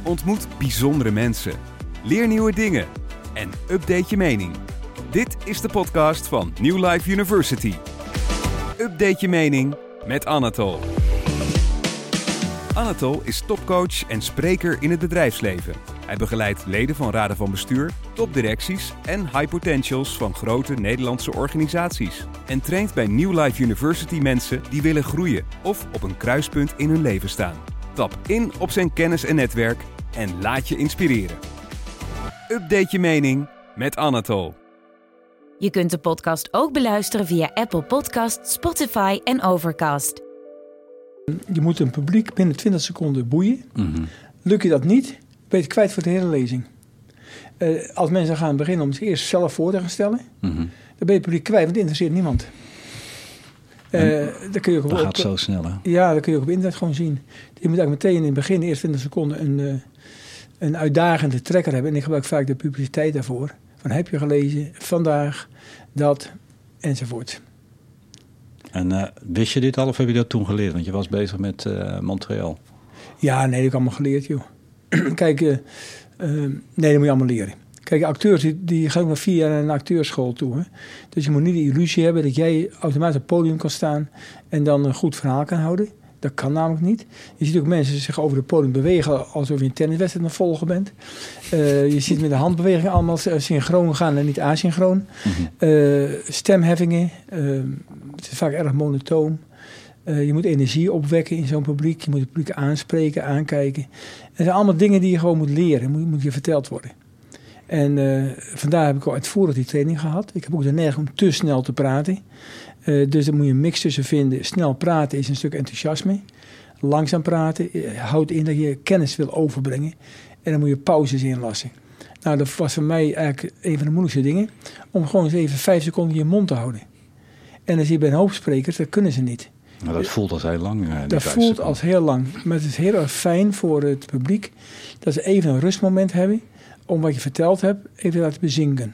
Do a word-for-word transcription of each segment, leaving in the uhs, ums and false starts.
Ontmoet bijzondere mensen. Leer nieuwe dingen. En update je mening. Dit is de podcast van New Life University. Update je mening met Anatol. Anatol is topcoach en spreker in het bedrijfsleven. Hij begeleidt leden van raden van bestuur, topdirecties en high potentials van grote Nederlandse organisaties. En traint bij New Life University mensen die willen groeien of op een kruispunt in hun leven staan. Tap in op zijn kennis en netwerk en laat je inspireren. Update je mening met Anatol. Je kunt de podcast ook beluisteren via Apple Podcasts, Spotify en Overcast. Je moet een publiek binnen twintig seconden boeien. Mm-hmm. Lukt je dat niet, ben je het kwijt voor de hele lezing. Uh, als mensen gaan beginnen om zich eerst zelf voor te gaan stellen, Mm-hmm. dan ben je het publiek kwijt, want het interesseert niemand. Uh, dan kun je ook dat op, gaat zo snel, hè? Ja, dat kun je ook op internet gewoon zien. Je moet eigenlijk meteen in het begin, de eerste twintig seconden, een, uh, een uitdagende trekker hebben. En ik gebruik vaak de publiciteit daarvoor. Van heb je gelezen, vandaag, dat, enzovoort. En uh, wist je dit al of heb je dat toen geleerd? Want je was bezig met uh, Montreal. Ja, nee, dat heb ik allemaal geleerd, joh. Kijk, uh, uh, nee, dat moet je allemaal leren. Kijk, acteurs die, die gaan ook nog vier jaar naar een acteurschool toe. Hè? Dus je moet niet de illusie hebben dat jij automatisch op het podium kan staan en dan een goed verhaal kan houden. Dat kan namelijk niet. Je ziet ook mensen zich over het podium bewegen alsof je een tenniswedstrijd aan het volgen bent. Uh, je ziet met de handbewegingen allemaal synchroon gaan en niet asynchroon. Mm-hmm. Uh, stemheffingen, uh, het is vaak erg monotoon. Uh, je moet energie opwekken in zo'n publiek. Je moet het publiek aanspreken, aankijken. Het zijn allemaal dingen die je gewoon moet leren. Moet, moet je verteld worden. En uh, vandaar heb ik al uitvoerig die training gehad. Ik heb ook de neiging om te snel te praten. Uh, dus daar moet je een mix tussen vinden. Snel praten is een stuk enthousiasme. Langzaam praten houdt in dat je kennis wil overbrengen. En dan moet je pauzes inlassen. Nou, dat was voor mij eigenlijk een van de moeilijkste dingen. Om gewoon eens even vijf seconden je mond te houden. En dan zie je bij een hoop sprekers, dat kunnen ze niet. Nou, dat voelt als heel lang. Uh, dat voelt seconden. als heel lang. Maar het is heel erg fijn voor het publiek dat ze even een rustmoment hebben om wat je verteld hebt even te laten bezinken.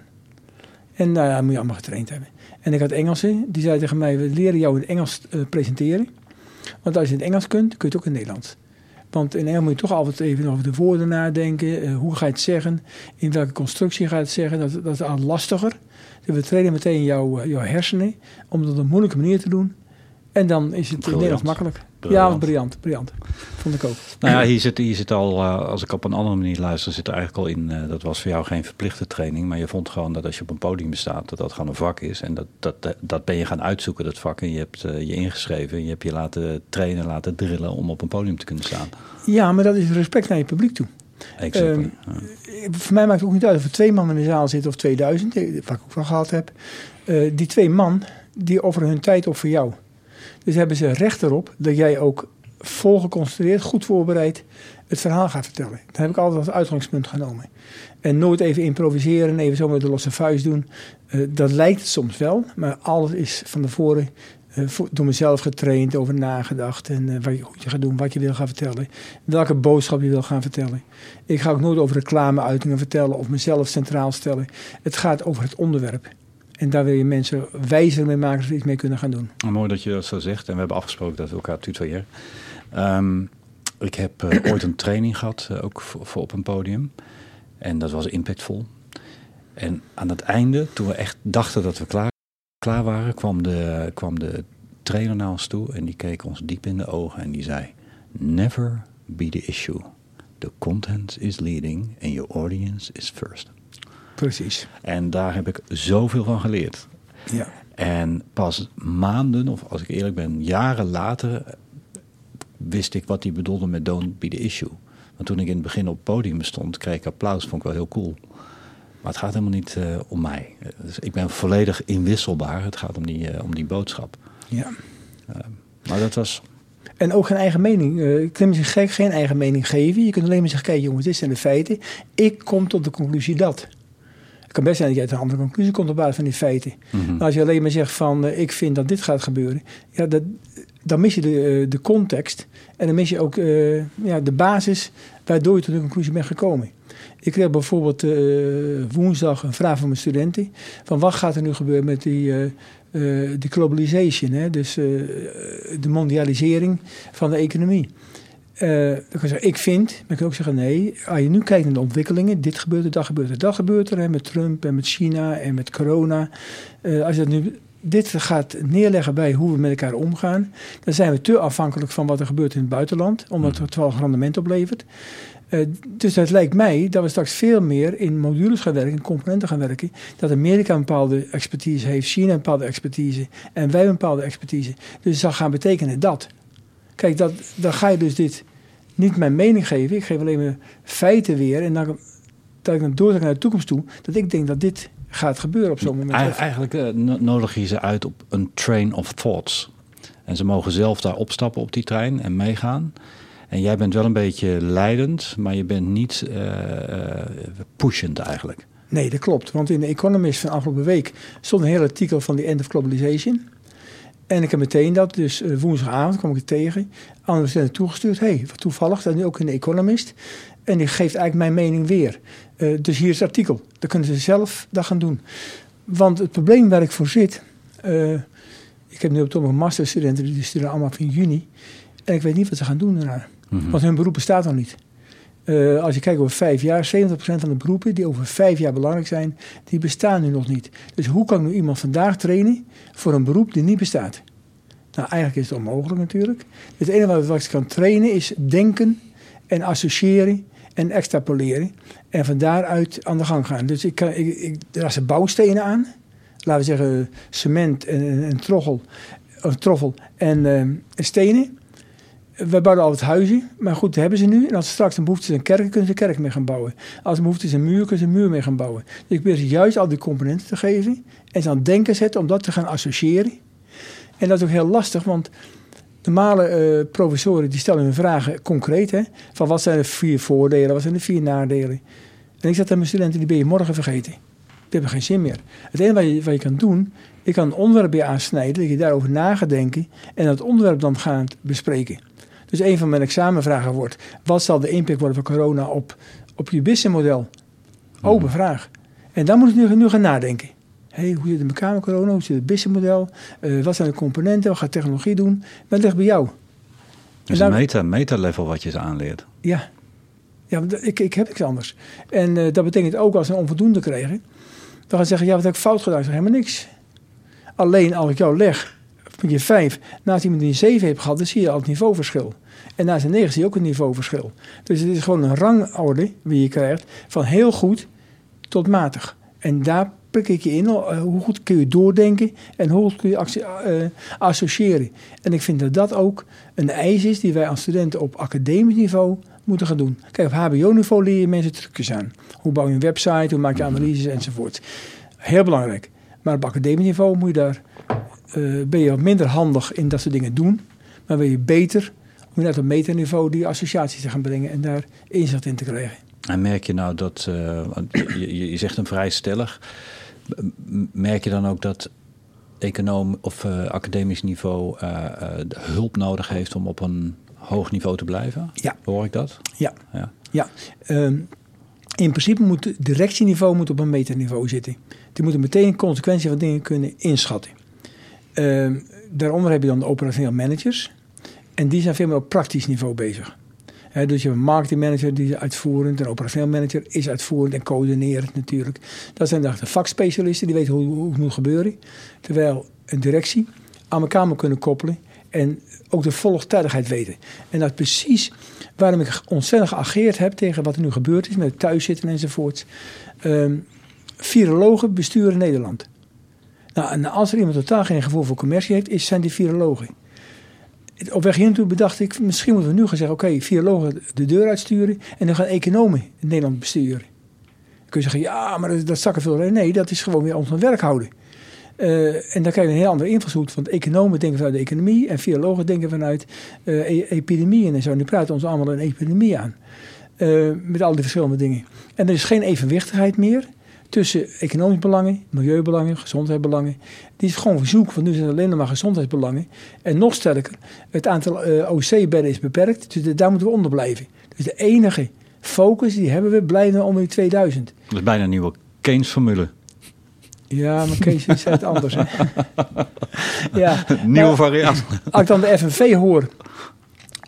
En nou ja, dat moet je allemaal getraind hebben. En ik had Engelsen, die zei tegen mij, we leren jou in het Engels uh, presenteren. Want als je in het Engels kunt, kun je het ook in het Nederlands. Want in Engels moet je toch altijd even over de woorden nadenken. Uh, hoe ga je het zeggen? In welke constructie ga je het zeggen? Dat, dat is al lastiger. Dus we trainen meteen jouw, uh, jouw hersenen om dat op een moeilijke manier te doen. En dan is het in het Nederlands makkelijk. Briljant. Ja, briljant, briljant. Vond ik ook. Nou ja, hier zit, hier zit al, uh, als ik op een andere manier luister, zit er eigenlijk al in, uh, dat was voor jou geen verplichte training, maar je vond gewoon dat als je op een podium staat, dat dat gewoon een vak is. En dat, dat, dat ben je gaan uitzoeken, dat vak. En je hebt uh, je ingeschreven, je hebt je laten trainen, laten drillen om op een podium te kunnen staan. Ja, maar dat is respect naar je publiek toe. Exactly. Uh, ja. Voor mij maakt het ook niet uit of er twee man in de zaal zitten of tweeduizend, wat ik ook wel gehad heb. Uh, die twee man, die offeren hun tijd op voor jou. Dus hebben ze recht erop dat jij ook vol geconcentreerd, goed voorbereid het verhaal gaat vertellen. Dat heb ik altijd als uitgangspunt genomen. En nooit even improviseren, even zo met de losse vuist doen. Uh, dat lijkt het soms wel, maar alles is van tevoren uh, door mezelf getraind, over nagedacht. En uh, wat je, hoe je gaat doen, wat je wil gaan vertellen. Welke boodschap je wil gaan vertellen. Ik ga ook nooit over reclameuitingen vertellen of mezelf centraal stellen. Het gaat over het onderwerp. En daar wil je mensen wijzer mee maken dat ze iets mee kunnen gaan doen. Mooi dat je dat zo zegt. En we hebben afgesproken dat we elkaar tutoyeren. Um, ik heb uh, ooit een training gehad, uh, ook voor, voor op een podium. En dat was impactvol. En aan het einde, toen we echt dachten dat we klaar, klaar waren, kwam de, kwam de trainer naar ons toe. En die keek ons diep in de ogen en die zei: Never be the issue. The content is leading and your audience is first. Precies. En daar heb ik zoveel van geleerd. Ja. En pas maanden, of als ik eerlijk ben, jaren later wist ik wat hij bedoelde met don't be the issue. Want toen ik in het begin op het podium stond, kreeg ik applaus, vond ik wel heel cool. Maar het gaat helemaal niet uh, om mij. Dus ik ben volledig inwisselbaar. Het gaat om die, uh, om die boodschap. Ja. Uh, maar dat was... En ook geen eigen mening. Uh, ik kan me gek geen eigen mening geven. Je kunt alleen maar zeggen, kijk jongens, dit zijn de feiten. Ik kom tot de conclusie dat. Het kan best zijn dat jij tot een andere conclusie komt op basis van die feiten. Mm-hmm. Maar als je alleen maar zegt van, uh, ik vind dat dit gaat gebeuren. Ja, dat, dan mis je de, uh, de context. En dan mis je ook uh, ja, de basis waardoor je tot de conclusie bent gekomen. Ik kreeg bijvoorbeeld uh, woensdag een vraag van mijn studenten. Van wat gaat er nu gebeuren met die, uh, uh, die globalization. Hè? Dus uh, de mondialisering van de economie. Uh, dan kan je zeggen, ik vind, maar ik kan ook zeggen nee. Als je nu kijkt naar de ontwikkelingen, dit gebeurt er, dat gebeurt er, dat gebeurt er. Hè, met Trump en met China en met corona. Uh, als je dat nu, dit gaat neerleggen bij hoe we met elkaar omgaan, dan zijn we te afhankelijk van wat er gebeurt in het buitenland, omdat het wel rendement oplevert. Uh, dus het lijkt mij dat we straks veel meer in modules gaan werken, in componenten gaan werken. Dat Amerika een bepaalde expertise heeft, China een bepaalde expertise en wij een bepaalde expertise. Dus het zal gaan betekenen dat. Kijk, dat, dan ga je dus dit niet mijn mening geven. Ik geef alleen maar feiten weer. En dan, dat ik dan doortrek naar de toekomst toe. Dat ik denk dat dit gaat gebeuren op zo'n moment. Eigen, eigenlijk uh, nodig je ze uit op een train of thoughts. En ze mogen zelf daar opstappen op die trein en meegaan. En jij bent wel een beetje leidend, maar je bent niet uh, uh, pushend eigenlijk. Nee, dat klopt. Want in The Economist van afgelopen week stond een heel artikel van The End of Globalization. En ik heb meteen dat, dus uh, woensdagavond kwam ik het tegen, aan de studenten toegestuurd. Hé, hey, wat toevallig, dat is nu ook in The Economist. En die geeft eigenlijk mijn mening weer. Uh, dus hier is het artikel. Dan kunnen ze zelf dat gaan doen. Want het probleem waar ik voor zit, uh, ik heb nu op het moment masterstudenten, die studeren allemaal van juni. En ik weet niet wat ze gaan doen daarna. Mm-hmm. Want hun beroep bestaat nog niet. Uh, als je kijkt over vijf jaar, zeventig procent van de beroepen die over vijf jaar belangrijk zijn, die bestaan nu nog niet. Dus hoe kan ik nu iemand vandaag trainen voor een beroep die niet bestaat? Nou, eigenlijk is het onmogelijk natuurlijk. Het enige wat ik kan trainen is denken en associëren en extrapoleren. En van daaruit aan de gang gaan. Dus ik kan, ik, ik, er zijn bouwstenen aan. Laten we zeggen cement en, en, en troggel, of troffel en uh, stenen. We bouwen altijd huizen, maar goed, dat hebben ze nu. En als er straks een behoefte is aan kerken, kunnen ze een kerk mee gaan bouwen. Als er behoefte is aan muur, kunnen ze een muur mee gaan bouwen. Dus ik probeer ze juist al die componenten te geven en ze aan het denken zetten om dat te gaan associëren. En dat is ook heel lastig, want normale uh, professoren die stellen hun vragen concreet. Hè, van wat zijn de vier voordelen, wat zijn de vier nadelen. En ik zeg aan mijn studenten, die ben je morgen vergeten. Die hebben geen zin meer. Het enige wat je, wat je kan doen, je kan een onderwerp bij aansnijden, dat je daarover na gaat denken en dat onderwerp dan gaat bespreken. Dus een van mijn examenvragen wordt, wat zal de impact worden van corona op, op je businessmodel? Open vraag. En dan moet je nu, nu gaan nadenken. Hey, hoe zit het in elkaar met corona? Hoe zit het businessmodel? Uh, wat zijn de componenten? Wat gaat technologie doen? Dat ligt bij jou. Het is een meta, meta-level wat je ze aanleert. Ja, ja ik, ik heb niks anders. En uh, dat betekent ook als ze een onvoldoende krijgen, dan gaan ze zeggen, ja, wat heb ik fout gedaan? Ik zeg helemaal niks. Alleen als ik jou leg, punt je vijf, naast iemand die een zeven heeft gehad, dan zie je al het niveauverschil. En naast een negen zie je ook een niveauverschil. Dus het is gewoon een rangorde die je krijgt van heel goed tot matig. En daar prik ik je in, uh, hoe goed kun je doordenken en hoe goed kun je actie, uh, associëren. En ik vind dat dat ook een eis is die wij als studenten op academisch niveau moeten gaan doen. Kijk, op H B O-niveau leer je mensen trucjes aan. Hoe bouw je een website, hoe maak je analyses enzovoort. Heel belangrijk. Maar op academisch niveau moet je daar, uh, ben je wat minder handig in dat soort dingen doen. Maar ben je beter om net op metaniveau die associaties te gaan brengen en daar inzicht in te krijgen. En merk je nou dat, uh, je, je zegt hem vrij stellig, merk je dan ook dat econoom of uh, academisch niveau uh, uh, hulp nodig heeft om op een hoog niveau te blijven? Ja. Hoor ik dat? Ja. ja. ja. Um, in principe moet het directieniveau moet op een metaniveau zitten. Die moeten meteen consequenties van dingen kunnen inschatten. Um, daaronder heb je dan de operationeel managers. En die zijn veel meer op praktisch niveau bezig. He, dus je hebt een marketingmanager die is uitvoerend. Een operationeel manager is uitvoerend en coördinerend natuurlijk. Dat zijn de vakspecialisten die weten hoe, hoe het moet gebeuren. Terwijl een directie aan elkaar moet kunnen koppelen. En ook de volgtijdigheid weten. En dat is precies waarom ik ontzettend geageerd heb tegen wat er nu gebeurd is. Met het thuiszitten enzovoort. Um, virologen besturen Nederland. Nou, en als er iemand totaal geen gevoel voor commercie heeft, is, zijn die virologen. Op weg hier naartoe bedacht ik, misschien moeten we nu gaan zeggen, oké, okay, virologen de deur uitsturen en dan gaan economen in Nederland besturen. Dan kun je zeggen, ja, maar dat, dat zakken veel. Nee, dat is gewoon weer ons van werk houden. Uh, en dan krijg je een heel andere invalshoek, want economen denken vanuit de economie en virologen denken vanuit uh, e- epidemieën en zo. En die praten ons allemaal een epidemie aan. Uh, met al die verschillende dingen. En er is geen evenwichtigheid meer tussen economische belangen, milieubelangen, gezondheidsbelangen. Die is gewoon verzoek, want nu zijn het alleen nog maar gezondheidsbelangen. En nog sterker, het aantal uh, O C-bedden is beperkt, dus de, daar moeten we onder blijven. Dus de enige focus die hebben we, blijven we om in tweeduizend. Dat is bijna een nieuwe Keynes-formule. Ja, maar Keynes is het anders. Hè? Ja, Nieuwe nou, variant. Als ik dan de F N V hoor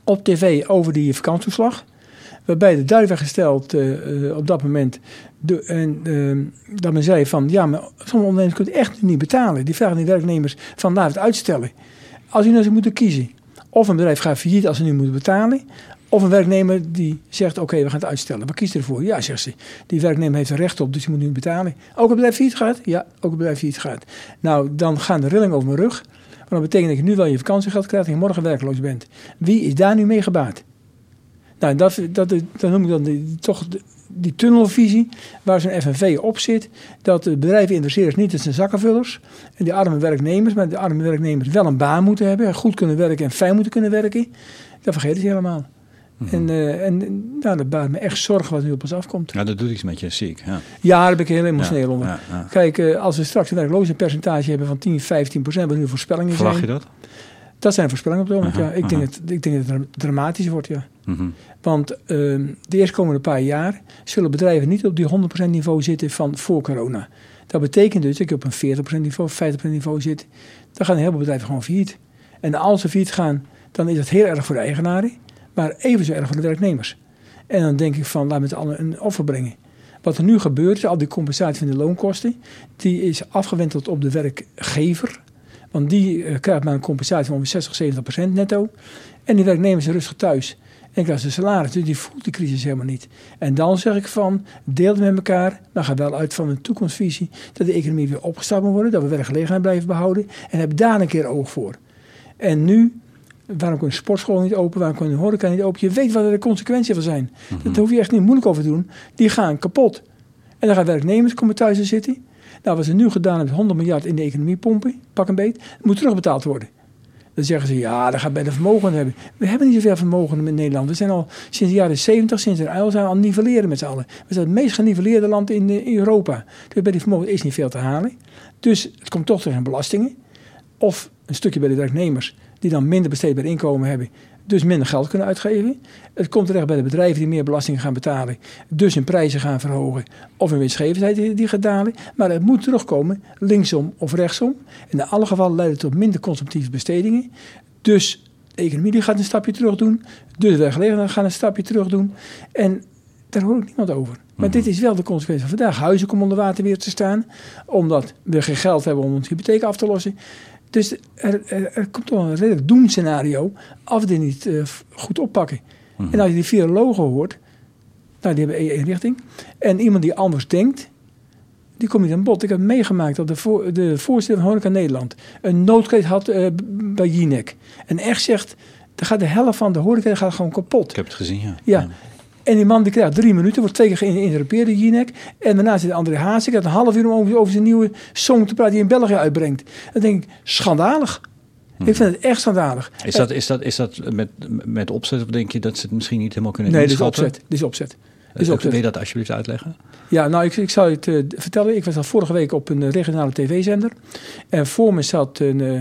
op tv over die vakantietoeslag. Waarbij de duidelijk werd gesteld uh, op dat moment. De, en, uh, dat men zei van, ja, maar sommige ondernemers kunnen echt niet betalen. Die vragen die werknemers van, laat het uitstellen. Als u nou zou moeten kiezen. Of een bedrijf gaat failliet als ze nu moeten betalen. Of een werknemer die zegt, oké, okay, we gaan het uitstellen. Wat kiest u ervoor? Ja, zegt ze. Die werknemer heeft er recht op, dus die moet nu betalen. Ook een bedrijf failliet gaat? Ja, ook een bedrijf failliet gaat. Nou, dan gaan de rillingen over mijn rug. Maar dat betekent dat je nu wel je vakantiegeld krijgt en je morgen werkloos bent. Wie is daar nu mee gebaat? Nou, dat, dat, dat noem ik dan die, toch die, die tunnelvisie waar zo'n F N V op zit. Dat de bedrijven interesseren niet, het zijn zakkenvullers. En die arme werknemers, maar de arme werknemers wel een baan moeten hebben. Goed kunnen werken en fijn moeten kunnen werken. Dat vergeten ze helemaal. Mm-hmm. En, uh, en nou, dat baart me echt zorgen wat nu op ons afkomt. Ja, dat doet iets met je, zie ik. Ja, ja daar ben ik heel emotioneel ja, onder. Ja, ja. Kijk, uh, als we straks een werklozenpercentage hebben van tien, vijftien procent, wat nu voorspellingen zijn. Verwacht je dat? Dat zijn voorspellingen op het moment, uh-huh, ja. Ik, uh-huh. denk het, ik denk dat het dramatisch wordt, ja. Uh-huh. Want uh, de eerstkomende paar jaar zullen bedrijven niet op die honderd procent niveau zitten van voor corona. Dat betekent dus dat je op een veertig procent niveau, vijftig procent niveau zit. Dan gaan heel veel bedrijven gewoon failliet. En als ze failliet gaan, dan is dat heel erg voor de eigenaren. Maar even zo erg voor de werknemers. En dan denk ik van, laten we het allen een offer brengen. Wat er nu gebeurt, is al die compensatie van de loonkosten, die is afgewenteld op de werkgever. Want die uh, krijgt maar een compensatie van ongeveer zestig, zeventig procent netto. En die werknemers zijn rustig thuis. En krijgt zijn salaris, dus die voelt die crisis helemaal niet. En dan zeg ik van, deel het met elkaar. Maar ga wel uit van een toekomstvisie. Dat de economie weer opgestart moet worden. Dat we werkgelegenheid blijven behouden. En heb daar een keer oog voor. En nu, waarom kan de sportschool niet open? Waarom kan de horeca niet open? Je weet wat er de consequenties van zijn. Mm-hmm. Daar hoef je echt niet moeilijk over te doen. Die gaan kapot. En dan gaan werknemers komen thuis te zitten. Nou, wat ze nu gedaan hebben, honderd miljard in de economie pompen, pak een beet, moet terugbetaald worden. Dan zeggen ze, ja, dat gaat bij de vermogen hebben. We hebben niet zoveel vermogen in Nederland. We zijn al sinds de jaren zeventig, sinds de uil, zijn we al nivelleren met z'n allen. We zijn het meest geniveleerde land in, in Europa. Dus bij die vermogen is niet veel te halen. Dus het komt toch terug in belastingen. Of een stukje bij de werknemers, die dan minder besteedbaar inkomen hebben, dus minder geld kunnen uitgeven. Het komt terecht bij de bedrijven die meer belasting gaan betalen, dus hun prijzen gaan verhogen of hun winstgevendheid die, die gaat dalen. Maar het moet terugkomen, linksom of rechtsom. In alle gevallen leidt het tot minder consumptieve bestedingen. Dus de economie die gaat een stapje terug doen. Dus de werkgelegenheid gaat een stapje terug doen. En daar hoor ik niemand over. Maar mm-hmm. dit is wel de consequentie van vandaag. Huizen komen onder water weer te staan, omdat we geen geld hebben om onze hypotheek af te lossen. Dus er, er, er komt toch een redelijk doemscenario als we dit niet uh, goed oppakken. Mm-hmm. En als je die virologen hoort, nou, die hebben één richting. En iemand die anders denkt, die komt niet aan bod. Ik heb meegemaakt dat de, voor, de voorzitter van Horeca Nederland een noodkreet had uh, bij Jinek. En echt zegt, dan gaat de helft van de horeca gaat gewoon kapot. Ik heb het gezien, ja. Ja. ja. En die man die krijgt drie minuten, wordt twee keer geïnterrupeerd door Jinek. En daarna zit André Haas, die krijgt een half uur om over, over zijn nieuwe song te praten die in België uitbrengt. Dan denk ik, schandalig. Hmm. Ik vind het echt schandalig. Is dat, is dat, is dat met, met opzet of denk je dat ze het misschien niet helemaal kunnen nee, inschatten? Nee, dit is opzet. Dit is opzet. Wil je dat alsjeblieft uitleggen? Ja, nou, ik, ik zal je het uh, vertellen. Ik was al vorige week op een regionale tv-zender. En voor me zat een, uh,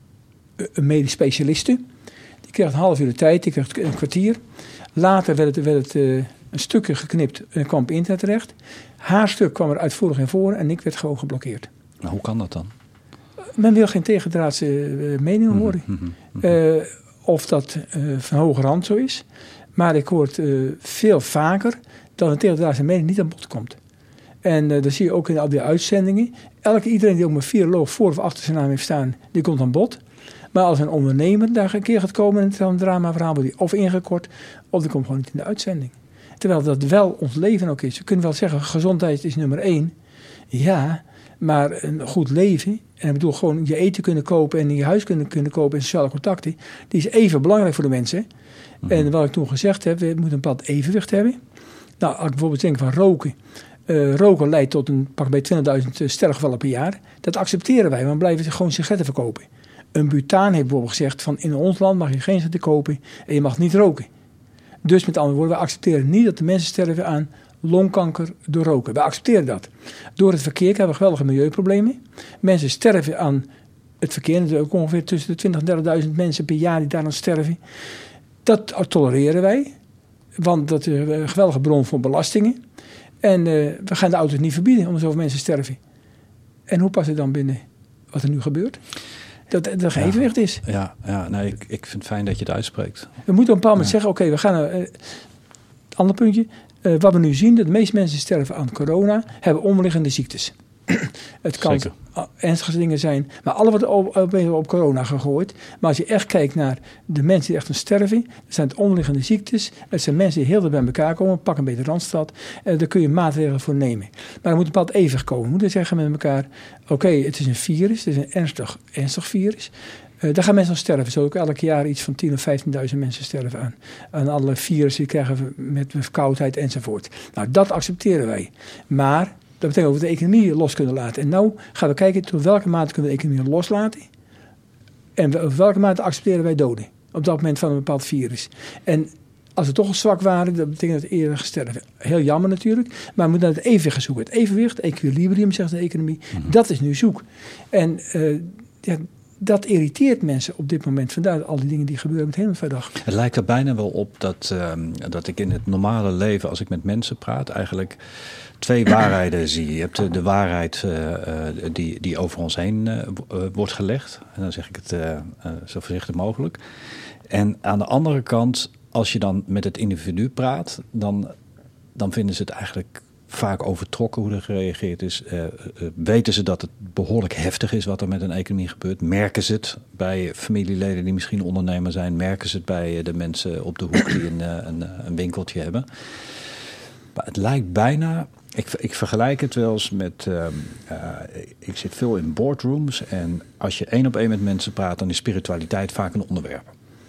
een medisch specialiste. Die kreeg een half uur de tijd, die kreeg een kwartier. Later werd het, werd het uh, een stukje geknipt en kwam op internet terecht. Haar stuk kwam er uitvoerig in voor en ik werd gewoon geblokkeerd. Maar hoe kan dat dan? Men wil geen tegendraadse uh, meningen horen. Mm-hmm, mm-hmm. Uh, of dat uh, van hoge rand zo is. Maar ik hoor het uh, veel vaker dat een tegendraadse mening niet aan bod komt. En uh, dat zie je ook in al die uitzendingen. Elke iedereen die ook maar viroloog voor of achter zijn naam heeft staan, die komt aan bod. Maar als een ondernemer daar een keer gaat komen en het is een dramaverhaal, wordt die of ingekort, of die komt gewoon niet in de uitzending. Terwijl dat wel ons leven ook is. We kunnen wel zeggen, gezondheid is nummer één. Ja, maar een goed leven, en ik bedoel gewoon je eten kunnen kopen en je huis kunnen, kunnen kopen en sociale contacten, die is even belangrijk voor de mensen. Mm-hmm. En wat ik toen gezegd heb, we moeten een bepaald evenwicht hebben. Nou, als ik bijvoorbeeld denk van roken. Uh, roken leidt tot een pak bij twintigduizend sterfgevallen per jaar. Dat accepteren wij, want we blijven gewoon sigaretten verkopen. Een butaan heeft bijvoorbeeld gezegd van in ons land mag je geen sigaretten kopen en je mag niet roken. Dus met andere woorden, we accepteren niet dat de mensen sterven aan longkanker door roken. We accepteren dat. Door het verkeer krijgen we geweldige milieuproblemen. Mensen sterven aan het verkeer. Er zijn ook ongeveer tussen de twintigduizend en dertigduizend mensen per jaar die daaraan sterven. Dat tolereren wij, want dat is een geweldige bron voor belastingen. En uh, we gaan de auto's niet verbieden omdat zoveel mensen sterven. En hoe past het dan binnen wat er nu gebeurt? dat er geen evenwicht is. Ja, ja nee, ik, ik vind het fijn dat je het uitspreekt. We moeten op een bepaald moment ja. zeggen, oké, okay, we gaan naar... Uh, ander puntje. Uh, wat we nu zien, dat de meeste mensen sterven aan corona, hebben onderliggende ziektes. Het kan Zeker. ernstige dingen zijn, maar alle wordt op, op, op corona gegooid. Maar als je echt kijkt naar de mensen die echt aan sterven, dat zijn het onderliggende ziektes. Het zijn mensen die heel dicht bij elkaar komen, pak een beetje Randstad. Uh, daar kun je maatregelen voor nemen. Maar er moet een bepaald evenwicht komen. We moeten zeggen met elkaar, oké, okay, het is een virus, het is een ernstig, ernstig virus. Uh, daar gaan mensen aan sterven. Zo ook elk jaar iets van tien of vijftienduizend mensen sterven aan. Aan alle virussen die krijgen met verkoudheid enzovoort. Nou, dat accepteren wij. Maar dat betekent dat we de economie los kunnen laten. En nou gaan we kijken tot welke mate kunnen we de economie loslaten. En op welke mate accepteren wij doden. Op dat moment van een bepaald virus. En als we toch al zwak waren, dat betekent dat we eerder sterven. Heel jammer natuurlijk. Maar we moeten naar het evenwicht zoeken. Het evenwicht, equilibrium, zegt de economie. Mm-hmm. Dat is nu zoek. En uh, ja, dat irriteert mensen op dit moment. Vandaar al die dingen die gebeuren met helemaal verdag. Het lijkt er bijna wel op dat, uh, dat ik in het normale leven, als ik met mensen praat, eigenlijk twee waarheden zie. Je hebt de, de waarheid uh, uh, die, die over ons heen uh, wordt gelegd. En dan zeg ik het uh, uh, zo voorzichtig mogelijk. En aan de andere kant, als je dan met het individu praat, dan, dan vinden ze het eigenlijk vaak overtrokken hoe er gereageerd is. Uh, uh, weten ze dat het behoorlijk heftig is wat er met een economie gebeurt? Merken ze het bij familieleden die misschien ondernemer zijn? Merken ze het bij de mensen op de hoek die een, een, een winkeltje hebben? Maar het lijkt bijna... Ik, ik vergelijk het wel eens met... Uh, uh, ik zit veel in boardrooms en als je één op één met mensen praat, dan is spiritualiteit vaak een onderwerp.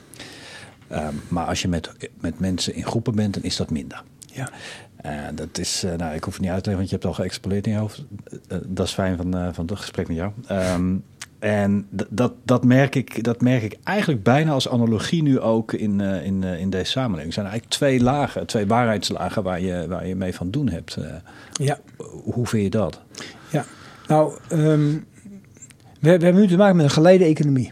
Uh, maar als je met, met mensen in groepen bent, dan is dat minder. Ja. Uh, dat is, uh, nou, ik hoef het niet uit te leggen, want je hebt al geëxploreerd in je hoofd. Uh, dat is fijn van, uh, van het gesprek met jou. Um, en d- dat, dat, merk ik, dat merk ik eigenlijk bijna als analogie nu ook in, uh, in, uh, in deze samenleving. Er zijn eigenlijk twee lagen, twee waarheidslagen waar je, waar je mee van doen hebt. Uh, ja. Hoe vind je dat? Ja, nou, um, we, we hebben nu te maken met een geleide economie.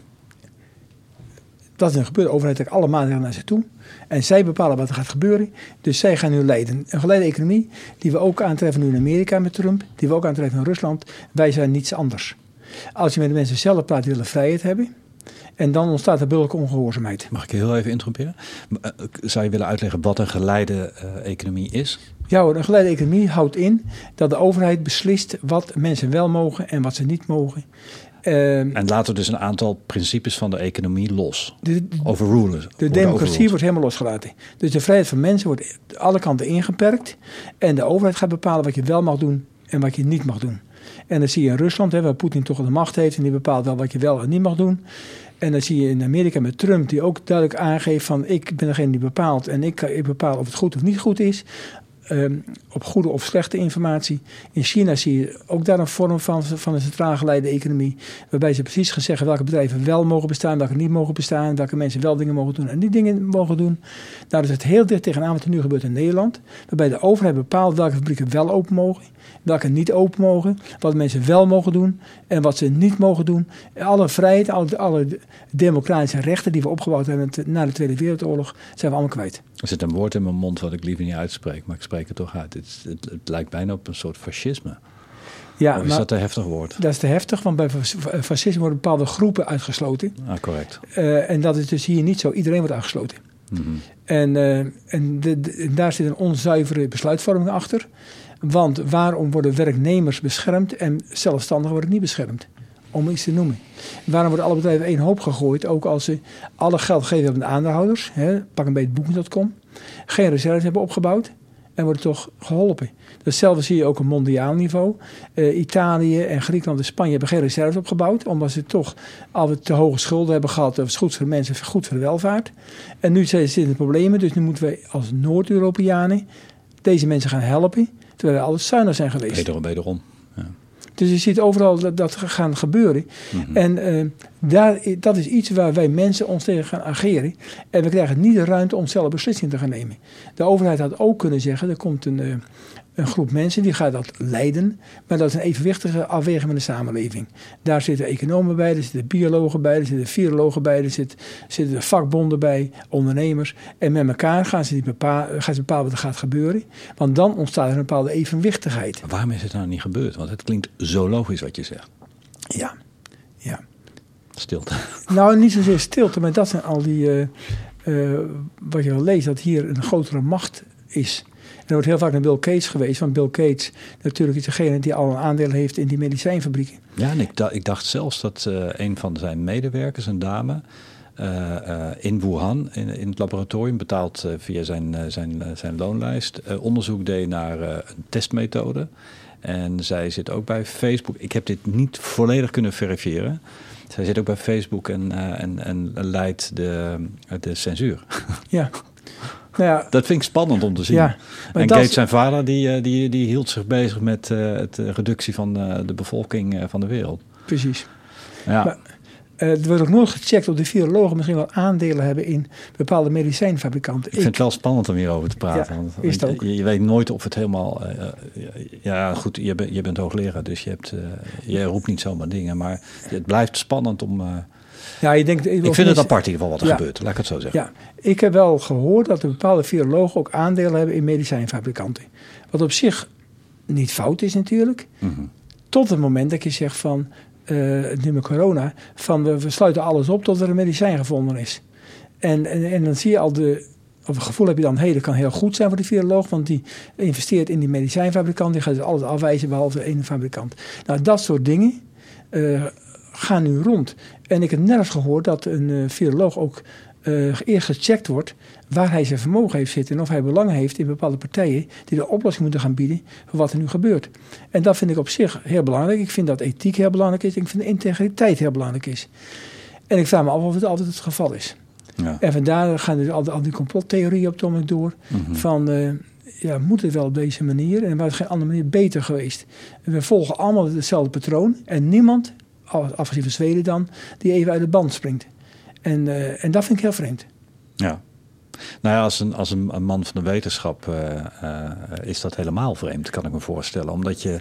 Dat is er gebeurt. De overheid trekt alle maatregelen naar zich toe. En zij bepalen wat er gaat gebeuren. Dus zij gaan nu leiden. Een geleide economie die we ook aantreffen nu in Amerika met Trump. Die we ook aantreffen in Rusland. Wij zijn niets anders. Als je met de mensen zelf praat, willen vrijheid hebben. En dan ontstaat er burgerlijke ongehoorzaamheid. Mag ik je heel even interromperen? Zou je willen uitleggen wat een geleide uh, economie is? Ja hoor, een geleide economie houdt in dat de overheid beslist wat mensen wel mogen en wat ze niet mogen. Uh, en laten we dus een aantal principes van de economie los. De, de, overrulen. De democratie wordt helemaal losgelaten. Dus de vrijheid van mensen wordt alle kanten ingeperkt. En de overheid gaat bepalen wat je wel mag doen en wat je niet mag doen. En dat zie je in Rusland, hè, waar Poetin toch de macht heeft en die bepaalt wel wat je wel en niet mag doen. En dat zie je in Amerika met Trump, die ook duidelijk aangeeft van ik ben degene die bepaalt en ik, ik bepaal of het goed of niet goed is. Um, op goede of slechte informatie. In China zie je ook daar een vorm van, van een centraal geleide economie. Waarbij ze precies gaan zeggen welke bedrijven wel mogen bestaan, welke niet mogen bestaan. Welke mensen wel dingen mogen doen en niet dingen mogen doen. Daar is het heel dicht tegenaan wat er nu gebeurt in Nederland. Waarbij de overheid bepaalt welke fabrieken wel open mogen. Welke niet open mogen. Wat mensen wel mogen doen en wat ze niet mogen doen. Alle vrijheid, alle, alle democratische rechten die we opgebouwd hebben na de Tweede Wereldoorlog zijn we allemaal kwijt. Er zit een woord in mijn mond wat ik liever niet uitspreek, maar ik spreek het toch uit. Het, het, het lijkt bijna op een soort fascisme. Ja, of is maar dat een heftig woord? Dat is te heftig, want bij fascisme worden bepaalde groepen uitgesloten. Ah, correct. Uh, en dat is dus hier niet zo. Iedereen wordt uitgesloten. Mm-hmm. En, uh, en, de, de, en daar zit een onzuivere besluitvorming achter. Want waarom worden werknemers beschermd en zelfstandigen worden niet beschermd? Om iets te noemen. Waarom worden alle bedrijven één hoop gegooid? Ook als ze alle geld geven aan de aandeelhouders. Hè, pak een beetje boeken punt com. Geen reserves hebben opgebouwd. En worden toch geholpen. Datzelfde zie je ook op mondiaal niveau. Uh, Italië en Griekenland en Spanje hebben geen reserves opgebouwd. Omdat ze toch al te hoge schulden hebben gehad. Dat is goed voor de mensen, goed voor de welvaart. En nu zitten er problemen. Dus nu moeten wij als Noord-Europeanen deze mensen gaan helpen. Terwijl we alles zuinig zijn geweest. Wederom, wederom. Ja. Dus je ziet overal dat, dat gaan gebeuren. Mm-hmm. En uh, daar, dat is iets waar wij mensen ons tegen gaan ageren. En we krijgen niet de ruimte om zelf beslissingen te gaan nemen. De overheid had ook kunnen zeggen, er komt een, uh, een groep mensen die gaat dat leiden. Maar dat is een evenwichtige afweging met de samenleving. Daar zitten economen bij, er zitten biologen bij, er zitten virologen bij, er zitten, zitten vakbonden bij, ondernemers. En met elkaar gaan ze, die bepalen, gaan ze bepalen wat er gaat gebeuren. Want dan ontstaat er een bepaalde evenwichtigheid. Waarom is het nou niet gebeurd? Want het klinkt zo logisch wat je zegt. Ja, ja. Stilte. Nou, niet zozeer stilte, maar dat zijn al die... Uh, uh, wat je wel leest, dat hier een grotere macht is. Er wordt heel vaak naar Bill Gates geweest. Want Bill Gates natuurlijk is degene die al een aandeel heeft in die medicijnfabrieken. Ja, en ik, dacht, ik dacht zelfs dat uh, een van zijn medewerkers, een dame... Uh, uh, in Wuhan, in, in het laboratorium, betaald uh, via zijn, uh, zijn, uh, zijn loonlijst... Uh, onderzoek deed naar uh, een testmethode. En zij zit ook bij Facebook. Ik heb dit niet volledig kunnen verifiëren. Zij zit ook bij Facebook en, uh, en, en leidt de, de censuur. Ja. Nou ja, dat vind ik spannend om te zien. Ja, en Gates zijn vader die, die, die hield zich bezig met uh, de reductie van uh, de bevolking uh, van de wereld. Precies. Ja. Maar, uh, er wordt ook nooit gecheckt of de virologen misschien wel aandelen hebben in bepaalde medicijnfabrikanten. Ik vind ik, het wel spannend om hierover te praten. Ja, want, is het ook. Je, je weet nooit of het helemaal... Uh, ja, goed, je, ben, je bent hoogleraar, dus je, hebt, uh, je roept niet zomaar dingen. Maar het blijft spannend om... Uh, Ja, je denkt, ik vind het apart in ieder geval wat er ja. gebeurt, laat ik het zo zeggen. Ja, ik heb wel gehoord dat er bepaalde virologen ook aandelen hebben in medicijnfabrikanten. Wat op zich niet fout is natuurlijk. Mm-hmm. Tot het moment dat je zegt van, uh, nu met corona, van we, we sluiten alles op tot er een medicijn gevonden is. En, en, en dan zie je al de... Of het gevoel heb je dan, hé, hey, dat kan heel goed zijn voor de viroloog, want die investeert in die medicijnfabrikant, die gaat dus alles afwijzen behalve de ene fabrikant. Nou, dat soort dingen uh, gaan nu rond. En ik heb nergens gehoord dat een uh, viroloog ook uh, eerst gecheckt wordt waar hij zijn vermogen heeft zitten en of hij belangen heeft in bepaalde partijen die de oplossing moeten gaan bieden voor wat er nu gebeurt. En dat vind ik op zich heel belangrijk. Ik vind dat ethiek heel belangrijk is. Ik vind de integriteit heel belangrijk is. En ik vraag me af of het altijd het geval is. Ja. En vandaar gaan dus al, al die complottheorieën op het door. Mm-hmm. Van, uh, ja, moet het wel op deze manier? En was het geen andere manier beter geweest? En we volgen allemaal hetzelfde patroon. En niemand, afgezien van Zweden dan, die even uit de band springt. En, uh, en dat vind ik heel vreemd. Ja. Nou ja, als een, als een, een man van de wetenschap uh, uh, is dat helemaal vreemd, kan ik me voorstellen. Omdat je,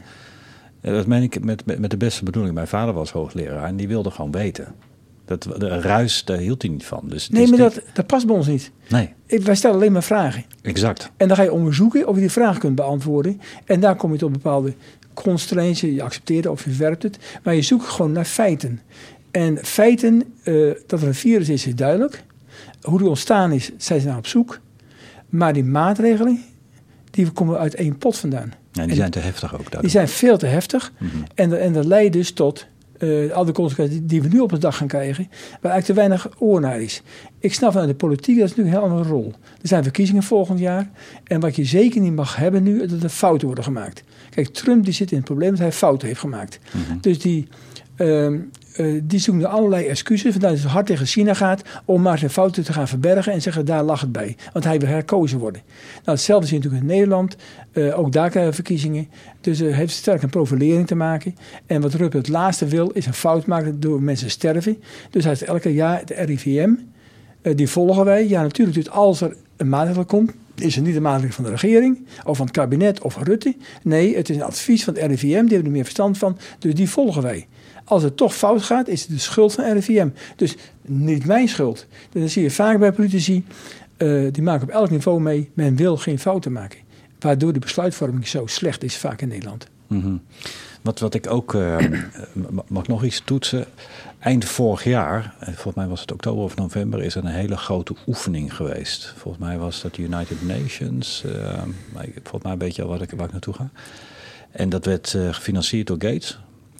dat meen ik met, met, met de beste bedoeling. Mijn vader was hoogleraar en die wilde gewoon weten. Dat, de ruis, daar hield hij niet van. Dus nee, maar niet... dat, dat past bij ons niet. Nee. Wij stellen alleen maar vragen. Exact. En dan ga je onderzoeken of je die vraag kunt beantwoorden. En daar kom je tot bepaalde constraints. Je accepteert of je verwerpt het. Maar je zoekt gewoon naar feiten. En feiten, uh, dat er een virus is, is duidelijk. Hoe die ontstaan is, zijn ze naar op zoek. Maar die maatregelen, die komen uit één pot vandaan. Ja, die en zijn te heftig ook. Daardoor. Die zijn veel te heftig. Mm-hmm. En, en dat leidt dus tot... Uh, al de consequenties die we nu op de dag gaan krijgen, waar eigenlijk te weinig oor naar is. Ik snap vanuit de politiek, dat is natuurlijk een heel andere rol. Er zijn verkiezingen volgend jaar. En wat je zeker niet mag hebben nu, dat er fouten worden gemaakt. Kijk, Trump die zit in het probleem dat hij fouten heeft gemaakt. Mm-hmm. Dus die, uh, uh, die zoeken allerlei excuses, vandaar dat hij hard tegen China gaat, om maar zijn fouten te gaan verbergen en zeggen, daar lag het bij. Want hij wil herkozen worden. Nou, hetzelfde zie je natuurlijk in Nederland. Uh, ook daar krijgen we verkiezingen. Dus het uh, heeft sterk een profilering te maken. En wat Rutte het laatste wil, is een fout maken door mensen sterven. Dus hij zegt elke jaar de R I V M, uh, die volgen wij. Ja, natuurlijk, dus als er een maatregel komt, is het niet een maatregel van de regering, of van het kabinet, of van Rutte. Nee, het is een advies van het R I V M, die hebben er meer verstand van, dus die volgen wij. Als het toch fout gaat, is het de schuld van R I V M. Dus niet mijn schuld. Dus dan zie je vaak bij politici, uh, die maken op elk niveau mee, men wil geen fouten maken. Waardoor de besluitvorming zo slecht is vaak in Nederland. Mm-hmm. Wat, wat ik ook, uh, mag ik nog iets toetsen? Eind vorig jaar, volgens mij was het oktober of november, is er een hele grote oefening geweest. Volgens mij was dat United Nations. Uh, volgens mij een beetje waar ik, waar ik naartoe ga. En dat werd uh, gefinancierd door Gates.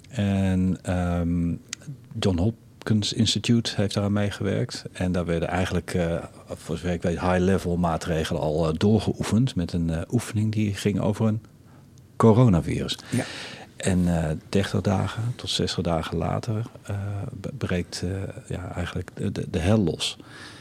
En um, John Hopkins Institute heeft daaraan meegewerkt. En daar werden eigenlijk, uh, voor zover ik weet, high-level maatregelen al uh, doorgeoefend. Met een uh, oefening die ging over een coronavirus. Ja. En uh, dertig dagen tot zestig dagen later uh, breekt uh, ja, eigenlijk de, de, de hel los.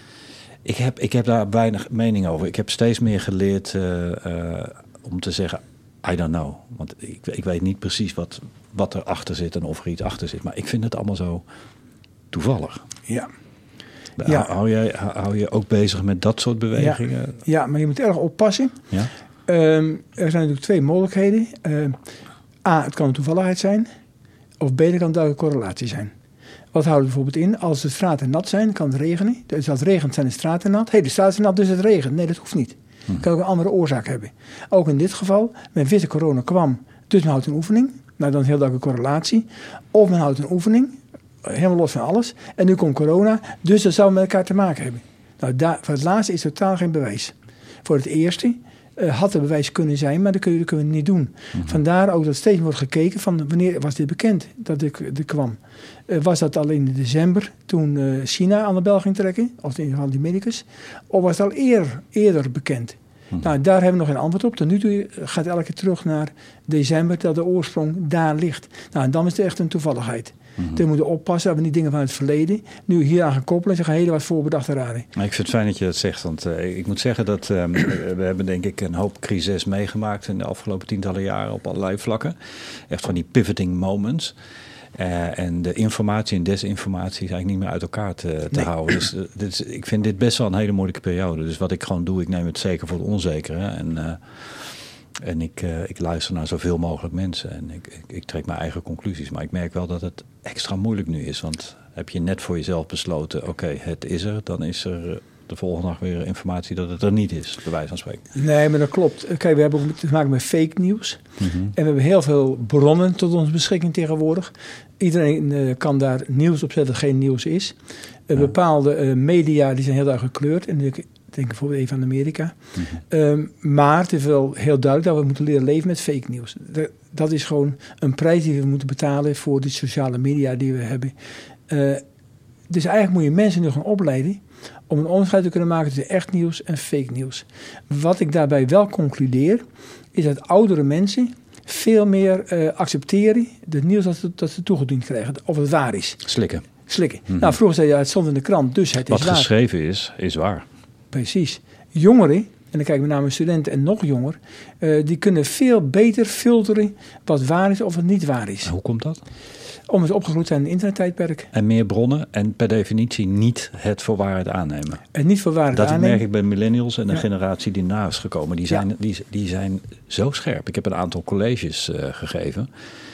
Ik heb, ik heb daar weinig mening over. Ik heb steeds meer geleerd uh, uh, om te zeggen, I don't know. Want ik, ik weet niet precies wat, wat er achter zit en of er iets achter zit. Maar ik vind het allemaal zo toevallig. Ja. ja. Hou, jij, hou je ook bezig met dat soort bewegingen? Ja, ja, maar je moet erg oppassen. Ja? Um, er zijn natuurlijk twee mogelijkheden. Um, A, het kan een toevalligheid zijn. Of B, het kan een duidelijke correlatie zijn. Wat houdt het bijvoorbeeld in? Als de straten nat zijn, kan het regenen. Dus als het regent, zijn de straten nat. Hé, hey, de straten zijn nat, dus het regent. Nee, dat hoeft niet. Het kan ook een andere oorzaak hebben. Ook in dit geval, men wist dat corona kwam, dus men houdt een oefening. Nou, dan is heel duidelijk een correlatie. Of men houdt een oefening, helemaal los van alles. En nu komt corona, dus dat zou met elkaar te maken hebben. Nou, daar, voor het laatste is totaal geen bewijs. Voor het eerste uh, had er bewijs kunnen zijn, maar dat kunnen, dat kunnen we niet doen. Mm-hmm. Vandaar ook dat steeds wordt gekeken van wanneer was dit bekend dat dit, dit kwam. Uh, was dat al in december toen uh, China aan de bel ging trekken, of in ieder geval die medicus, of was het al eer, eerder bekend? Mm-hmm. Nou, daar hebben we nog geen antwoord op. Tot nu toe gaat elke keer terug naar december, dat de oorsprong daar ligt. Nou, en dan is het echt een toevalligheid. Mm-hmm. Dus we moeten oppassen dat we niet dingen van het verleden nu hier aan gaan koppelen en zeggen, hé, dat was voorbedachte raden. Ik vind het fijn dat je dat zegt, want uh, ik moet zeggen dat uh, we hebben denk ik een hoop crises meegemaakt in de afgelopen tientallen jaren op allerlei vlakken. Echt van die pivoting moments. Uh, en de informatie en desinformatie is eigenlijk niet meer uit elkaar te, te nee. houden. Dus uh, dit is, ik vind dit best wel een hele moeilijke periode. Dus wat ik gewoon doe, ik neem het zeker voor het onzekere. En, uh, en ik, uh, ik luister naar zoveel mogelijk mensen. En ik, ik, ik trek mijn eigen conclusies. Maar ik merk wel dat het extra moeilijk nu is. Want heb je net voor jezelf besloten, oké, okay, het is er. Dan is er de volgende dag weer informatie dat het er niet is, bij wijze van spreken. Nee, maar dat klopt. Kijk, we hebben ook te maken met fake nieuws. Mm-hmm. En we hebben heel veel bronnen tot onze beschikking tegenwoordig. Iedereen uh, kan daar nieuws op zetten dat geen nieuws is. Uh, ja. Bepaalde uh, media die zijn heel erg gekleurd. En ik denk bijvoorbeeld even aan Amerika. Mm-hmm. Um, maar het is wel heel duidelijk dat we moeten leren leven met fake nieuws. Dat, dat is gewoon een prijs die we moeten betalen voor die sociale media die we hebben. Uh, dus eigenlijk moet je mensen nu gaan opleiden om een onderscheid te kunnen maken tussen echt nieuws en fake nieuws. Wat ik daarbij wel concludeer, is dat oudere mensen veel meer uh, accepteren het nieuws dat ze, dat ze toegediend krijgen, of het waar is. Slikken. Slikken. Mm-hmm. Nou, vroeger zei je, het stond in de krant, dus het Wat is waar. Wat geschreven is, is waar. Precies. Jongeren, en dan kijk ik met name studenten en nog jonger, uh, die kunnen veel beter filteren wat waar is of wat niet waar is. En hoe komt dat? Omdat ze opgegroeid zijn in het internettijdperk. En meer bronnen en per definitie niet het voor waarheid aannemen. En niet voor waarheid dat aannemen. Dat merk ik bij millennials en de ja. generatie die na is gekomen. Die zijn, ja. die, die zijn zo scherp. Ik heb een aantal colleges uh, gegeven.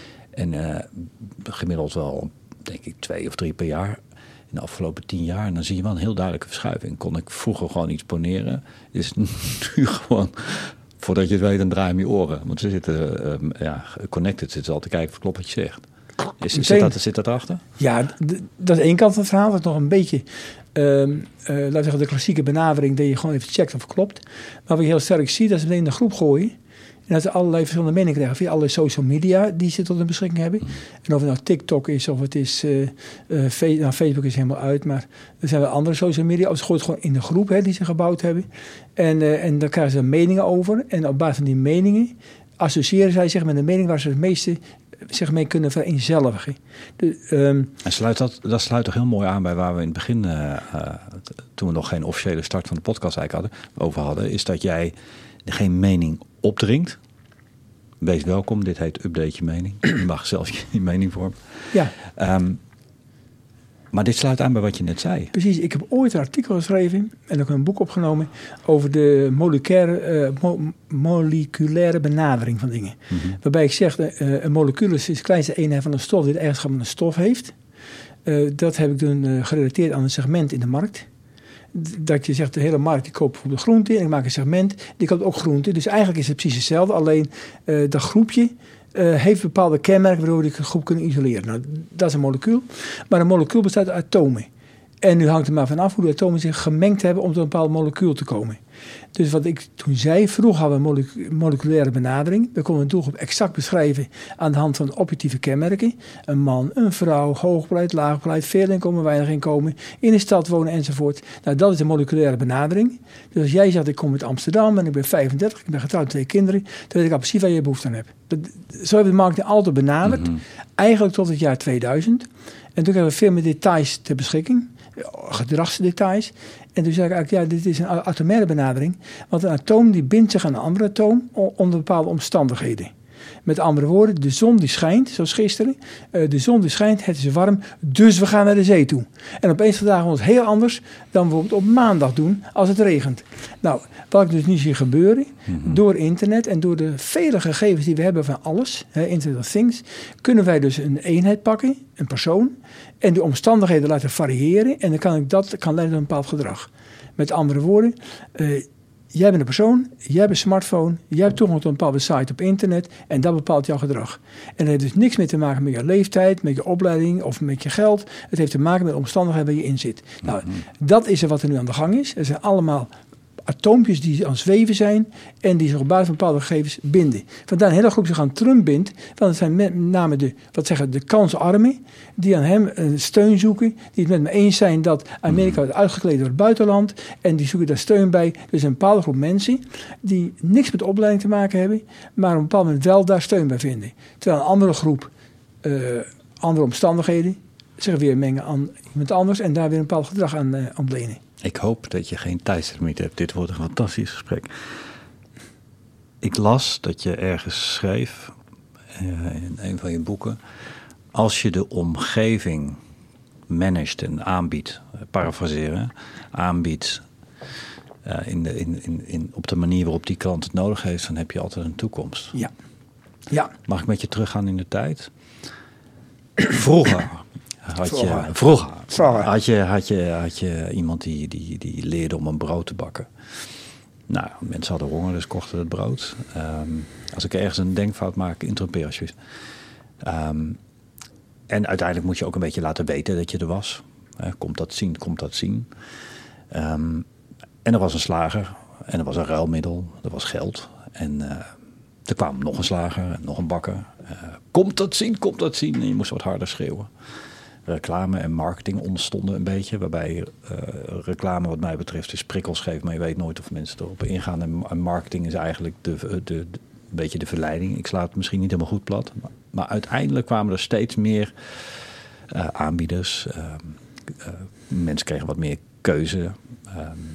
En uh, gemiddeld wel, denk ik, twee of drie per jaar. In de afgelopen tien jaar. En dan zie je wel een heel duidelijke verschuiving. Kon ik vroeger gewoon iets poneren. Is nu gewoon, voordat je het weet, dan draai je je oren. Want ze zitten uh, ja, connected. Zitten al te kijken of het klopt wat je zegt. Is, zit, dat, zit dat erachter? Ja, d- dat is één kant van het verhaal. Dat is nog een beetje, uh, uh, laten we zeggen, de klassieke benadering. Dat je gewoon even checkt of het klopt. Maar wat je heel sterk ziet, dat ze meteen in de groep gooien. En dat ze allerlei verschillende meningen krijgen via allerlei social media die ze tot hun beschikking hebben. Mm. En of het nou TikTok is of het is, uh, uh, fe- nou, Facebook is helemaal uit. Maar er zijn wel andere social media. Of ze gooien het gewoon in de groep hè, die ze gebouwd hebben. En, uh, en daar krijgen ze meningen over. En op basis van die meningen associëren zij zich met de mening waar ze het meeste zich mee kunnen vereenzelvigen. De, um, en sluit dat, dat sluit toch heel mooi aan bij waar we in het begin, uh, uh, toen we nog geen officiële start van de podcast eigenlijk hadden, over hadden, is dat jij geen mening opdringt. Wees welkom, dit heet Update Je Mening. Je mag zelf je mening vormen. Ja. Um, maar dit sluit aan bij wat je net zei. Precies, ik heb ooit een artikel geschreven en ook een boek opgenomen over de moleculaire, uh, mo- moleculaire benadering van dingen. Mm-hmm. Waarbij ik zeg, uh, een molecuul is de kleinste eenheid van een stof die de eigenschap van een stof heeft. Uh, dat heb ik toen uh, gerelateerd aan een segment in de markt. Dat je zegt, de hele markt, die koopt bijvoorbeeld groente en ik maak een segment, die koopt ook groente. Dus eigenlijk is het precies hetzelfde, alleen uh, dat groepje Uh, heeft bepaalde kenmerken waardoor we die groep kunnen isoleren. Nou, dat is een molecuul. Maar een molecuul bestaat uit atomen. En nu hangt het maar vanaf hoe de atomen zich gemengd hebben om tot een bepaald molecuul te komen. Dus wat ik toen zei, vroeger hadden we een molecu- moleculaire benadering. We konden een doelgroep exact beschrijven aan de hand van objectieve kenmerken. Een man, een vrouw, hoogopgeleid, laagopgeleid, veel inkomen, weinig inkomen, in de stad wonen enzovoort. Nou, dat is de moleculaire benadering. Dus als jij zegt, ik kom uit Amsterdam en ik ben vijfendertig, ik ben getrouwd met twee kinderen, dan weet ik al precies waar je behoefte aan hebt. Dat, zo hebben we de markt altijd benaderd, mm-hmm. eigenlijk tot het jaar tweeduizend. En toen kregen we veel meer details ter beschikking. Gedragsdetails. En toen zei ik eigenlijk, ja, dit is een atomaire benadering. Want een atoom die bindt zich aan een andere atoom onder bepaalde omstandigheden. Met andere woorden, de zon die schijnt, zoals gisteren. Uh, de zon die schijnt, het is warm, dus we gaan naar de zee toe. En opeens vandaag wordt het heel anders dan we bijvoorbeeld op maandag doen als het regent. Nou, wat ik dus nu zie gebeuren, mm-hmm. door internet en door de vele gegevens die we hebben van alles, hè, Internet of Things, kunnen wij dus een eenheid pakken, een persoon, en de omstandigheden laten variëren. En dan kan ik dat kan leiden tot een bepaald gedrag. Met andere woorden, uh, Jij bent een persoon, jij hebt een smartphone, jij hebt toegang tot een bepaalde site op internet en dat bepaalt jouw gedrag. En dat heeft dus niks meer te maken met je leeftijd, met je opleiding of met je geld. Het heeft te maken met de omstandigheden waar je in zit. Nou, mm-hmm. dat is er wat er nu aan de gang is. Er zijn allemaal atoompjes die aan het zweven zijn en die zich op basis van bepaalde gegevens binden. Vandaar een hele groep zich aan Trump bindt, want het zijn met name de, wat zeggen, de kansarmen die aan hem uh, steun zoeken, die het met me eens zijn dat Amerika wordt uitgekleed door het buitenland en die zoeken daar steun bij. Dus een bepaalde groep mensen die niks met de opleiding te maken hebben, maar op een bepaald moment wel daar steun bij vinden. Terwijl een andere groep, uh, andere omstandigheden, zich weer mengen aan iemand anders en daar weer een bepaald gedrag aan uh, ontlenen. Ik hoop dat je geen tijdslimiet hebt. Dit wordt een fantastisch gesprek. Ik las dat je ergens schreef, uh, in een van je boeken, als je de omgeving managt en aanbiedt, uh, parafraseren, aanbiedt uh, in de, in, in, in, op de manier waarop die klant het nodig heeft, dan heb je altijd een toekomst. Ja. Ja. Mag ik met je teruggaan in de tijd? Vroeger... Had je, vroeger. Vroeger, vroeger. Had, je, had, je, had je iemand die, die, die leerde om een brood te bakken. Nou, mensen hadden honger, dus kochten het brood. Um, als ik ergens een denkfout maak, interrompeer alsjeblieft. Um, en uiteindelijk moet je ook een beetje laten weten dat je er was. Uh, komt dat zien, komt dat zien. Um, en er was een slager. En er was een ruilmiddel. Er was geld. En uh, er kwam nog een slager en nog een bakker. Uh, komt dat zien, komt dat zien. En je moest wat harder schreeuwen. Reclame en marketing ontstonden een beetje. Waarbij uh, reclame wat mij betreft is prikkels geeft. Maar je weet nooit of mensen erop ingaan. En, en marketing is eigenlijk de, de, de, een beetje de verleiding. Ik sla het misschien niet helemaal goed plat. Maar, maar uiteindelijk kwamen er steeds meer uh, aanbieders. Uh, uh, mensen kregen wat meer keuze. Um,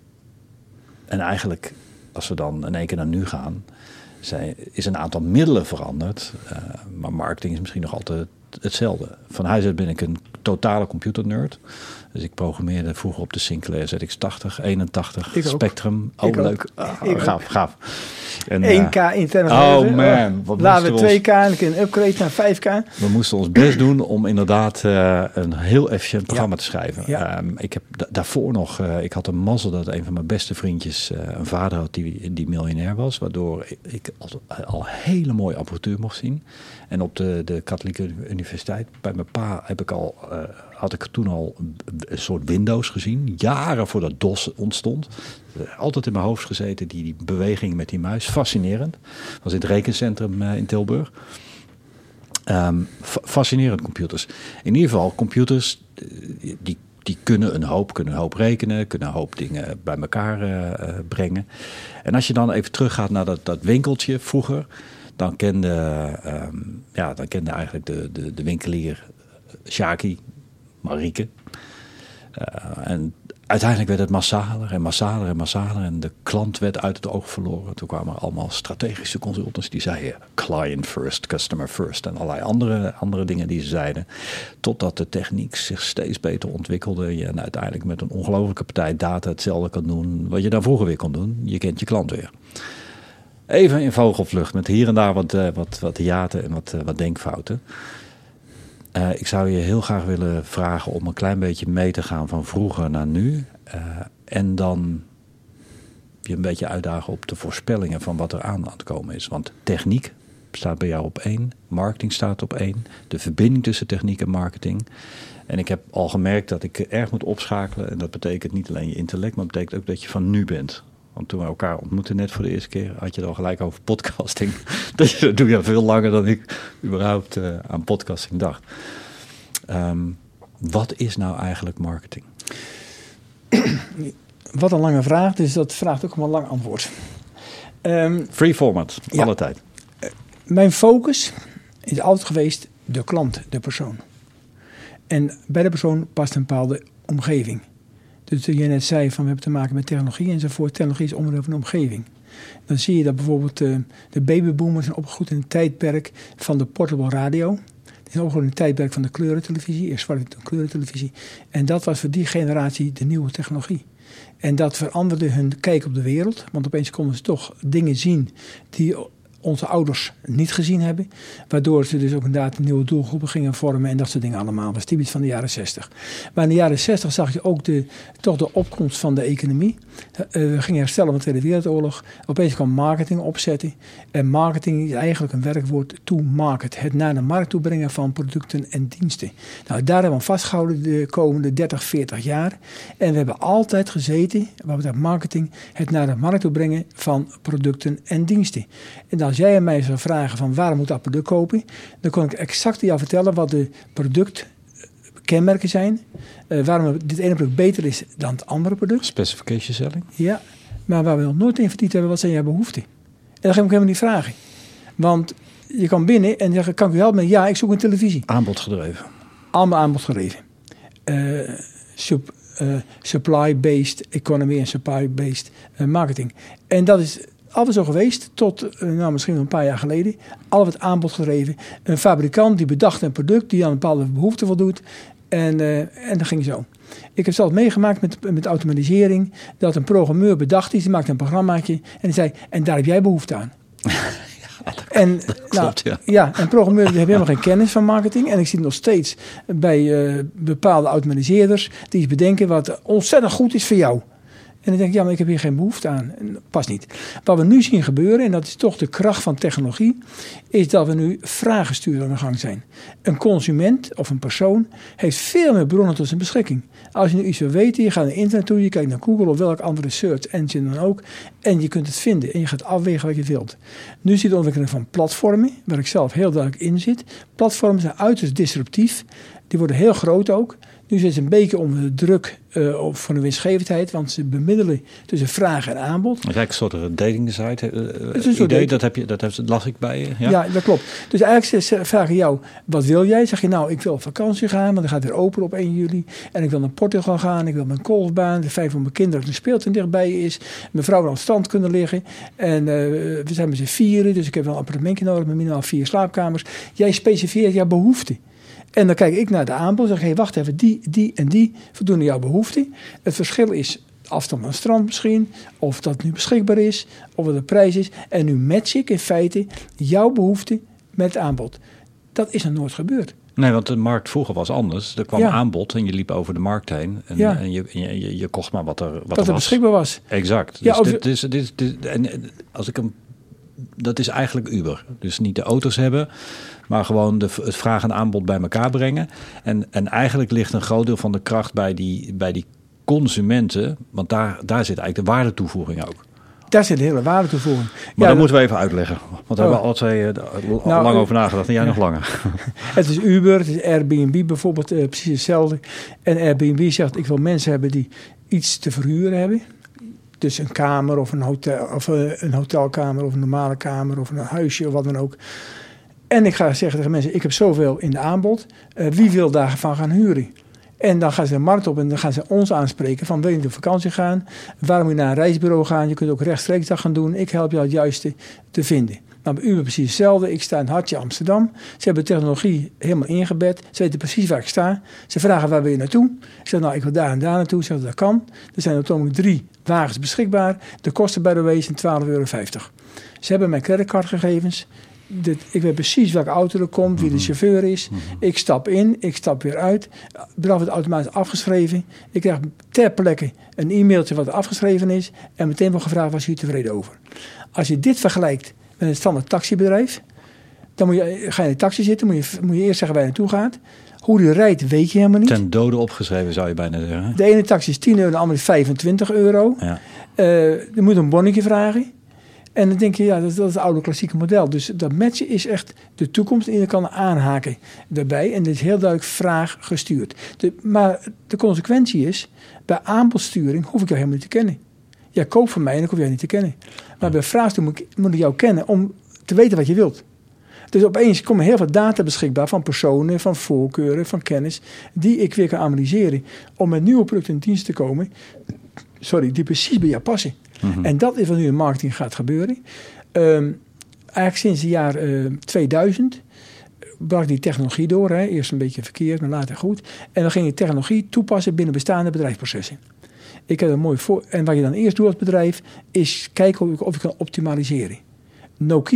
en eigenlijk, als we dan in één keer naar nu gaan, zijn, is een aantal middelen veranderd. Uh, maar marketing is misschien nog altijd hetzelfde. Van huis uit ben ik een totale computernerd. Dus ik programmeerde vroeger op de Sinclair Z X tachtig, eenentachtig, ik Spectrum. Ook, ook leuk. Oh, ik gaaf, ook. gaaf. En, één K uh, interne Oh man. Wat laten we twee K ons, en een upgrade naar vijf K. We moesten ons best doen om inderdaad uh, een heel efficiënt programma ja. te schrijven. Ja. Um, ik heb da- daarvoor nog, uh, ik had een mazzel dat een van mijn beste vriendjes uh, een vader had die, die miljonair was. Waardoor ik, ik al, al hele mooie apparatuur mocht zien. En op de, de katholieke universiteit bij mijn pa heb ik al, uh, had ik toen al een soort Windows gezien. Jaren voordat DOS ontstond. Uh, altijd in mijn hoofd gezeten, die, die beweging met die muis. Fascinerend. Was in het rekencentrum uh, in Tilburg. Um, fa- fascinerend computers. In ieder geval, computers uh, die, die kunnen een hoop, kunnen een hoop rekenen. Kunnen een hoop dingen bij elkaar uh, brengen. En als je dan even teruggaat naar dat, dat winkeltje vroeger. Dan kende, um, ja, dan kende eigenlijk de, de, de winkelier Sjaki, Marieke. Uh, en uiteindelijk werd het massaler en massaler en massaler. En de klant werd uit het oog verloren. Toen kwamen er allemaal strategische consultants die zeiden client first, customer first. En allerlei andere, andere dingen die ze zeiden. Totdat de techniek zich steeds beter ontwikkelde. Je en uiteindelijk met een ongelofelijke partij data hetzelfde kan doen wat je dan vroeger weer kon doen. Je kent je klant weer. Even in vogelvlucht, met hier en daar wat, uh, wat, wat hiaten en wat, uh, wat denkfouten. Uh, ik zou je heel graag willen vragen om een klein beetje mee te gaan van vroeger naar nu. Uh, en dan je een beetje uitdagen op de voorspellingen van wat er aan aan het komen is. Want techniek staat bij jou op één, marketing staat op één. De verbinding tussen techniek en marketing. En ik heb al gemerkt dat ik erg moet opschakelen. En dat betekent niet alleen je intellect, maar dat betekent ook dat je van nu bent. Want toen we elkaar ontmoetten net voor de eerste keer, had je het al gelijk over podcasting. Dat doe je veel langer dan ik überhaupt uh, aan podcasting dacht. Um, wat is nou eigenlijk marketing? Wat een lange vraag, dus dat vraagt ook om een lang antwoord. Um, Free format, ja. alle tijd. Uh, mijn focus is altijd geweest de klant, de persoon. En bij de persoon past een bepaalde omgeving. Dus toen je net zei van we hebben te maken met technologie enzovoort. Technologie is onderdeel van de omgeving. Dan zie je dat bijvoorbeeld uh, de babyboomers zijn opgegroeid in het tijdperk van de portable radio. Die zijn opgegroeid in het tijdperk van de kleurentelevisie. Eerst zwart-wit en kleurentelevisie. En dat was voor die generatie de nieuwe technologie. En dat veranderde hun kijk op de wereld. Want opeens konden ze toch dingen zien die onze ouders niet gezien hebben. Waardoor ze dus ook inderdaad nieuwe doelgroepen gingen vormen en dat soort dingen allemaal. Dat was typisch van de jaren zestig. Maar in de jaren zestig zag je ook de, toch de opkomst van de economie. Uh, we gingen herstellen van de Tweede Wereldoorlog. Opeens kwam marketing opzetten. En marketing is eigenlijk een werkwoord to market. Het naar de markt toe brengen van producten en diensten. Nou, daar hebben we vastgehouden de komende dertig, veertig jaar. En we hebben altijd gezeten, wat betreft marketing, het naar de markt toe brengen van producten en diensten. En als jij mij zou vragen van waarom moet dat product kopen, dan kon ik exact jou vertellen wat de productkenmerken zijn. Uh, waarom dit ene product beter is dan het andere product. Specification selling. Ja, maar waar we nog nooit in verdiend hebben, wat zijn jouw behoeften? En dat ga ik helemaal niet vragen. Want je kan binnen en zeggen, kan ik u helpen? Ja, ik zoek een televisie. Aanbodgedreven. Allemaal aanbodgedreven. Uh, sub, uh, supply-based economy en supply-based uh, marketing. En dat is altijd zo geweest tot uh, nou, misschien een paar jaar geleden. Altijd aanbodgedreven. Een fabrikant die bedacht een product die aan een bepaalde behoefte voldoet. En, uh, en dat ging zo. Ik heb zelf meegemaakt met, met automatisering. Dat een programmeur bedacht is. Die maakte een programmaatje. En die zei, en daar heb jij behoefte aan. Ja, dat, en, dat klopt, nou, ja. ja, en programmeurs hebben helemaal geen kennis van marketing. En ik zie het nog steeds bij uh, bepaalde automatiseerders die iets bedenken wat ontzettend goed is voor jou. En dan denk ik, ja, maar ik heb hier geen behoefte aan. Pas niet. Wat we nu zien gebeuren, en dat is toch de kracht van technologie, is dat we nu vragenstuur aan de gang zijn. Een consument of een persoon heeft veel meer bronnen tot zijn beschikking. Als je nu iets wil weten, je gaat naar internet toe, je kijkt naar Google of welk andere search engine dan ook, en je kunt het vinden en je gaat afwegen wat je wilt. Nu zie je de ontwikkeling van platformen, waar ik zelf heel duidelijk in zit. Platformen zijn uiterst disruptief. Die worden heel groot ook. Nu zitten ze een beetje onder de druk uh, van de winstgevendheid, want ze bemiddelen tussen vraag en aanbod. Het is eigenlijk een soort dating site. Uh, het is een soort idee, dating. dat, heb je, dat heb, las ik bij je. Ja? ja, dat klopt. Dus eigenlijk ze vragen jou, wat wil jij? Zeg je, nou, ik wil op vakantie gaan, want dan gaat het weer open op één juli. En ik wil naar Portugal gaan, ik wil mijn golfbaan, de vijf van mijn kinderen, dat een speeltuin dichtbij is. Mijn vrouw wil op strand kunnen liggen. En uh, we zijn met z'n vieren, dus ik heb wel een appartementje nodig met minimaal vier slaapkamers. Jij specificeert jouw behoeften. En dan kijk ik naar de aanbod en zeg, hey, wacht even, die, die en die voldoen jouw behoeften. Het verschil is afstand van het strand misschien, of dat nu beschikbaar is, of wat de prijs is. En nu match ik in feite jouw behoefte met het aanbod. Dat is nog nooit gebeurd. Nee, want de markt vroeger was anders. Er kwam ja. aanbod en je liep over de markt heen. En, ja. en je, je, je kocht maar wat er, wat wat er er was. beschikbaar was. Exact. Ja, dus of, dit, dit, dit, dit, en als ik hem, dat is eigenlijk Uber. Dus niet de auto's hebben, maar gewoon de, het vraag en aanbod bij elkaar brengen. En, en eigenlijk ligt een groot deel van de kracht bij die, bij die consumenten. Want daar, daar zit eigenlijk de waardetoevoeging ook. Daar zit de hele waardetoevoeging. Maar ja, dat, dat moeten we even uitleggen. Want daar oh. hebben we alle twee uh, nou, lang over nagedacht. En jij ja. nog langer. Het is Uber, het is Airbnb bijvoorbeeld, uh, precies hetzelfde. En Airbnb zegt, ik wil mensen hebben die iets te verhuren hebben. Dus een kamer of een, hotel, of uh, een hotelkamer of een normale kamer of een huisje of wat dan ook. En ik ga zeggen tegen mensen, ik heb zoveel in de aanbod. Uh, wie wil daarvan gaan huren? En dan gaan ze de markt op en dan gaan ze ons aanspreken van wil je op vakantie gaan? Waarom moet je naar een reisbureau gaan? Je kunt ook rechtstreeks dat gaan doen. Ik help jou het juiste te vinden. Nou, bij Uber precies hetzelfde. Ik sta in Hartje, Amsterdam. Ze hebben de technologie helemaal ingebed. Ze weten precies waar ik sta. Ze vragen waar wil je naartoe? Ik zeg nou, ik wil daar en daar naartoe. Ze zeggen dat kan. Er zijn op het moment drie wagens beschikbaar. De kosten bij de way zijn twaalf euro vijftig. Ze hebben mijn creditcardgegevens. De, ik weet precies welke auto er komt, wie de chauffeur is. Ik stap in, ik stap weer uit. Bedrag wordt automatisch afgeschreven. Ik krijg ter plekke een e-mailtje wat er afgeschreven is. En meteen wordt gevraagd, was u tevreden over? Als je dit vergelijkt met een standaard taxibedrijf, dan moet je, ga je in de taxi zitten, moet je, moet je eerst zeggen waar je naartoe gaat. Hoe die rijdt, weet je helemaal niet. Ten dode opgeschreven zou je bijna zeggen. De ene taxi is tien euro, de andere is vijfentwintig euro. Ja. Uh, je moet een bonnetje vragen. En dan denk je, ja, dat is, dat is het oude klassieke model. Dus dat matchen is echt de toekomst. En je kan aanhaken daarbij. En dit is heel duidelijk vraag gestuurd. De, maar de consequentie is, bij aanbodsturing hoef ik jou helemaal niet te kennen. Jij koopt van mij en ik hoef jou niet te kennen. Maar bij vraagsturing moet ik, moet ik jou kennen om te weten wat je wilt. Dus opeens komen heel veel data beschikbaar van personen, van voorkeuren, van kennis, die ik weer kan analyseren om met nieuwe producten en diensten te komen, sorry, die precies bij jou passen. Mm-hmm. En dat is wat nu in marketing gaat gebeuren. Um, eigenlijk sinds het jaar uh, tweeduizend brak die technologie door. Hè. Eerst een beetje verkeerd, maar later goed. En dan ging je technologie toepassen binnen bestaande bedrijfsprocessen. Ik heb een mooi voor. En wat je dan eerst doet als bedrijf, is kijken of je, of je kan optimaliseren. Nokia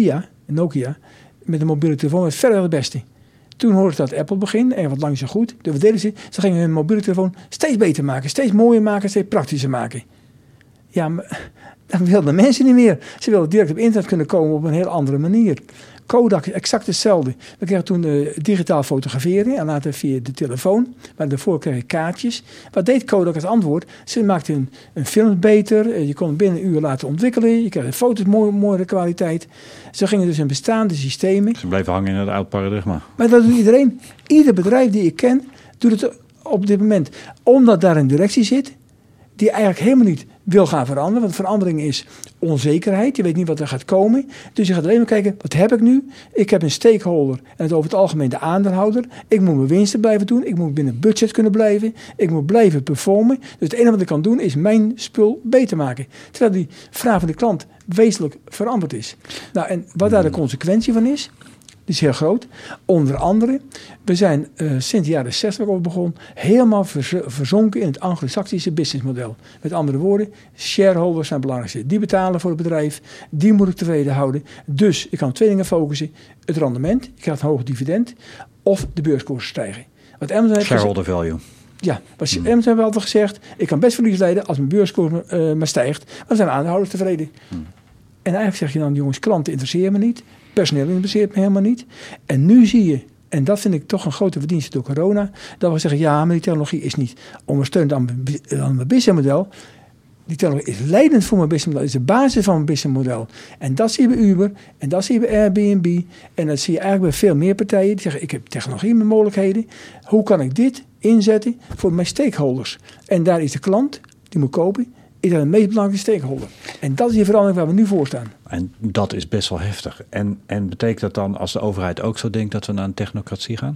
Nokia, met een mobiele telefoon was verder het beste. Toen hoorde ik dat Apple begin en wat lang zo goed. Dus wat deden ze? Ze gingen hun mobiele telefoon steeds beter maken, steeds mooier maken, steeds praktischer maken. Ja, maar dat wilden mensen niet meer. Ze wilden direct op internet kunnen komen op een heel andere manier. Kodak is exact hetzelfde. We kregen toen uh, digitaal fotograferen en later via de telefoon. Maar daarvoor kreeg je kaartjes. Wat deed Kodak als antwoord? Ze maakten een, een film beter. Uh, je kon het binnen een uur laten ontwikkelen. Je kreeg de foto's mooi, mooiere kwaliteit. Ze gingen dus in bestaande systemen. Ze bleven hangen in het oud paradigma. Maar dat doet iedereen. Ieder bedrijf die ik ken doet het op dit moment. Omdat daar een directie zit die eigenlijk helemaal niet wil gaan veranderen. Want verandering is onzekerheid. Je weet niet wat er gaat komen. Dus je gaat alleen maar kijken, wat heb ik nu? Ik heb een stakeholder en het over het algemeen de aandeelhouder. Ik moet mijn winsten blijven doen. Ik moet binnen budget kunnen blijven. Ik moet blijven performen. Dus het enige wat ik kan doen is mijn spul beter maken. Terwijl die vraag van de klant wezenlijk veranderd is. Nou, en wat daar de consequentie van is, die is heel groot. Onder andere, we zijn uh, sinds de jaren zestig over begonnen, helemaal vers- verzonken in het anglo-saxische businessmodel. Met andere woorden, shareholders zijn belangrijkste. Die betalen voor het bedrijf, die moet ik tevreden houden. Dus ik kan op twee dingen focussen. Het rendement, ik krijg een hoog dividend, of de beurskoersen stijgen. Wat Amazon heeft shareholder gezegd, value. Ja, wat hmm. Amazon hebben altijd gezegd, ik kan best verlies leiden als mijn beurskoers uh, maar stijgt. Maar dan zijn aandeelhouders tevreden. Hmm. En eigenlijk zeg je dan, jongens, klanten interesseren me niet. Personeel interesseert me helemaal niet. En nu zie je, en dat vind ik toch een grote verdienste door corona, dat we zeggen, ja, maar die technologie is niet ondersteunend aan mijn, aan mijn businessmodel. Die technologie is leidend voor mijn businessmodel, is de basis van mijn businessmodel. En dat zie je bij Uber, en dat zie je bij Airbnb, en dat zie je eigenlijk bij veel meer partijen die zeggen, ik heb technologie met mogelijkheden. Hoe kan ik dit inzetten voor mijn stakeholders? En daar is de klant, die moet kopen, is dat de meest belangrijke stakeholder. En dat is die verandering waar we nu voor staan. En dat is best wel heftig. En, en betekent dat dan, als de overheid ook zo denkt, dat we naar een technocratie gaan?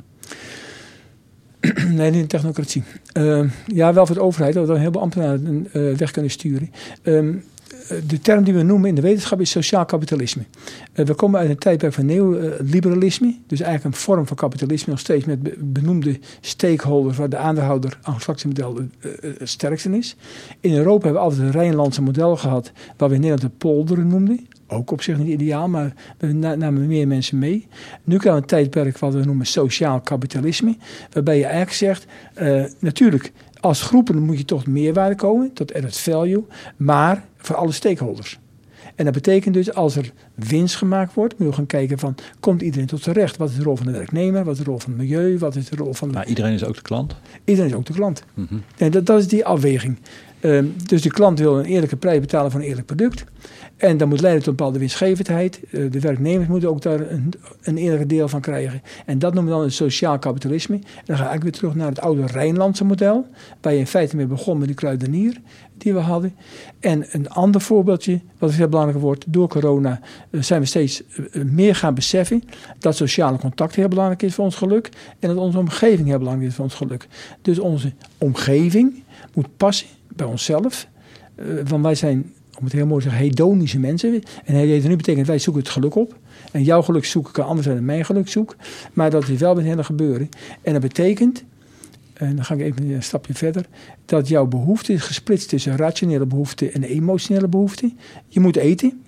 Nee, niet een technocratie. Uh, ja, wel voor de overheid, dat we dan heel veel ambtenaren uh, weg kunnen sturen. Um, de term die we noemen in de wetenschap is sociaal kapitalisme. Uh, we komen uit een tijdperk van neoliberalisme. Dus eigenlijk een vorm van kapitalisme, nog steeds met benoemde stakeholders, waar de aandeelhouder anglo-saxische model het sterkste is. In Europa hebben we altijd een Rijnlandse model gehad, waar we in Nederland de polderen noemden. Ook op zich niet ideaal, maar we namen meer mensen mee. Nu krijgen we een tijdperk wat we noemen sociaal kapitalisme. Waarbij je eigenlijk zegt, uh, natuurlijk, als groepen moet je tot meerwaarde komen, tot added value, maar voor alle stakeholders. En dat betekent dus, als er winst gemaakt wordt, moeten we gaan kijken van, komt iedereen tot zijn recht? Wat is de rol van de werknemer? Wat is de rol van het milieu? Wat is de rol van de... Maar iedereen is ook de klant? Iedereen is ook de klant. Mm-hmm. En dat, dat is die afweging. Um, dus de klant wil een eerlijke prijs betalen voor een eerlijk product. En dat moet leiden tot een bepaalde winstgevendheid. Uh, de werknemers moeten ook daar een, een eerlijke deel van krijgen. En dat noemen we dan een sociaal kapitalisme. En dan ga ik weer terug naar het oude Rijnlandse model, waar je in feite mee begon met de kruidenier die we hadden. En een ander voorbeeldje, wat heel belangrijk wordt, door corona uh, zijn we steeds uh, meer gaan beseffen dat sociale contact heel belangrijk is voor ons geluk. En dat onze omgeving heel belangrijk is voor ons geluk. Dus onze omgeving moet passen bij onszelf. Uh, want wij zijn, om het heel mooi te zeggen, hedonische mensen. En hedonisch betekent, wij zoeken het geluk op. En jouw geluk zoeken kan anders zijn dan mijn geluk zoek. Maar dat is wel met hele gebeuren. En dat betekent, en dan ga ik even een stapje verder, dat jouw behoefte is gesplitst tussen rationele behoeften en emotionele behoeften. Je moet eten.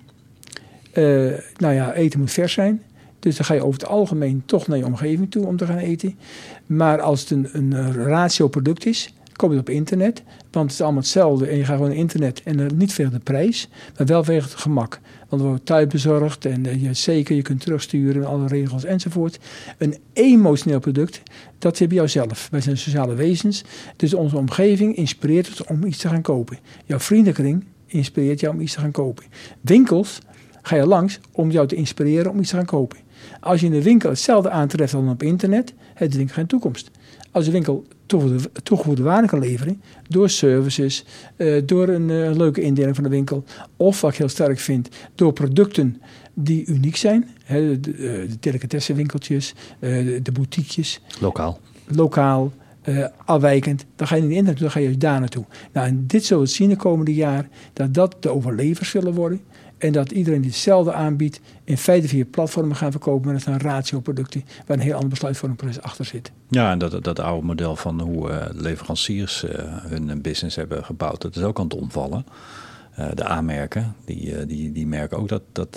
Uh, nou ja, eten moet vers zijn. Dus dan ga je over het algemeen toch naar je omgeving toe om te gaan eten. Maar als het een, een ratio product is, kom je op internet, want het is allemaal hetzelfde en je gaat gewoon naar internet en er niet veel de prijs, maar wel veel het gemak. Want er wordt thuis bezorgd en uh, je, zeker, je kunt terugsturen, alle regels enzovoort. Een emotioneel product, dat heb je jouzelf. Wij zijn sociale wezens, dus onze omgeving inspireert ons om iets te gaan kopen. Jouw vriendenkring inspireert jou om iets te gaan kopen. Winkels ga je langs om jou te inspireren om iets te gaan kopen. Als je in de winkel hetzelfde aantreft dan op internet, heeft de winkel geen toekomst. Als de winkel toegevoegde, toegevoegde waarde kan leveren, door services, uh, door een uh, leuke indeling van de winkel, of wat ik heel sterk vind, door producten die uniek zijn, hè, de, de, de delicatessenwinkeltjes, uh, de, de boutiquejes. Lokaal. Lokaal, uh, afwijkend, dan ga je niet in naartoe, dan ga je daar naartoe. Nou, en dit zullen we zien de komende jaar, dat dat de overlevers zullen worden. En dat iedereen die hetzelfde aanbiedt, in feite via platformen gaan verkopen. Maar dat zijn ratio-producten waar een heel ander besluitvormingsproces achter zit. Ja, en dat, dat oude model van hoe uh, leveranciers uh, hun business hebben gebouwd, dat is ook aan het omvallen. Uh, de A-merken, die, uh, die, die merken ook dat, dat, dat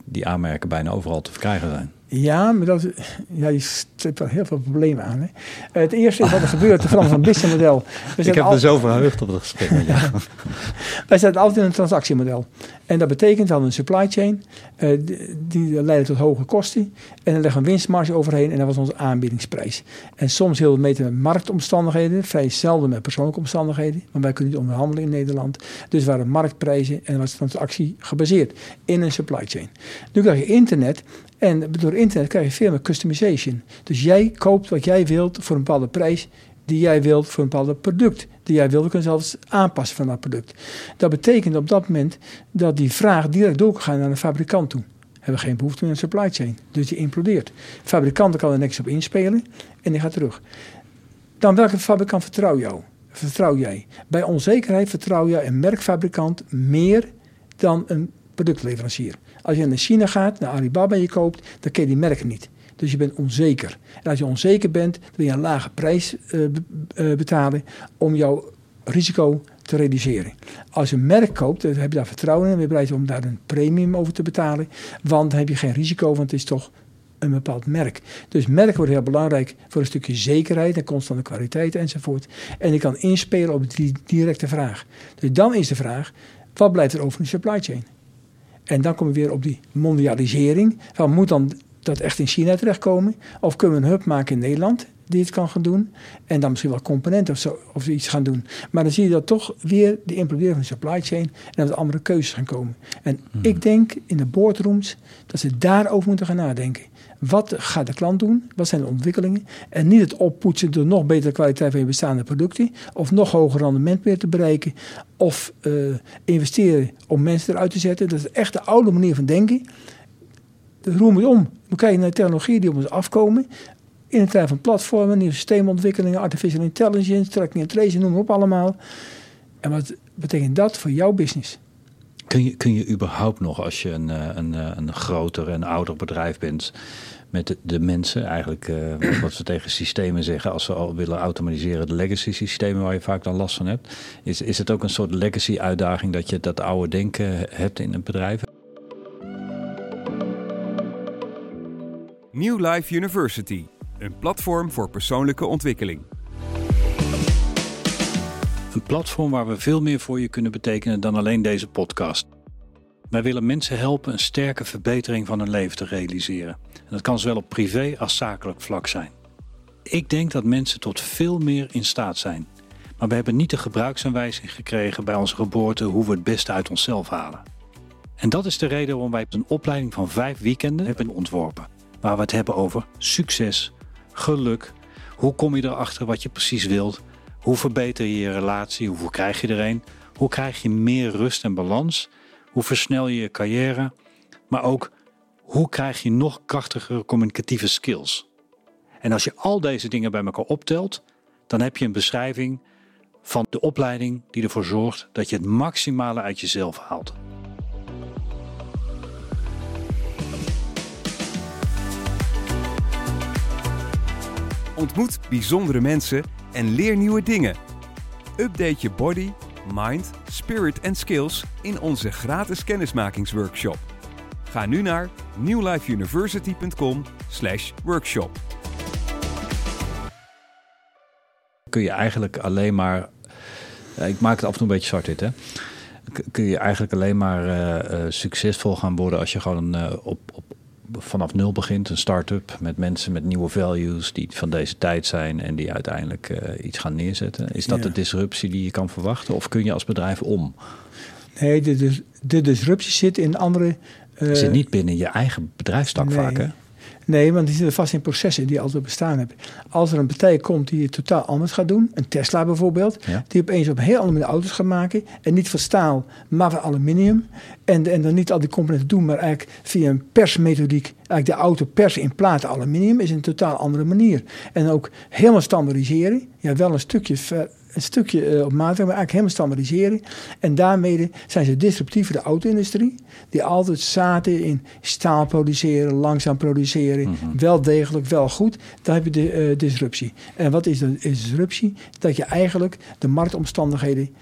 die aanmerken bijna overal te verkrijgen zijn. Ja, maar dat, ja, je stipt wel heel veel problemen aan. Hè. Het eerste is wat er gebeurt, vooral van het businessmodel. Ik heb al... er zo verheugd op het gesprek met jou. Wij zitten altijd in een transactiemodel. En dat betekent dan een supply chain. Uh, die, die leiden tot hoge kosten. En dan leggen we een winstmarge overheen. En dat was onze aanbiedingsprijs. En soms heel meten met marktomstandigheden. Vrij zelden met persoonlijke omstandigheden. Want wij kunnen niet onderhandelen in Nederland. Dus waren marktprijzen en was transactie gebaseerd in een supply chain. Nu krijg je internet. En door internet krijg je veel meer customization. Dus jij koopt wat jij wilt voor een bepaalde prijs die jij wilt voor een bepaald product. Die jij wilt, we kunnen zelfs aanpassen van dat product. Dat betekent op dat moment dat die vraag direct door kan gaan naar de fabrikant toe. Hebben we geen behoefte meer aan een supply chain. Dus die implodeert. De fabrikant kan er niks op inspelen en die gaat terug. Dan welke fabrikant vertrouw jou? Vertrouw jij? Bij onzekerheid vertrouw je een merkfabrikant meer dan een productleverancier. Als je naar China gaat, naar Alibaba je koopt, dan ken je die merken niet. Dus je bent onzeker. En als je onzeker bent, wil je een lage prijs uh, uh, betalen om jouw risico te reduceren. Als je een merk koopt, dan heb je daar vertrouwen in. Dan ben je bereid om daar een premium over te betalen. Want dan heb je geen risico, want het is toch een bepaald merk. Dus merk wordt heel belangrijk voor een stukje zekerheid en constante kwaliteit enzovoort. En je kan inspelen op die directe vraag. Dus dan is de vraag, wat blijft er over in de supply chain? En dan kom je weer op die mondialisering. Van, moet dan dat echt in China terechtkomen? Of kunnen we een hub maken in Nederland die het kan gaan doen? En dan misschien wel componenten of, zo, of iets gaan doen. Maar dan zie je dat toch weer die imploderen van de supply chain en dat er andere keuzes gaan komen. En hmm. ik denk in de boardrooms dat ze daarover moeten gaan nadenken. Wat gaat de klant doen? Wat zijn de ontwikkelingen? En niet het oppoetsen door nog betere kwaliteit van je bestaande producten. Of nog hoger rendement meer te bereiken. Of uh, investeren om mensen eruit te zetten. Dat is echt de oude manier van denken. De roer moet om. We kijken naar de technologieën die op ons afkomen. In een tijd van platformen, nieuwe systeemontwikkelingen, artificial intelligence, tracking en tracing, noem maar op allemaal. En wat betekent dat voor jouw business? Kun je, kun je überhaupt nog, als je een, een, een groter en ouder bedrijf bent, met de, de mensen, eigenlijk uh, wat we tegen systemen zeggen, als we al willen automatiseren, de legacy systemen waar je vaak dan last van hebt, is, is het ook een soort legacy uitdaging dat je dat oude denken hebt in een bedrijf? New Life University, een platform voor persoonlijke ontwikkeling. Een platform waar we veel meer voor je kunnen betekenen dan alleen deze podcast. Wij willen mensen helpen een sterke verbetering van hun leven te realiseren. En dat kan zowel op privé als zakelijk vlak zijn. Ik denk dat mensen tot veel meer in staat zijn. Maar we hebben niet de gebruiksaanwijzing gekregen bij onze geboorte hoe we het beste uit onszelf halen. En dat is de reden waarom wij een opleiding van vijf weekenden hebben ontworpen. Waar we het hebben over succes, geluk, hoe kom je erachter wat je precies wilt, hoe verbeter je je relatie, hoeveel krijg je er een, hoe krijg je meer rust en balans, hoe versnel je je carrière, maar ook hoe krijg je nog krachtigere communicatieve skills. En als je al deze dingen bij elkaar optelt, dan heb je een beschrijving van de opleiding die ervoor zorgt dat je het maximale uit jezelf haalt. Ontmoet bijzondere mensen en leer nieuwe dingen. Update je body, mind, spirit en skills in onze gratis kennismakingsworkshop. Ga nu naar newlifeuniversity punt com slash workshop. Kun je eigenlijk alleen maar, ik maak het af en toe een beetje zwart-wit, hè? Kun je eigenlijk alleen maar uh, uh, succesvol gaan worden als je gewoon uh, op, op vanaf nul begint, een start-up met mensen met nieuwe values die van deze tijd zijn en die uiteindelijk uh, iets gaan neerzetten. Is dat ja. de disruptie die je kan verwachten of kun je als bedrijf om? Nee, de, de, de disruptie zit in andere... Uh, zit niet binnen je eigen bedrijfstak nee. vaak, hè? Nee, want die zitten vast in processen die altijd bestaan hebben. Als er een partij komt die het totaal anders gaat doen, een Tesla bijvoorbeeld, ja. die opeens op een heel andere manier auto's gaat maken, en niet van staal, maar van aluminium, en, en dan niet al die componenten doen, maar eigenlijk via een persmethodiek, eigenlijk de auto persen in platen aluminium, is een totaal andere manier. En ook helemaal standaardiseren, ja wel een stukje ver, een stukje uh, op maat, maar eigenlijk helemaal standaardiseren. En daarmee zijn ze disruptief voor de auto-industrie, die altijd zaten in staal produceren, langzaam produceren, mm-hmm. wel degelijk, wel goed. Dan heb je de uh, disruptie. En wat is de disruptie? Dat je eigenlijk de marktomstandigheden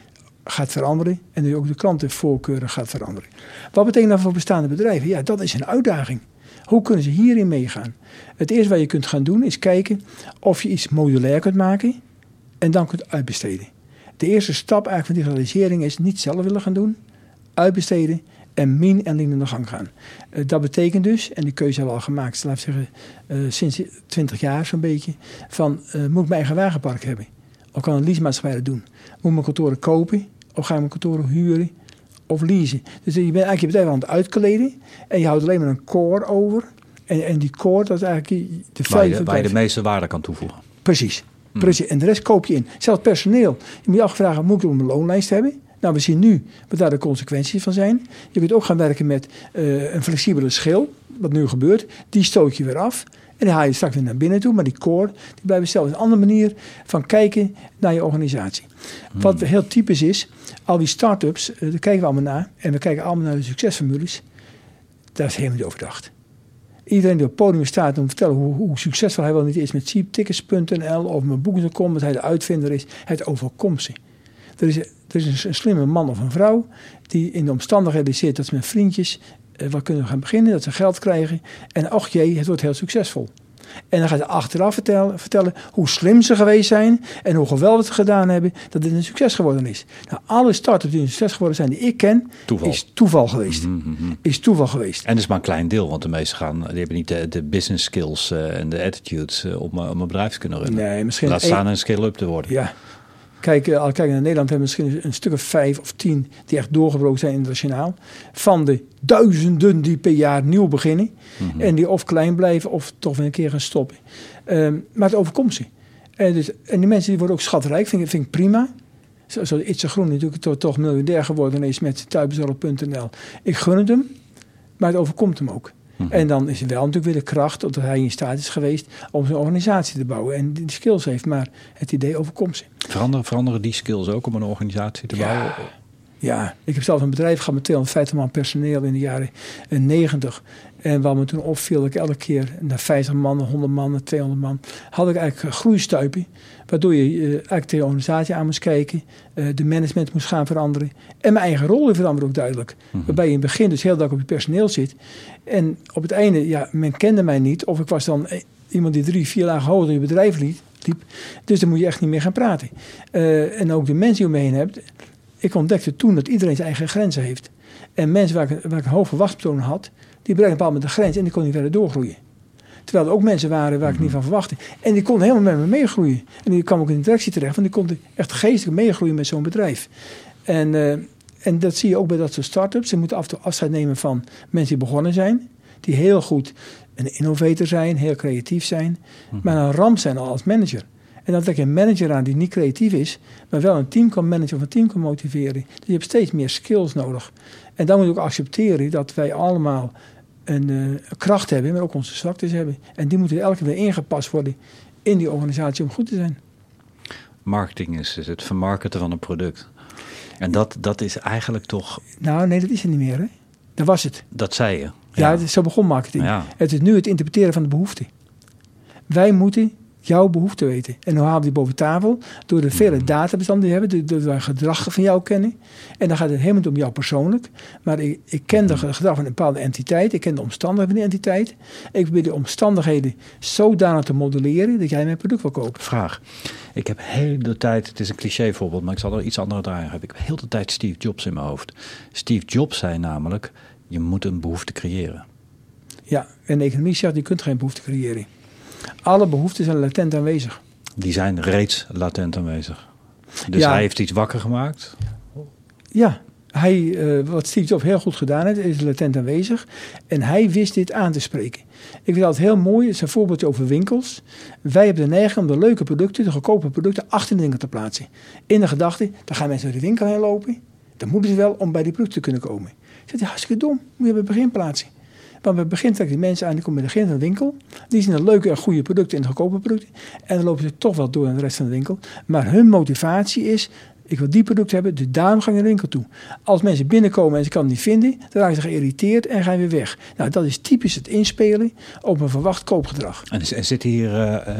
gaat veranderen. En dus ook de klantenvoorkeuren gaat veranderen. Wat betekent dat voor bestaande bedrijven? Ja, dat is een uitdaging. Hoe kunnen ze hierin meegaan? Het eerste wat je kunt gaan doen is kijken of je iets modulair kunt maken en dan kunt uitbesteden. De eerste stap eigenlijk van digitalisering is niet zelf willen gaan doen, uitbesteden en min en lean aan de gang gaan. Uh, dat betekent dus, en die keuze hebben we al gemaakt, laten we zeggen uh, sinds twintig jaar zo'n beetje, van uh, moet ik mijn eigen wagenpark hebben? Of kan een leasemaatschappij dat doen? Moet ik mijn kantoren kopen? Of ga ik mijn kantoren huren? Of leasen? Dus je bent eigenlijk je bedrijf aan het uitkleden en je houdt alleen maar een core over. En, en die core, dat is eigenlijk de waar je, vijf... waar je de meeste waarde kan toevoegen. Precies. Hmm. Precies. En de rest koop je in. Zelfs personeel. Je moet je afvragen, moet ik op een loonlijst hebben? Nou, we zien nu wat daar de consequenties van zijn. Je kunt ook gaan werken met uh, een flexibele schil, wat nu gebeurt. Die stoot je weer af. En dan haal je straks weer naar binnen toe. Maar die core, die blijven zelf. Een andere manier van kijken naar je organisatie. Hmm. Wat heel typisch is, al die start-ups, uh, daar kijken we allemaal naar. En we kijken allemaal naar de succesformules. Daar is helemaal niet overdacht. Iedereen die op het podium staat om te vertellen hoe, hoe succesvol hij wel niet is met cheap tickets punt n l of met boeken punt com, dat hij de uitvinder is, het overkomt ze. Er is, er is een, een slimme man of een vrouw die in de omstandigheden zit dat ze met vriendjes uh, wat kunnen gaan beginnen, dat ze geld krijgen en ach jee, het wordt heel succesvol. En dan gaan ze achteraf vertellen, vertellen hoe slim ze geweest zijn en hoe geweldig ze gedaan hebben dat dit een succes geworden is. Nou, alle start-ups die een succes geworden zijn die ik ken, toeval. is toeval geweest. Mm-hmm. Is toeval geweest. En dat is maar een klein deel, want de meesten gaan, die hebben niet de, de business skills uh, en de attitudes uh, om, om een bedrijf te kunnen runnen. Nee, misschien laat staan een scale-up te worden. Ja. Kijk, als we kijken naar Nederland hebben we misschien een stuk of vijf of tien die echt doorgebroken zijn internationaal. Van de duizenden die per jaar nieuw beginnen. Mm-hmm. En die of klein blijven of toch weer een keer gaan stoppen. Um, maar het overkomt ze. En, dus, en die mensen die worden ook schatrijk, vind ik, vind ik prima. Zoals zo Itse Groen natuurlijk toch, toch miljardair geworden is met thuisbezorgen punt n l. Ik gun het hem, maar het overkomt hem ook. Mm-hmm. En dan is er wel natuurlijk weer de kracht dat hij in staat is geweest om zijn organisatie te bouwen. En die skills heeft, maar het idee overkomt ze. Veranderen, veranderen die skills ook om een organisatie te bouwen? Ja, ja. Ik heb zelf een bedrijf gehad met tweehonderdvijftig man personeel in de jaren negentig. En wat me toen opviel, dat ik elke keer naar vijftig man, honderd man, tweehonderd man, had ik eigenlijk groeistuipen. Waardoor je uh, eigenlijk de organisatie aan moest kijken. Uh, de management moest gaan veranderen. En mijn eigen rol veranderde ook duidelijk. Mm-hmm. Waarbij je in het begin dus heel dag op je personeel zit. En op het einde, ja, men kende mij niet. Of ik was dan iemand die drie, vier lagen hoger in je bedrijf liep. Dus dan moet je echt niet meer gaan praten. Uh, en ook de mensen die je omheen hebt. Ik ontdekte toen dat iedereen zijn eigen grenzen heeft. En mensen waar ik, waar ik een hoog verwachtingspatroon had, die bereikten bepaald met de grens en die konden niet verder doorgroeien. Terwijl er ook mensen waren waar ik niet van verwachtte. En die konden helemaal met me meegroeien. En die kwam ook in de directie terecht, want die konden echt geestelijk meegroeien met zo'n bedrijf. En, uh, en dat zie je ook bij dat soort start-ups. Ze moeten af en toe afscheid nemen van mensen die begonnen zijn, die heel goed een innovator zijn, heel creatief zijn, maar een ramp zijn al als manager. En dan trek je een manager aan die niet creatief is, maar wel een team kan managen of een team kan motiveren. Dus je hebt steeds meer skills nodig. En dan moet je ook accepteren dat wij allemaal een uh, kracht hebben, maar ook onze zwaktes hebben. En die moeten elke keer weer ingepast worden in die organisatie om goed te zijn. Marketing is, is het vermarkten van een product. En dat, dat is eigenlijk toch... Nou, nee, dat is het niet meer, hè. Dat was het. Dat zei je. Ja, ja zo begon marketing. Ja. Het is nu het interpreteren van de behoefte. Wij moeten jouw behoefte weten. En hoe halen we die boven tafel? Door de vele databestanden die we hebben, door het gedrag van jou kennen. En dan gaat het helemaal niet om jou persoonlijk. Maar ik, ik ken de gedrag van een bepaalde entiteit. Ik ken de omstandigheden van die entiteit. Ik probeer de omstandigheden zodanig te modelleren dat jij mijn product wil kopen. Vraag. Ik heb heel de tijd, het is een cliché voorbeeld, maar ik zal er iets andere draaien. Heb ik heel de tijd Steve Jobs in mijn hoofd. Steve Jobs zei namelijk, je moet een behoefte creëren. Ja, en de economie zegt, je kunt geen behoefte creëren. Alle behoeften zijn latent aanwezig. Die zijn reeds latent aanwezig. Dus ja. hij heeft iets wakker gemaakt? Ja, hij, uh, wat Steve Jobs heel goed gedaan heeft, is latent aanwezig. En hij wist dit aan te spreken. Ik vind dat heel mooi, het is een voorbeeldje over winkels. Wij hebben de neiging om de leuke producten, de goedkope producten, achter de winkel te plaatsen. In de gedachte, dan gaan mensen naar de winkel heen lopen. Dan moeten ze wel om bij die producten te kunnen komen. Ik zeg, hartstikke dom, moet je bij het begin plaatsen. Want bij het begin trekken die mensen aan, die komen bij de begin van de winkel. Die zien een leuke en goede producten en goedkope producten. En dan lopen ze toch wel door naar de rest van de winkel. Maar hun motivatie is, ik wil die producten hebben, dus daarom ga ik naar de winkel toe. Als mensen binnenkomen en ze kan het niet vinden, dan raken ze geïrriteerd en gaan weer weg. Nou, dat is typisch het inspelen op een verwacht koopgedrag. En, en zit hier uh,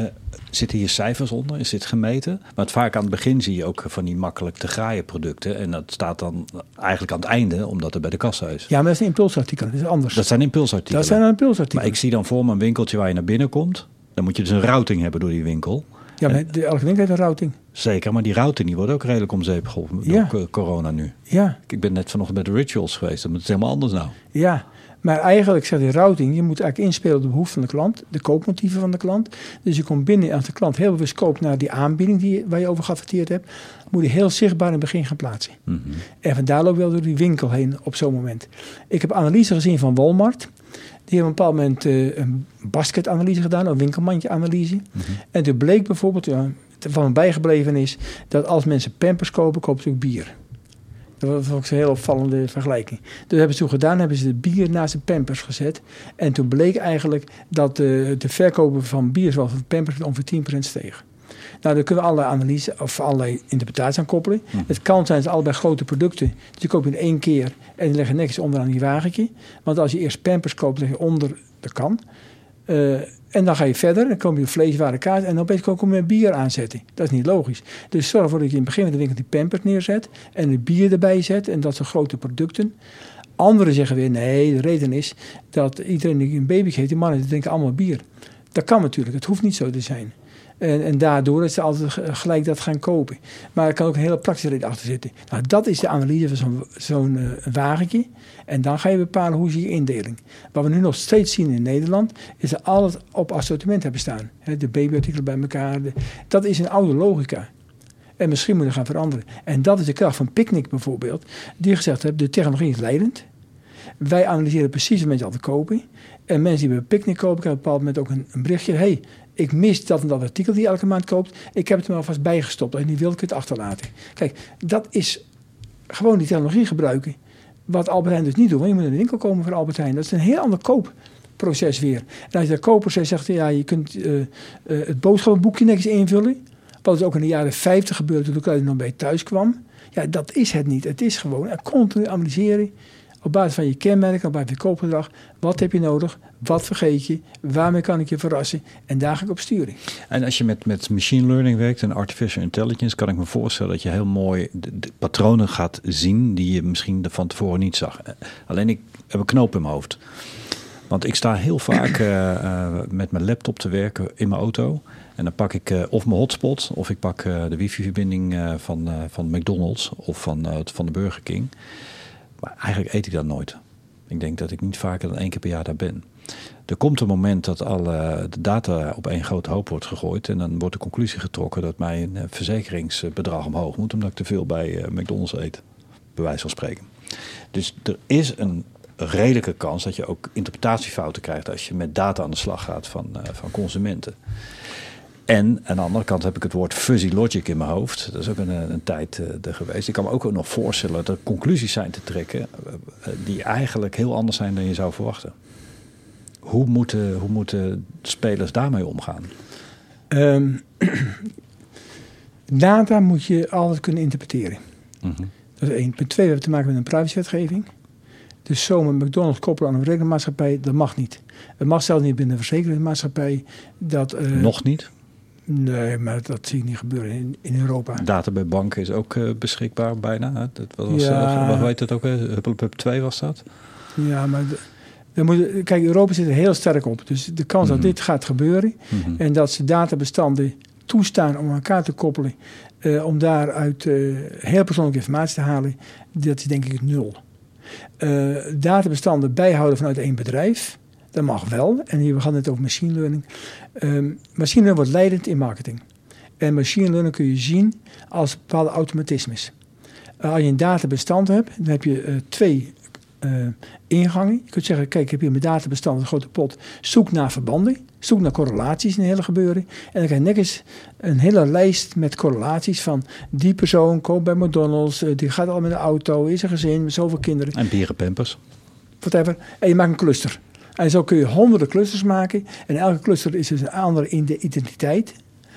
Zitten hier cijfers onder? Is dit gemeten? Want vaak aan het begin zie je ook van die makkelijk te graaien producten. En dat staat dan eigenlijk aan het einde, omdat het bij de kassa is. Ja, maar dat zijn impulsartikelen. Dat is anders. Dat zijn impulsartikelen. Dat zijn impulsartikelen. Maar ik zie dan voor me een winkeltje waar je naar binnen komt. Dan moet je dus een routing hebben door die winkel. Ja, maar de, elke winkel heeft een routing. Zeker, maar die routing die wordt ook redelijk om zeep geholpen ja. door corona nu. Ja. Ik ben net vanochtend bij de Rituals geweest. Dat is helemaal anders nou. Ja. Maar eigenlijk zegt die routing, je moet eigenlijk inspelen op de behoeften van de klant, de koopmotieven van de klant. Dus je komt binnen als de klant heel bewust koopt naar die aanbieding die, waar je over geadverteerd hebt, moet je heel zichtbaar in het begin gaan plaatsen. Mm-hmm. En vandaar ook wel door die winkel heen op zo'n moment. Ik heb analyse gezien van Walmart. Die hebben op een bepaald moment uh, een basketanalyse gedaan, een winkelmandje-analyse. Mm-hmm. En toen bleek bijvoorbeeld, uh, van me bijgebleven is, dat als mensen Pampers kopen, kopen ze ook bier. Dat was ook een heel opvallende vergelijking. Dus hebben ze toen gedaan, hebben ze de bier naast de Pampers gezet. En toen bleek eigenlijk dat de, de verkopen van bier, zoals van Pampers, ongeveer tien procent steeg. Nou, daar kunnen we allerlei analyse of allerlei interpretaties aan koppelen. Mm. Het kan zijn dat allebei grote producten. Dus je koopt in één keer en die leggen netjes onderaan je wagentje. Want als je eerst Pampers koopt, leg je onder de kan. Uh, en dan ga je verder, dan kom je vleeswaren, kaas en dan opeens kom je met bier aanzetten. Dat is niet logisch. Dus zorg ervoor dat je in het begin met de winkel die Pampers neerzet en de bier erbij zet en dat zijn grote producten. Anderen zeggen weer, nee, de reden is dat iedereen die een baby geeft, die mannen die drinken allemaal bier. Dat kan natuurlijk, het hoeft niet zo te zijn. En, en daardoor is ze altijd gelijk dat gaan kopen. Maar er kan ook een hele praktische reden achter zitten. Nou, dat is de analyse van zo'n, zo'n uh, wagentje. En dan ga je bepalen hoe zie je indeling. Wat we nu nog steeds zien in Nederland, is dat alles op assortiment hebben staan. He, de babyartikelen bij elkaar. De, dat is een oude logica. En misschien moet je gaan veranderen. En dat is de kracht van Picnic bijvoorbeeld. Die gezegd hebben, de technologie is leidend. Wij analyseren precies wat mensen altijd kopen. En mensen die bij Picnic kopen, krijgen op een bepaald moment ook een, een berichtje. Hey, ik mis dat en dat artikel die je elke maand koopt. Ik heb het er alvast bijgestopt. Als je niet wil, kun je het achterlaten. Kijk, dat is gewoon die technologie gebruiken. Wat Albert Heijn dus niet doet. Want je moet in de winkel komen voor Albert Heijn. Dat is een heel ander koopproces weer. En als je de koopproces zegt, ja, je kunt uh, uh, het boodschappenboekje netjes invullen. Wat dus ook in de jaren vijftig gebeurde toen ik nog bij thuis kwam. Ja, dat is het niet. Het is gewoon continu analyseren. Op basis van je kenmerken, op basis van je koopgedrag. Wat heb je nodig? Wat vergeet je? Waarmee kan ik je verrassen? En daar ga ik op sturen. En als je met, met machine learning werkt en artificial intelligence, kan ik me voorstellen dat je heel mooi de, de patronen gaat zien die je misschien van tevoren niet zag. Alleen ik heb een knoop in mijn hoofd. Want ik sta heel vaak uh, uh, met mijn laptop te werken in mijn auto. En dan pak ik uh, of mijn hotspot of ik pak uh, de wifi-verbinding uh, van, uh, van McDonald's of van, uh, van de Burger King. Maar eigenlijk eet ik dat nooit. Ik denk dat ik niet vaker dan één keer per jaar daar ben. Er komt een moment dat alle de data op één grote hoop wordt gegooid. En dan wordt de conclusie getrokken dat mijn verzekeringsbedrag omhoog moet. Omdat ik te veel bij uh, McDonald's eet. Bij wijze van spreken. Dus er is een redelijke kans dat je ook interpretatiefouten krijgt als je met data aan de slag gaat van, uh, van consumenten. En aan de andere kant heb ik het woord fuzzy logic in mijn hoofd. Dat is ook een, een tijd uh, er geweest. Ik kan me ook nog voorstellen dat er conclusies zijn te trekken uh, die eigenlijk heel anders zijn dan je zou verwachten. Hoe moeten, hoe moeten spelers daarmee omgaan? Um, data moet je altijd kunnen interpreteren. Mm-hmm. Dat is één. Punt twee, we hebben te maken met een privacywetgeving. Dus zomaar McDonald's koppelen aan een verzekeringmaatschappij, dat mag niet. Het mag zelfs niet binnen een verzekeringsmaatschappij. Dat, uh, Nog niet? Nee, maar dat zie ik niet gebeuren in, in Europa. Data bij banken is ook uh, beschikbaar bijna. Hè? Dat was, ja. uh, hoe heet dat ook? Hupplepup twee was dat? Ja, maar de, we moeten, kijk, Europa zit er heel sterk op. Dus de kans mm-hmm. dat dit gaat gebeuren mm-hmm. en dat ze databestanden toestaan om elkaar te koppelen, uh, om daaruit uh, heel persoonlijke informatie te halen, dat is denk ik nul. Uh, databestanden bijhouden vanuit één bedrijf, dat mag wel. En hier, we gaan het over machine learning. Um, machine learning wordt leidend in marketing. En machine learning kun je zien als bepaalde automatismes. Uh, als je een databestand hebt, dan heb je uh, twee uh, ingangen. Je kunt zeggen, kijk, ik heb hier mijn databestand, een grote pot. Zoek naar verbanden. Zoek naar correlaties in het hele gebeuren. En dan krijg je netjes een hele lijst met correlaties van die persoon koopt bij McDonald's, uh, die gaat al met een auto, is een gezin met zoveel kinderen. En bierenpampers. Whatever. En je maakt een cluster. En zo kun je honderden clusters maken. En elke cluster is dus een andere identiteit.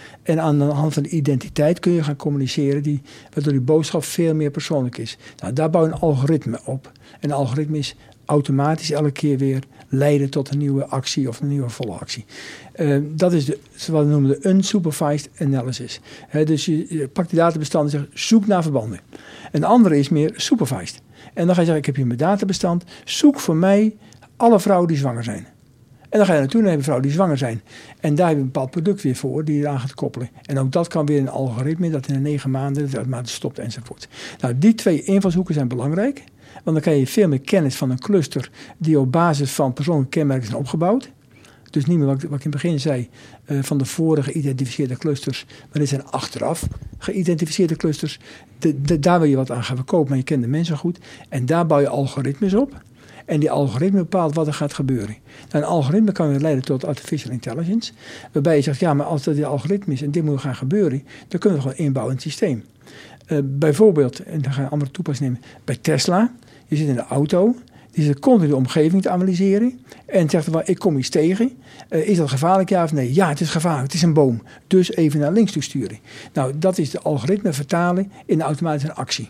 En aan de hand van de identiteit kun je gaan communiceren, die, waardoor die boodschap veel meer persoonlijk is. Nou, daar bouw je een algoritme op. En een algoritme is automatisch elke keer weer leiden tot een nieuwe actie of een nieuwe volgactie. Uh, dat is de, wat we noemen de unsupervised analysis. He, dus je, je pakt die databestanden en zegt, zoek naar verbanden. Een andere is meer supervised. En dan ga je zeggen, ik heb hier mijn databestand, zoek voor mij alle vrouwen die zwanger zijn. En dan ga je naartoe en dan heb je vrouwen die zwanger zijn. En daar heb je een bepaald product weer voor die je eraan gaat koppelen. En ook dat kan weer een algoritme dat in de negen maanden het automatisch stopt enzovoort. Nou, die twee invalshoeken zijn belangrijk. Want dan krijg je veel meer kennis van een cluster die op basis van persoonlijke kenmerken zijn opgebouwd. Dus niet meer wat ik, wat ik in het begin zei uh, van de vorige geïdentificeerde clusters. Maar dit zijn achteraf geïdentificeerde clusters. De, de, daar wil je wat aan gaan verkopen, maar je kent de mensen goed. En daar bouw je algoritmes op. En die algoritme bepaalt wat er gaat gebeuren. Nou, een algoritme kan weer leiden tot artificial intelligence. Waarbij je zegt, ja, maar als dat die algoritme is en dit moet gaan gebeuren, dan kunnen we gewoon inbouwen in het systeem. Uh, bijvoorbeeld, en dan ga je een andere toepassing nemen, bij Tesla. Je zit in de auto, die zit continu de omgeving te analyseren. En zegt, well, ik kom iets tegen. Uh, is dat gevaarlijk, ja of nee? Ja, het is gevaarlijk, het is een boom. Dus even naar links toe sturen. Nou, dat is de algoritme vertalen in de automatische actie.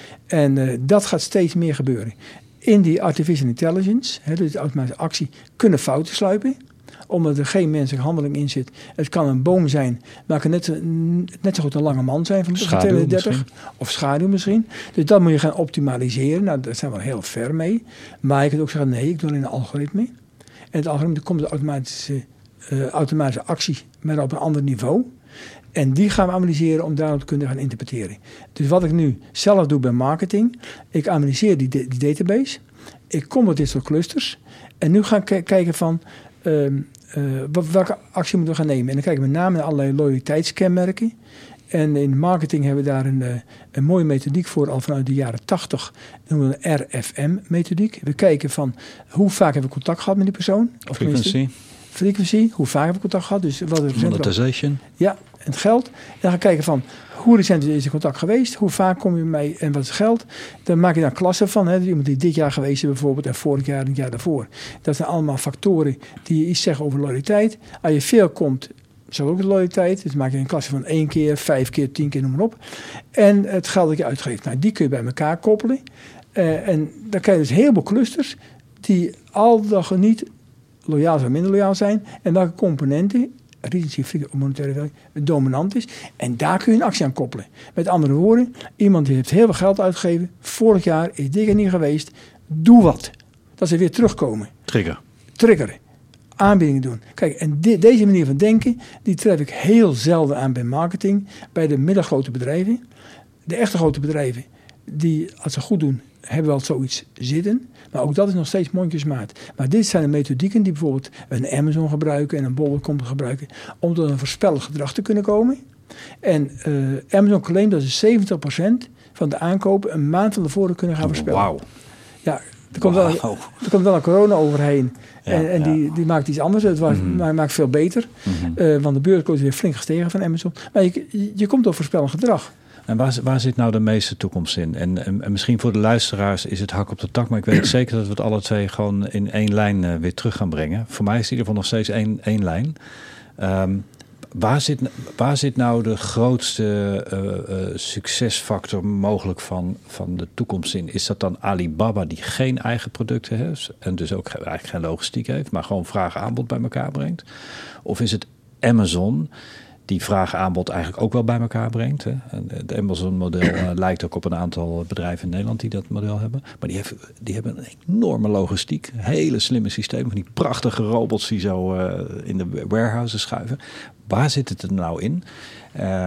En uh, dat gaat steeds meer gebeuren. In die artificial intelligence, hè, dus de automatische actie, kunnen fouten sluipen. Omdat er geen menselijke handeling in zit. Het kan een boom zijn, maar het kan net, net zo goed een lange man zijn van tweeëndertig. Of schaduw misschien. Dus dat moet je gaan optimaliseren. Nou, daar zijn we heel ver mee. Maar je kunt ook zeggen, nee, ik doe alleen een algoritme. En het algoritme komt de automatische, uh, automatische actie, maar op een ander niveau. En die gaan we analyseren om daarop te kunnen gaan interpreteren. Dus wat ik nu zelf doe bij marketing, ik analyseer die, die database. Ik kom met dit soort clusters. En nu ga ik k- kijken van uh, uh, welke actie moeten we gaan nemen. En dan kijken we met name naar allerlei loyaliteitskenmerken. En in marketing hebben we daar een, uh, een mooie methodiek voor, al vanuit de jaren tachtig. Dat noemen we een R F M-methodiek. We kijken van hoe vaak hebben we contact gehad met die persoon. Of frequency. Frequency, hoe vaak hebben we contact gehad. Dus wat er monetization. Ja, en het geld. En dan ga je kijken van hoe recent is er contact geweest, hoe vaak kom je mee en wat is het geld. Dan maak je daar klassen van. Hè. Iemand die dit jaar geweest is bijvoorbeeld en vorig jaar en het jaar daarvoor. Dat zijn allemaal factoren die iets zeggen over loyaliteit. Als je veel komt, zo ook de loyaliteit. Dus maak je een klasse van één keer, vijf keer, tien keer, noem maar op. En het geld dat je uitgeeft. Nou, die kun je bij elkaar koppelen. Uh, en dan krijg je dus heel veel clusters die al dan niet loyaal of minder loyaal zijn. En welke componenten, recency, frequency, monetaire value, dominant is. En daar kun je een actie aan koppelen. Met andere woorden, iemand die heeft heel veel geld uitgegeven. Vorig jaar is dit jaar niet geweest. Doe wat. Dat ze weer terugkomen. Trigger. Triggeren. Aanbiedingen doen. Kijk, en de, deze manier van denken, die tref ik heel zelden aan bij marketing. Bij de middelgrote bedrijven. De echte grote bedrijven, die als ze goed doen, hebben wel zoiets zitten. Maar ook dat is nog steeds mondjesmaat. Maar dit zijn de methodieken die bijvoorbeeld een Amazon gebruiken en een bol.com gebruiken om tot een voorspellend gedrag te kunnen komen. En uh, Amazon claimt dat ze zeventig procent van de aankopen een maand van tevoren kunnen gaan voorspellen. Wauw. Ja, er komt, wow. wel, er komt wel een corona overheen. Ja, en en ja. die, die maakt iets anders. Het was, mm-hmm. maar maakt veel beter. Mm-hmm. Uh, want de beurskoers is weer flink gestegen van Amazon. Maar je, je, je komt door voorspellend gedrag. En waar, waar zit nou de meeste toekomst in? En, en, en misschien voor de luisteraars is het hak op de tak, maar ik weet zeker dat we het alle twee gewoon in één lijn uh, weer terug gaan brengen. Voor mij is het in ieder geval nog steeds één, één lijn. Um, waar, zit, waar zit nou de grootste uh, uh, succesfactor mogelijk van, van de toekomst in? Is dat dan Alibaba die geen eigen producten heeft en dus ook eigenlijk geen logistiek heeft, maar gewoon vraag-aanbod bij elkaar brengt? Of is het Amazon die vraag-aanbod eigenlijk ook wel bij elkaar brengt? Hè? Het Amazon-model uh, lijkt ook op een aantal bedrijven in Nederland die dat model hebben. Maar die, heeft, die hebben een enorme logistiek. Hele slimme systemen. Van die prachtige robots die zo uh, in de warehouses schuiven. Waar zit het er nou in? Uh, uh,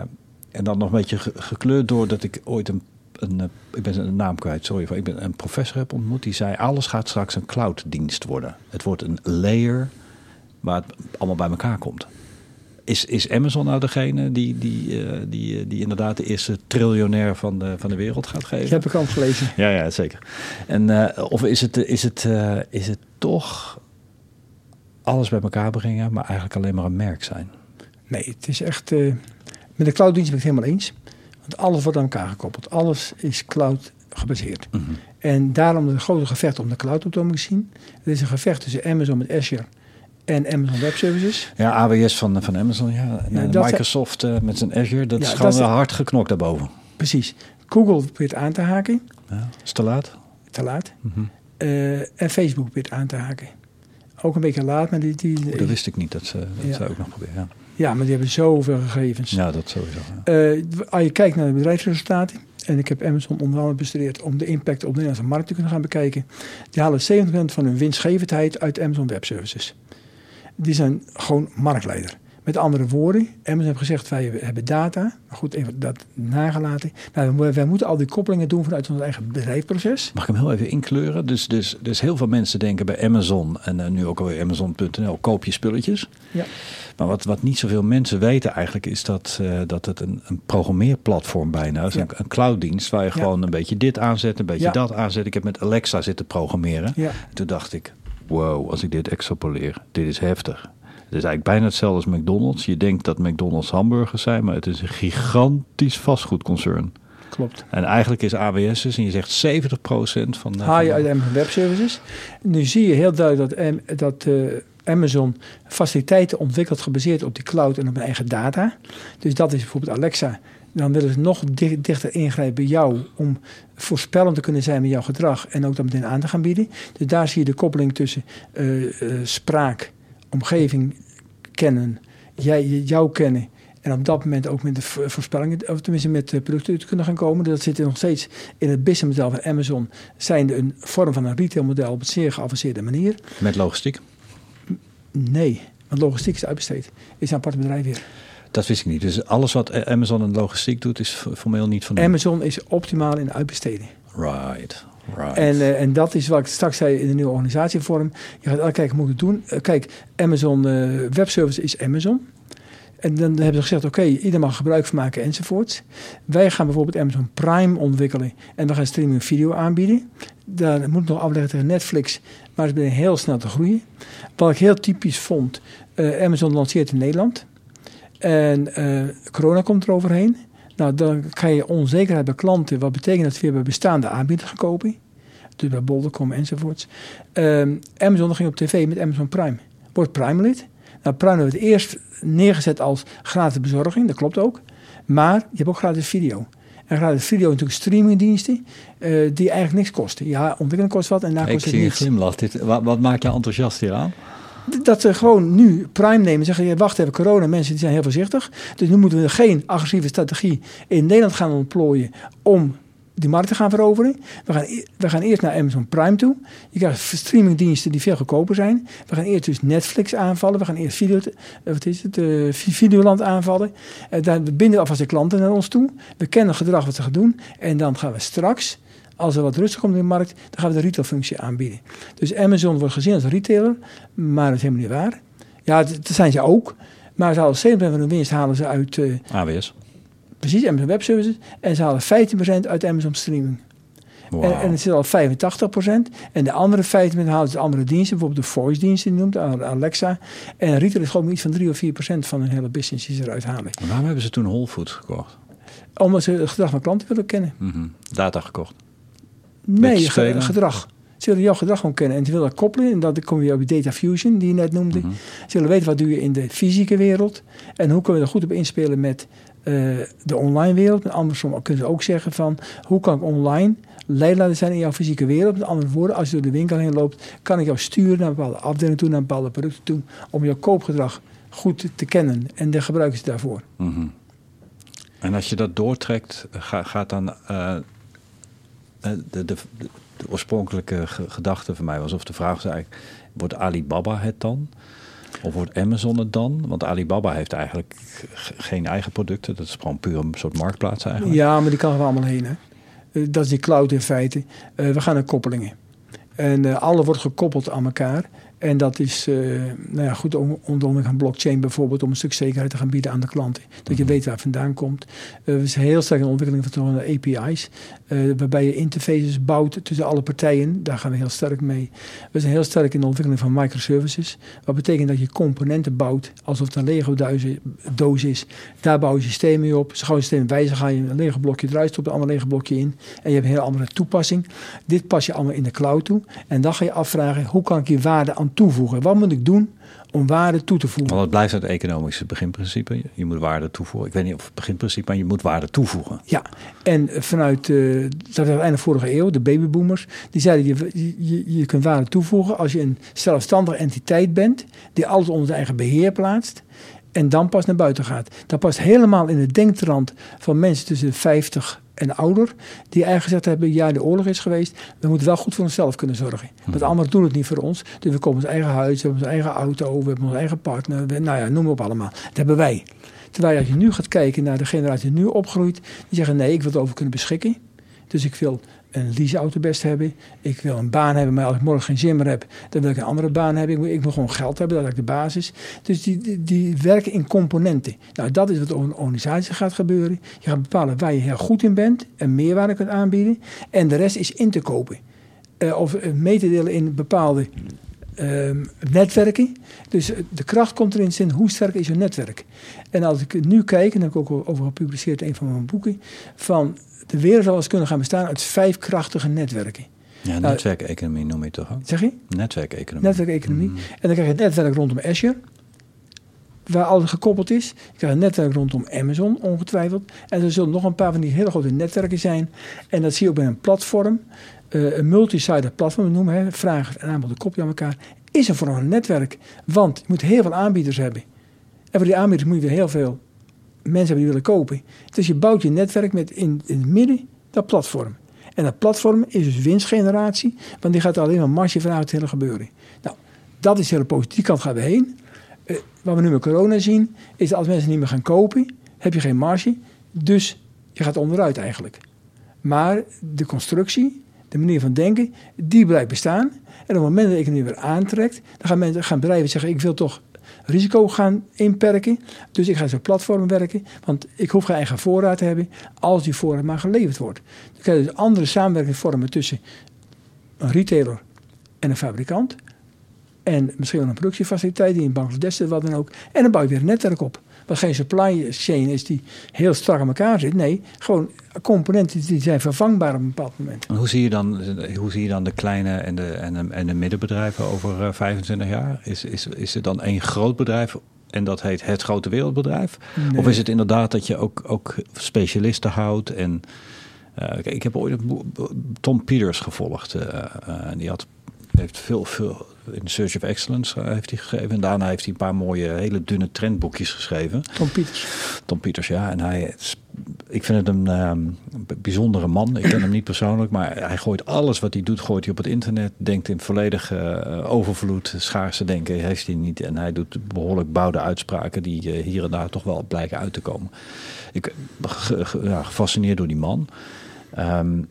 en dan nog een beetje ge- gekleurd doordat ik ooit een, een... Uh, ik ben een naam kwijt, sorry. Ik ben een professor heb ontmoet. Die zei, alles gaat straks een cloud-dienst worden. Het wordt een layer waar het allemaal bij elkaar komt. Is, is Amazon nou degene die, die, uh, die, uh, die inderdaad de eerste triljonair van de, van de wereld gaat geven? Ik heb ik al gelezen. Ja, ja, zeker. En, uh, of is het, is, het, uh, is het toch alles bij elkaar brengen, maar eigenlijk alleen maar een merk zijn? Nee, het is echt... Uh, met de clouddienst ben ik het helemaal eens. Want alles wordt aan elkaar gekoppeld. Alles is cloud gebaseerd. Mm-hmm. En daarom het grote gevecht om de cloud op te zien. Er is een gevecht tussen Amazon met Azure en Amazon Web Services. Ja, A W S van, van Amazon, ja. En ja Microsoft zijn, uh, met zijn Azure, dat ja, is gewoon dat hard geknokt daarboven. Precies. Google probeert aan te haken. Ja, is te laat? Te laat. Mm-hmm. Uh, en Facebook probeert aan te haken. Ook een beetje laat, maar die... die oh, dat wist ik niet, dat, ze, dat ja. zou ik nog proberen. Ja. ja, maar die hebben zoveel gegevens. Ja, dat sowieso. Ja. Uh, als je kijkt naar de bedrijfsresultaten, en ik heb Amazon onder andere bestudeerd om de impact op de Nederlandse markt te kunnen gaan bekijken. Die halen zeventig procent van hun winstgevendheid uit Amazon Web Services. Die zijn gewoon marktleider. Met andere woorden, Amazon heeft gezegd, wij hebben data. Maar goed, even dat nagelaten. Nou, wij moeten al die koppelingen doen vanuit ons eigen bedrijfsproces. Mag ik hem heel even inkleuren? Dus, dus, dus heel veel mensen denken bij Amazon, en uh, nu ook alweer Amazon punt n l, koop je spulletjes. Ja. Maar wat, wat niet zoveel mensen weten eigenlijk, is dat, uh, dat het een, een programmeerplatform bijna is. Ja. Een, een clouddienst waar je ja. gewoon een beetje dit aanzet, een beetje ja. dat aanzet. Ik heb met Alexa zitten programmeren. Ja. En toen dacht ik, wow, als ik dit extrapoleer, dit is heftig. Het is eigenlijk bijna hetzelfde als McDonald's. Je denkt dat McDonald's hamburgers zijn, maar het is een gigantisch vastgoedconcern. Klopt. En eigenlijk is A W S dus, en je zegt zeventig procent van... Haal je uit Amazon Web Services. Nu zie je heel duidelijk dat, dat uh, Amazon faciliteiten ontwikkelt gebaseerd op die cloud en op hun eigen data. Dus dat is bijvoorbeeld Alexa. Dan willen ze nog dichter ingrijpen bij jou om voorspellend te kunnen zijn met jouw gedrag en ook dat meteen aan te gaan bieden. Dus daar zie je de koppeling tussen uh, uh, spraak, omgeving kennen, jij, jou kennen en op dat moment ook met de voorspellingen, of tenminste met de producten te kunnen gaan komen. Dat zit er nog steeds in het businessmodel van Amazon, zijnde een vorm van een retailmodel op een zeer geavanceerde manier. Met logistiek? Nee, want logistiek is uitbesteed. Is een apart bedrijf weer. Dat wist ik niet. Dus alles wat Amazon en logistiek doet, is formeel niet van... Amazon is optimaal in uitbesteding. Right. Right. En, uh, en dat is wat ik straks zei in de nieuwe organisatievorm. Je gaat elke kijken, moet het doen? Uh, kijk, Amazon uh, Web Service is Amazon. En dan hebben ze gezegd, oké, okay, ieder mag gebruik van maken enzovoort. Wij gaan bijvoorbeeld Amazon Prime ontwikkelen. En we gaan streaming video aanbieden. Daar moet nog afleggen tegen Netflix. Maar ze beginnen heel snel te groeien. Wat ik heel typisch vond, uh, Amazon lanceert in Nederland. En uh, corona komt eroverheen. Nou, dan krijg je onzekerheid bij klanten. Wat betekent dat we weer bij bestaande aanbieders gaan kopen? Dus bij bol punt com enzovoorts. Um, Amazon ging op tv met Amazon Prime. Wordt Prime lid. Nou, Prime wordt eerst neergezet als gratis bezorging. Dat klopt ook. Maar je hebt ook gratis video. En gratis video natuurlijk streamingdiensten uh, die eigenlijk niks kosten. Ja, ontwikkeling kost wat en daar kost het niets. Ik zie een glimlach. Dit, wat, wat maakt je enthousiast hieraan? Dat ze gewoon nu Prime nemen en zeggen, wacht even, corona, mensen die zijn heel voorzichtig. Dus nu moeten we geen agressieve strategie in Nederland gaan ontplooien om die markt te gaan veroveren. We gaan, we gaan eerst naar Amazon Prime toe. Je krijgt streamingdiensten die veel goedkoper zijn. We gaan eerst dus Netflix aanvallen. We gaan eerst video, wat is het, uh, Videoland aanvallen. Uh, daar binden alvast de klanten naar ons toe. We kennen het gedrag wat ze gaan doen. En dan gaan we straks, als er wat rustig komt in de markt, dan gaan we de retailfunctie aanbieden. Dus Amazon wordt gezien als een retailer, maar dat is helemaal niet waar. Ja, dat zijn ze ook. Maar ze halen zeventig procent van de winst halen ze uit Uh, A W S. Precies, Amazon Web Services. En ze halen vijftien procent uit Amazon Streaming. Wow. En, en het zit al vijfentachtig procent. En de andere vijftien procent halen ze andere diensten. Bijvoorbeeld de voice diensten, die noemt Alexa. En retail is gewoon iets van drie of vier procent van hun hele business die ze eruit halen. Maar waarom hebben ze toen Whole Foods gekocht? Omdat ze het gedrag van klanten willen kennen. Mm-hmm. Data gekocht? Nee, ge- gedrag. Ze willen jouw gedrag gewoon kennen en ze willen dat koppelen. En dat kom je op die data fusion die je net noemde. Mm-hmm. Ze willen weten wat doe je in de fysieke wereld. En hoe kunnen we er goed op inspelen met uh, de online wereld. Met andersom kunnen ze ook zeggen van hoe kan ik online leider zijn in jouw fysieke wereld. Met andere woorden, als je door de winkel heen loopt, kan ik jou sturen naar een bepaalde afdeling toe, naar bepaalde producten toe. Om jouw koopgedrag goed te kennen. En daar gebruiken ze daarvoor. Mm-hmm. En als je dat doortrekt, ga, gaat dan Uh, de, de, de, de oorspronkelijke ge- gedachte van mij was, of de vraag was eigenlijk, wordt Alibaba het dan? Of wordt Amazon het dan? Want Alibaba heeft eigenlijk g- geen eigen producten. Dat is gewoon puur een soort marktplaats eigenlijk. Ja, maar die kan er allemaal heen. Hè? Uh, dat is die cloud in feite. Uh, we gaan naar koppelingen. En uh, alle wordt gekoppeld aan elkaar. En dat is uh, nou ja, goed om, om een blockchain bijvoorbeeld om een stuk zekerheid te gaan bieden aan de klanten. Dat mm-hmm. je weet waar het vandaan komt. Uh, we zijn heel sterk in de ontwikkeling van de A P I's. Uh, waarbij je interfaces bouwt tussen alle partijen. Daar gaan we heel sterk mee. We zijn heel sterk in de ontwikkeling van microservices. Wat betekent dat je componenten bouwt alsof het een Lego-doos is. Daar bouw je systemen mee op. Als je het systeem wijzigt, ga je een Lego blokje eruit stoppen, een ander Lego blokje in. En je hebt een hele andere toepassing. Dit pas je allemaal in de cloud toe. En dan ga je afvragen, hoe kan ik hier waarde aan toevoegen? Wat moet ik doen om waarde toe te voegen. Want het blijft het economische beginprincipe. Je moet waarde toevoegen. Ik weet niet of het beginprincipe, maar je moet waarde toevoegen. Ja, en vanuit, uh, dat was einde vorige eeuw, de babyboomers, die zeiden je, je, je kunt waarde toevoegen als je een zelfstandige entiteit bent, die alles onder zijn eigen beheer plaatst en dan pas naar buiten gaat. Dat past helemaal in de denktrand van mensen tussen de vijftig en ouder, die eigenlijk gezegd hebben, ja, de oorlog is geweest, we moeten wel goed voor onszelf kunnen zorgen. Hmm. Want anderen doen het niet voor ons. Dus we komen ons eigen huis, we hebben onze eigen auto, we hebben onze eigen partner, we, nou ja, noem maar op allemaal. Dat hebben wij. Terwijl als je nu gaat kijken naar de generatie die nu opgroeit, die zeggen, nee, ik wil erover kunnen beschikken. Dus ik wil een leaseauto best hebben. Ik wil een baan hebben, maar als ik morgen geen zin meer heb, dan wil ik een andere baan hebben. Ik wil, ik wil gewoon geld hebben, dat is de basis. Dus die, die, die werken in componenten. Nou, dat is wat in een organisatie gaat gebeuren. Je gaat bepalen waar je heel goed in bent en meerwaarde kunt aanbieden. En de rest is in te kopen. Uh, of uh, mee te delen in bepaalde uh, netwerken. Dus uh, de kracht komt erin zin, hoe sterk is je netwerk? En als ik nu kijk, en daar heb ik ook over gepubliceerd in een van mijn boeken, van de wereld zal eens kunnen gaan bestaan uit vijf krachtige netwerken. Ja, netwerkeconomie noem je het toch ook? Zeg je? Netwerkeconomie. Netwerkeconomie. Mm. En dan krijg je het netwerk rondom Azure, waar alles gekoppeld is. Je krijgt een netwerk rondom Amazon, ongetwijfeld. En er zullen nog een paar van die hele grote netwerken zijn. En dat zie je ook bij een platform. Uh, een multi-sided platform noemen, hè, vraag en aanbod, de kopje aan elkaar. Is er voor een netwerk? Want je moet heel veel aanbieders hebben. En voor die aanbieders moet je weer heel veel mensen hebben die willen kopen. Dus je bouwt je netwerk met in, in het midden dat platform. En dat platform is dus winstgeneratie, want die gaat alleen maar marge vragen het hele gebeuren. Nou, dat is heel positief. Die kant gaan we heen. Uh, wat we nu met corona zien, is dat als mensen niet meer gaan kopen, heb je geen marge, dus je gaat onderuit eigenlijk. Maar de constructie, de manier van denken, die blijft bestaan. En op het moment dat de economie weer aantrekt, dan gaan, mensen, gaan bedrijven zeggen, ik wil toch risico gaan inperken. Dus ik ga zo'n platform werken. Want ik hoef geen eigen voorraad te hebben als die voorraad maar geleverd wordt. Dan krijg je dus andere samenwerkingsvormen tussen een retailer en een fabrikant. En misschien wel een productiefaciliteit die in Bangladesh zit, wat dan ook. En dan bouw je weer een netwerk op. Wat geen supply chain is die heel strak aan elkaar zit. Nee, gewoon componenten die zijn vervangbaar op een bepaald moment. En hoe zie je dan, hoe zie je dan de kleine en de, en de, en de middenbedrijven over uh, vijfentwintig jaar? Is, is, is er dan één groot bedrijf en dat heet het grote wereldbedrijf? Nee. Of is het inderdaad dat je ook, ook specialisten houdt? En uh, ik heb ooit Tom Peters gevolgd. Uh, uh, die had, heeft veel... veel in Search of Excellence heeft hij gegeven. En daarna heeft hij een paar mooie, hele dunne trendboekjes geschreven. Tom Peters. Tom Peters, ja. En hij, ik vind het een um, bijzondere man. Ik ken hem niet persoonlijk, maar hij gooit alles wat hij doet, gooit hij op het internet. Denkt in volledige uh, overvloed, schaarse denken heeft hij niet. En hij doet behoorlijk bouwde uitspraken die uh, hier en daar toch wel blijken uit te komen. Ik ben ge, ge, ja, gefascineerd door die man. Um,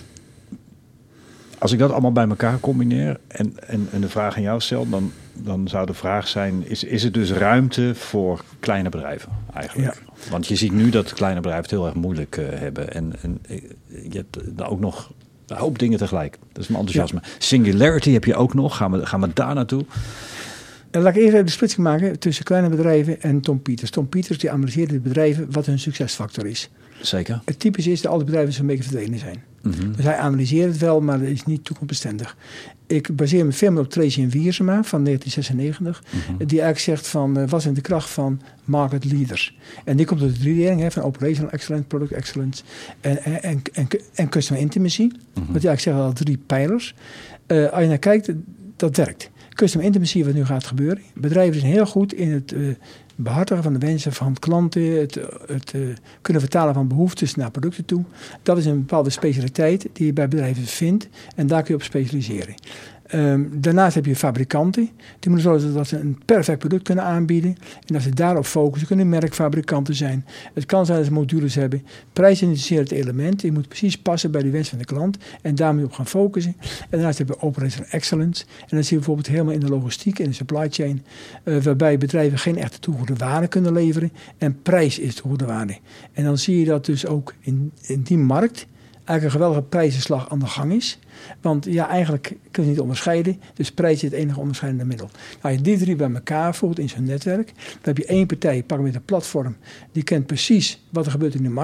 Als ik dat allemaal bij elkaar combineer en, en, en de vraag aan jou stel, dan, dan zou de vraag zijn, is, is er dus ruimte voor kleine bedrijven eigenlijk? Ja. Want je ziet nu dat kleine bedrijven het heel erg moeilijk uh, hebben. En, en je hebt ook nog een hoop dingen tegelijk. Dat is mijn enthousiasme. Ja. Singularity heb je ook nog. Gaan we, gaan we daar naartoe? En laat ik eerst even de splitsing maken tussen kleine bedrijven en Tom Peters. Tom Peters die analyseert de bedrijven wat hun succesfactor is. Zeker. Het typische is dat alle bedrijven zo'n beetje verdwenen zijn. Mm-hmm. Dus hij analyseert het wel, maar dat is niet toekomstbestendig. Ik baseer me veel meer op Tracy en Wiersema van negentien zesennegentig. Mm-hmm. Die eigenlijk zegt van, uh, wat is de kracht van market leaders? En die komt uit de driedering hè, van operational excellence, product excellence en, en, en, en, en customer intimacy. Mm-hmm. Wat hij eigenlijk zegt al drie pijlers. Uh, als je naar kijkt, dat werkt. Customer intimacy, wat nu gaat gebeuren. Bedrijven zijn heel goed in het uh, behartigen van de wensen van klanten, het, het uh, kunnen vertalen van behoeftes naar producten toe. Dat is een bepaalde specialiteit die je bij bedrijven vindt en daar kun je op specialiseren. Um, daarnaast heb je fabrikanten. Die moeten zorgen dat ze een perfect product kunnen aanbieden. En dat ze daarop focussen. Kunnen merkfabrikanten zijn. Het kan zijn dat ze modules hebben. Prijs is het element. Die moet precies passen bij de wens van de klant. En daar moet je op gaan focussen. En daarnaast heb je operational excellence. En dat zie je bijvoorbeeld helemaal in de logistiek en de supply chain. Uh, waarbij bedrijven geen echte toegevoegde waarde kunnen leveren. En prijs is toegevoegde waarde. En dan zie je dat dus ook in, in die markt eigenlijk een geweldige prijzenslag aan de gang is. Want ja, eigenlijk kun je niet onderscheiden. Dus prijs is het enige onderscheidende middel. Nou, je die drie bij elkaar voegt in zo'n netwerk. Dan heb je één partij, pak met een platform. Die kent precies wat er gebeurt in de markt.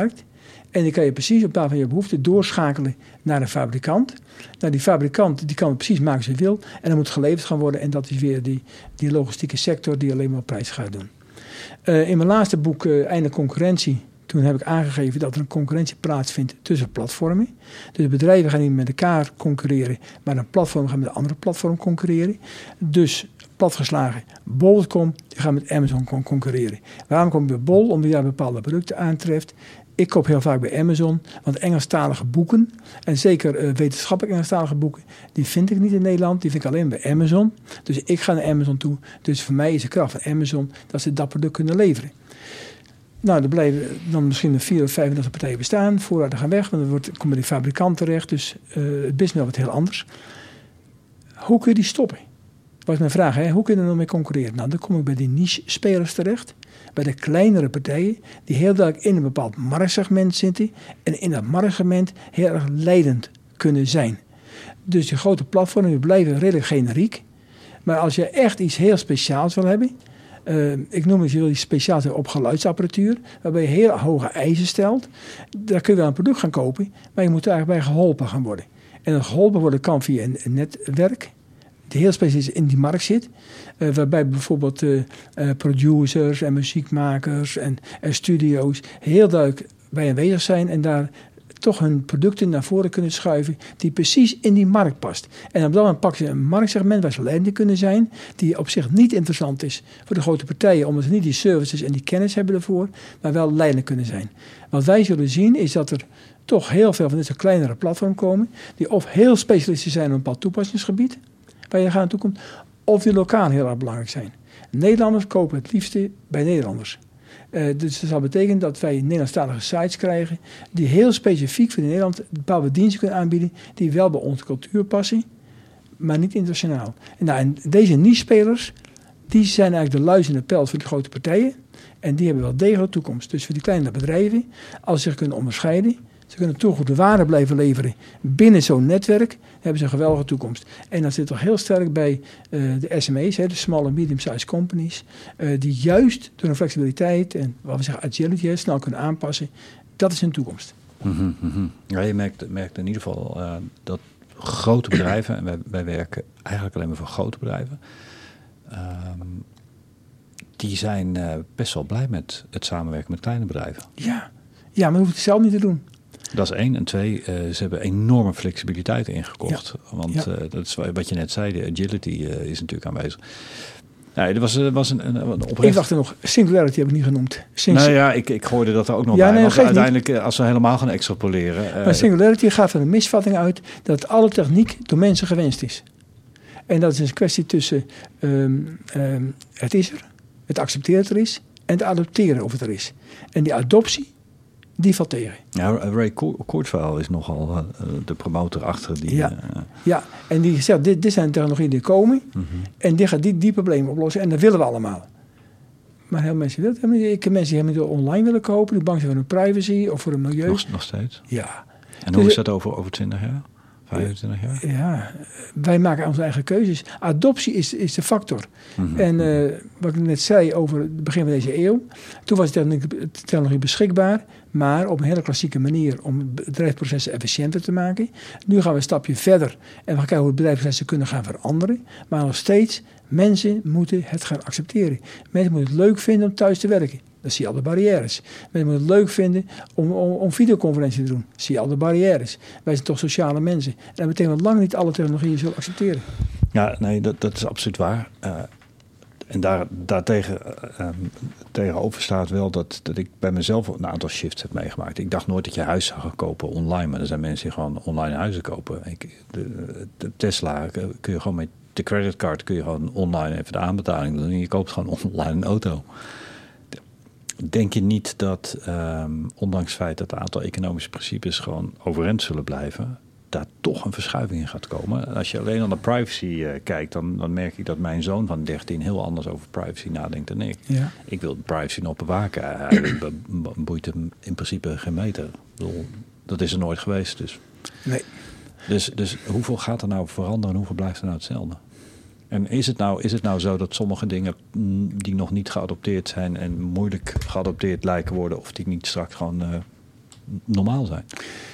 En die kan je precies op basis van je behoefte doorschakelen naar een fabrikant. Nou, die fabrikant die kan het precies maken zoals hij wil. En dan moet geleverd gaan worden. En dat is weer die, die logistieke sector die alleen maar op prijs gaat doen. Uh, in mijn laatste boek, uh, Einde Concurrentie, toen heb ik aangegeven dat er een concurrentie plaatsvindt tussen platformen. Dus bedrijven gaan niet met elkaar concurreren, maar een platform gaat met een andere platform concurreren. Dus platgeslagen, bol punt com die gaat met Amazon concurreren. Waarom kom ik bij Bol? Omdat je daar bepaalde producten aantreft. Ik koop heel vaak bij Amazon, want Engelstalige boeken, en zeker uh, wetenschappelijk Engelstalige boeken, die vind ik niet in Nederland, die vind ik alleen bij Amazon. Dus ik ga naar Amazon toe. Dus voor mij is de kracht van Amazon dat ze dat product kunnen leveren. Nou, er blijven dan misschien vier of vijfendertig partijen bestaan. Voorraden gaan weg, want dan wordt, komt bij de fabrikant terecht. Dus uh, het business wordt heel anders. Hoe kun je die stoppen? Dat was mijn vraag. Hè? Hoe kun je er nou mee concurreren? Nou, dan kom ik bij die niche-spelers terecht. Bij de kleinere partijen die heel duidelijk in een bepaald marktsegment zitten. En in dat marktsegment heel erg leidend kunnen zijn. Dus die grote platformen die blijven redelijk generiek. Maar als je echt iets heel speciaals wil hebben. Uh, ik noem het, je wil die speciaal zijn op geluidsapparatuur. Waarbij je heel hoge eisen stelt. Daar kun je wel een product gaan kopen. Maar je moet er eigenlijk bij geholpen gaan worden. En dat geholpen worden kan via een, een netwerk. Die heel specifiek in die markt zit. Uh, waarbij bijvoorbeeld uh, uh, producers en muziekmakers en, en studio's heel duidelijk bij aanwezig zijn. En daar toch hun producten naar voren kunnen schuiven die precies in die markt past. En op dat moment pakken ze een marktsegment waar ze leidend kunnen zijn, die op zich niet interessant is voor de grote partijen, omdat ze niet die services en die kennis hebben ervoor, maar wel leidend kunnen zijn. Wat wij zullen zien is dat er toch heel veel van deze kleinere platforms komen, die of heel specialistisch zijn op een bepaald toepassingsgebied, waar je aan toe komt, of die lokaal heel erg belangrijk zijn. Nederlanders kopen het liefste bij Nederlanders. Uh, dus dat zal betekenen dat wij Nederlandstalige sites krijgen die heel specifiek voor Nederland bepaalde diensten kunnen aanbieden die wel bij onze cultuur passen, maar niet internationaal. En, nou, en deze niche-spelers, die zijn eigenlijk de luis in de pels voor de grote partijen en die hebben wel degelijk toekomst. Dus voor die kleine bedrijven, als ze zich kunnen onderscheiden, ze kunnen toegevoegde waarde blijven leveren binnen zo'n netwerk, hebben ze een geweldige toekomst. En dat zit toch heel sterk bij uh, de S M E's, hè, de small and medium-sized companies, uh, die juist door hun flexibiliteit en wat we zeggen agility, hè, snel kunnen aanpassen. Dat is hun toekomst. Mm-hmm, mm-hmm. Ja, je merkt, merkt in ieder geval uh, dat grote bedrijven, en wij, wij werken eigenlijk alleen maar voor grote bedrijven, um, die zijn uh, best wel blij met het samenwerken met kleine bedrijven. Ja, ja maar je hoeft het zelf niet te doen. Dat is één. En twee, uh, ze hebben enorme flexibiliteit ingekocht. Ja. Want ja. uh, dat is wat je net zei, de agility uh, is natuurlijk aanwezig. Ja, er was, was een, een, een oprecht... Ik dacht er nog, singularity heb ik niet genoemd. Sing... Nou ja, ik, ik gooide dat er ook nog ja, bij. Nee, want uiteindelijk, niet. als we helemaal gaan extrapoleren... Uh, maar singularity gaat van de misvatting uit dat alle techniek door mensen gewenst is. En dat is een kwestie tussen um, um, het is er, het accepteren dat er is en het adopteren of het er is. En die adoptie, die valt tegen. Ja, Ray Kurzweil is nogal uh, de promotor achter die... Ja, uh, ja. En die zegt, dit, dit zijn technologieën die komen. Mm-hmm. En die gaat die, die problemen oplossen. En dat willen we allemaal. Maar heel mensen willen het helemaal niet. Ik heb mensen die helemaal online willen kopen. Die bang zijn voor hun privacy of voor hun milieu. Nog, nog steeds? Ja. En hoe dus, is dat over, over twintig jaar? vijfentwintig jaar? Ja, wij maken onze eigen keuzes. Adoptie is, is de factor. Mm-hmm. En uh, wat ik net zei over het begin van deze eeuw. Toen was de technologie beschikbaar. Maar op een hele klassieke manier om bedrijfsprocessen efficiënter te maken. Nu gaan we een stapje verder. En we gaan kijken hoe bedrijfsprocessen kunnen gaan veranderen. Maar nog steeds, mensen moeten het gaan accepteren. Mensen moeten het leuk vinden om thuis te werken. Dan zie je al de barrières. Mensen moeten het leuk vinden om, om, om videoconferentie te doen. Dan zie je al de barrières. Wij zijn toch sociale mensen. En dat betekent dat lang niet alle technologieën zullen accepteren. Ja, nee, dat, dat is absoluut waar. Uh, en daar, daartegen uh, tegenover staat wel dat, dat ik bij mezelf een aantal shifts heb meegemaakt. Ik dacht nooit dat je huis zou gaan kopen online. Maar er zijn mensen die gewoon online huizen kopen. Ik, de, de Tesla kun je gewoon met de creditcard kun je gewoon online even de aanbetaling doen. En je koopt gewoon online een auto. Denk je niet dat, um, ondanks het feit dat een aantal economische principes gewoon overeind zullen blijven, daar toch een verschuiving in gaat komen? Als je alleen naar de privacy uh, kijkt, dan, dan merk ik dat mijn zoon van dertien heel anders over privacy nadenkt dan ik. Ja. Ik wil privacy nog bewaken. Hij be, be, boeit hem in principe geen meter. Ik bedoel, dat is er nooit geweest. Dus. Nee. Dus, dus hoeveel gaat er nou veranderen en hoeveel blijft er nou hetzelfde? En is het, nou, is het nou zo dat sommige dingen die nog niet geadopteerd zijn en moeilijk geadopteerd lijken worden, of die niet straks gewoon uh, normaal zijn.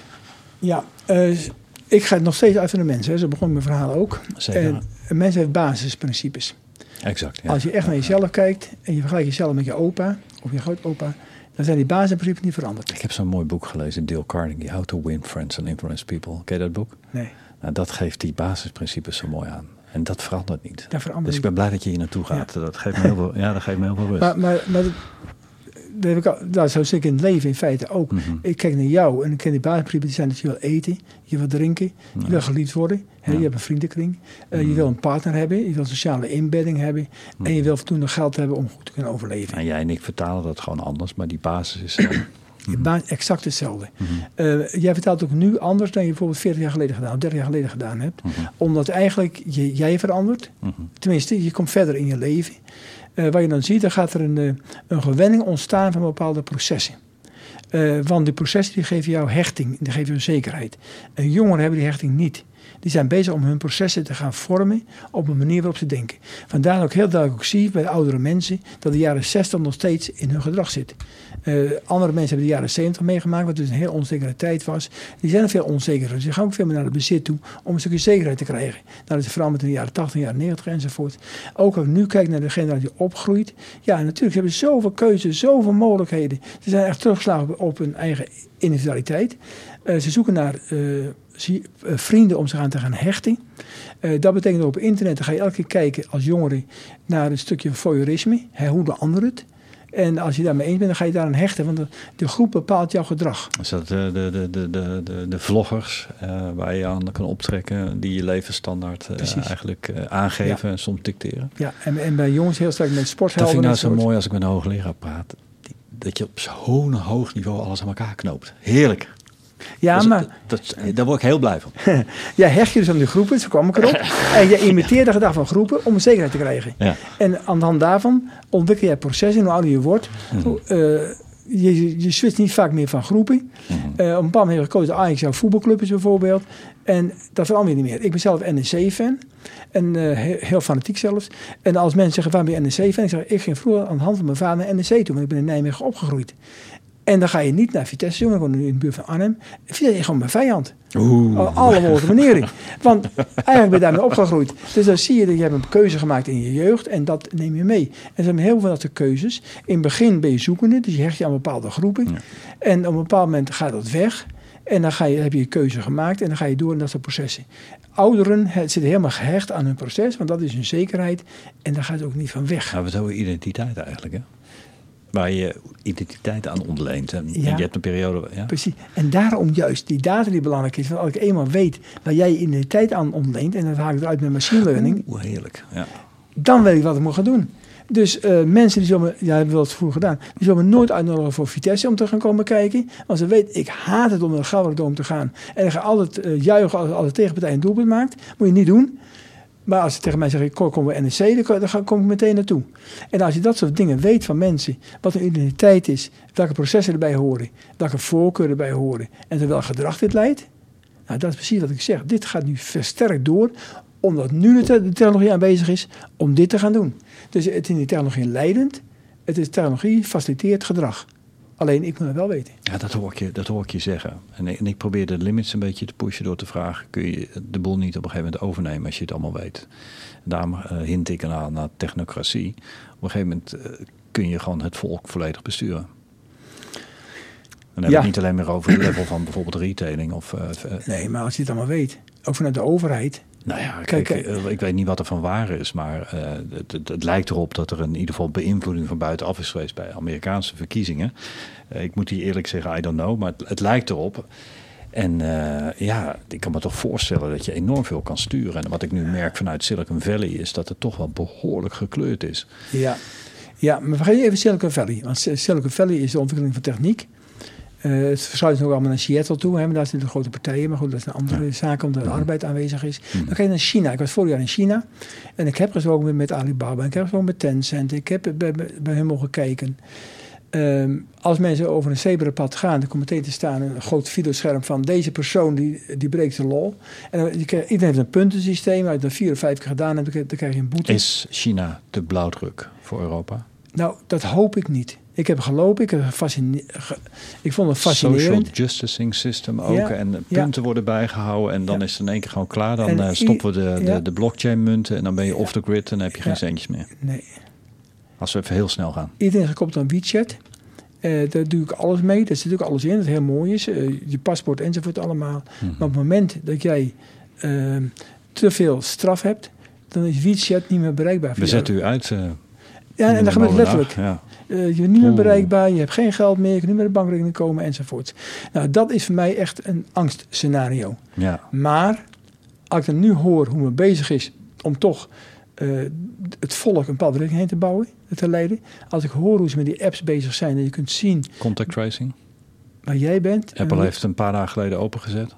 Ja, uh, ik ga het nog steeds uit van de mensen. Hè. Zo begon mijn verhaal ook. Zeker. En een mens heeft basisprincipes. Exact. Ja. Als je echt naar jezelf kijkt en je vergelijkt jezelf met je opa of je grootopa, dan zijn die basisprincipes niet veranderd. Ik heb zo'n mooi boek gelezen, Dale Carnegie, How to Win Friends and Influence People. Ken je dat boek? Nee. Nou, dat geeft die basisprincipes zo mooi aan. En dat verandert niet. Dat verandert dus ik ben blij dat je hier naartoe gaat. Ja. Dat geeft me heel veel, ja, dat geeft me heel veel rust. Maar, maar, maar dat, dat, heb ik al, dat zo zit ik in het leven in feite ook. Mm-hmm. Ik kijk naar jou en ik ken die basisprincipes. Die zijn dat je wil eten, je wil drinken, je ja. wil geliefd worden. Hè, ja. Je hebt een vriendenkring. Uh, mm. Je wil een partner hebben, je wil een sociale inbedding hebben. Mm. En je wil voldoende geld hebben om goed te kunnen overleven. En jij en ik vertalen dat gewoon anders, maar die basis is... Mm-hmm. Exact hetzelfde. Mm-hmm. Uh, jij vertelt ook nu anders dan je bijvoorbeeld veertig jaar geleden gedaan of dertig jaar geleden gedaan hebt. Mm-hmm. Omdat eigenlijk je, jij verandert. Mm-hmm. Tenminste, je komt verder in je leven. Uh, wat je dan ziet, dan gaat er een, een gewenning ontstaan van bepaalde processen. Uh, want die processen die geven jou hechting, die geven jou zekerheid. En jongeren hebben die hechting niet. Die zijn bezig om hun processen te gaan vormen op een manier waarop ze denken. Vandaar dat ik heel duidelijk ook zie bij de oudere mensen dat de jaren zestig nog steeds in hun gedrag zit. Uh, andere mensen hebben de jaren zeventig meegemaakt, wat dus een heel onzekere tijd was. Die zijn er veel onzekerder. Dus die gaan ook veel meer naar het bezit toe om een stukje zekerheid te krijgen. Nou, dat is vooral met de jaren tachtig, de jaren negentig enzovoort. Ook als ik nu kijk naar de generatie die opgroeit. Ja, natuurlijk, ze hebben zoveel keuzes, zoveel mogelijkheden. Ze zijn echt teruggeslagen op hun eigen individualiteit. Uh, ze zoeken naar uh, zie, uh, vrienden om zich aan te gaan hechten. Uh, dat betekent op internet, dan ga je elke keer kijken als jongere naar een stukje voyeurisme. Hè, hoe de ander het. En als je daarmee eens bent, dan ga je daaraan hechten. Want de, de groep bepaalt jouw gedrag. Is dat de, de, de, de, de, de vloggers uh, waar je aan kan optrekken, die je levensstandaard uh, eigenlijk uh, aangeven ja. en soms dicteren? Ja, en, en bij jongens heel sterk met sporthelden. Dat vind ik nou zo mooi als ik met een hoogleraar praat. Die, dat je op zo'n hoog niveau alles aan elkaar knoopt. Heerlijk. Ja, dus, maar... Dat, dat, daar word ik heel blij van. Jij hecht je dus aan die groepen, zo kwam ik erop. En je imiteert de gedrag van groepen om zekerheid te krijgen. Ja. En aan de hand daarvan ontwikkel jij processen. Hoe ouder je wordt, mm-hmm. uh, je, je switcht niet vaak meer van groepen. Mm-hmm. Uh, op een bepaald moment heb je gekozen, Ajax jouw voetbalclub is bijvoorbeeld. En dat verandert niet meer. Ik ben zelf N E C-fan. En uh, heel, heel fanatiek zelfs. En als mensen zeggen, waar ben je N E C-fan? Ik zeg, ik ging vroeger aan de hand van mijn vader naar N E C toe. Want ik ben in Nijmegen opgegroeid. En dan ga je niet naar Vitesse, jongen. Ik woon nu in de buurt van Arnhem. Vitesse is gewoon mijn vijand. Oeh. Alle mogelijke manieren. Want eigenlijk ben je daarmee opgegroeid. Dus dan zie je dat je hebt een keuze gemaakt in je jeugd. En dat neem je mee. En er zijn heel veel dat soort keuzes. In het begin ben je zoekende. Dus je hecht je aan bepaalde groepen. Ja. En op een bepaald moment gaat dat weg. En dan ga je, heb je je keuze gemaakt. En dan ga je door in dat soort processen. Ouderen zitten helemaal gehecht aan hun proces. Want dat is hun zekerheid. En daar gaat het ook niet van weg. Nou, wat hebben we identiteit eigenlijk, hè? Waar je identiteit aan ontleent. En, ja, en je hebt een periode... Ja? Precies. En daarom juist die data die belangrijk is. Want als ik eenmaal weet waar jij je identiteit aan ontleent. En dat haal ik eruit met machine learning. Oeh, heerlijk. Ja. Dan weet ik wat ik moet gaan doen. Dus uh, mensen die zullen me, ja, hebben we dat vroeger gedaan. Die zullen me nooit uitnodigen voor Vitesse om te gaan komen kijken. Want ze weten, ik haat het om naar de Gelderdoom te gaan. En ik ga altijd uh, juichen als, als de tegenpartij een doelpunt maakt. Moet je niet doen. Maar als ze tegen mij zeggen, kom bij N E C, dan, dan kom ik meteen naartoe. En als je dat soort dingen weet van mensen, wat hun identiteit is, welke processen erbij horen, welke voorkeuren erbij horen en tot welk gedrag dit leidt, nou, dat is precies wat ik zeg. Dit gaat nu versterkt door, omdat nu de, de technologie aanwezig is om dit te gaan doen. Dus het is niet technologie leidend, het is technologie faciliteert gedrag. Alleen, ik moet het wel weten. Ja, dat hoor ik je, dat hoor ik je zeggen. En, en ik probeer de limits een beetje te pushen door te vragen, kun je de boel niet op een gegeven moment overnemen als je het allemaal weet. En daarom uh, hint ik aan naar technocratie. Op een gegeven moment uh, kun je gewoon het volk volledig besturen. Dan heb ja. ik niet alleen meer over het level van bijvoorbeeld retailing. Of, uh, nee, maar als je het allemaal weet, ook vanuit de overheid. Nou ja, kijk, kijk uh, ik weet niet wat er van waar is, maar uh, het, het, het lijkt erop dat er in ieder geval beïnvloeding van buitenaf is geweest bij Amerikaanse verkiezingen. Uh, ik moet hier eerlijk zeggen, I don't know, maar het, het lijkt erop. En uh, ja, ik kan me toch voorstellen dat je enorm veel kan sturen. En wat ik nu merk vanuit Silicon Valley is dat het toch wel behoorlijk gekleurd is. Ja, ja, maar vergeet even Silicon Valley. Want Silicon Valley is de ontwikkeling van techniek. Uh, het verschuift ook allemaal naar Seattle toe. Hè, maar daar zitten de grote partijen. Maar goed, dat is een andere ja. zaak omdat de ja. arbeid aanwezig is. Ja. Dan ga je naar China. Ik was vorig jaar in China. En ik heb gesproken met Alibaba. Ik heb gesproken met Tencent. Ik heb bij, bij, bij hen mogen kijken. Um, als mensen over een zebrapad gaan, dan komt meteen te staan een groot videoscherm van deze persoon die, die breekt de law. En dan, iedereen heeft een puntensysteem. Als je dat vier of vijf keer gedaan hebt, dan krijg je een boete. Is China te blauwdruk voor Europa? Nou, dat hoop ik niet. Ik heb gelopen, ik, heb fascine- ge- ik vond het fascinerend. Social justicing system ook. Ja, En ja. punten worden bijgehouden. En dan Ja. is het in één keer gewoon klaar. Dan En uh, i- stoppen we de, de, ja. de blockchain munten. En dan ben je off the grid en dan heb je geen Ja. centjes meer. Nee. Als we even heel snel gaan. Iedereen is gekoppeld aan WeChat. Uh, daar doe ik alles mee. Daar zit natuurlijk alles in, dat heel mooi is. Uh, je paspoort enzovoort allemaal. Mm-hmm. Maar op het moment dat jij uh, te veel straf hebt, dan is WeChat niet meer bereikbaar. We zetten u uit. Uh, ja, en dat gebeurt letterlijk. Ja. Uh, je bent niet meer Oeh. bereikbaar, je hebt geen geld meer, je kunt niet meer de bankrekening komen enzovoort. Nou, dat is voor mij echt een angstscenario. Ja. Maar als ik dan nu hoor hoe men bezig is om toch uh, het volk een bepaalde richting heen te bouwen, te leiden. Als ik hoor hoe ze met die apps bezig zijn en je kunt zien Contact tracing. waar jij bent. Apple en, heeft een paar dagen geleden opengezet.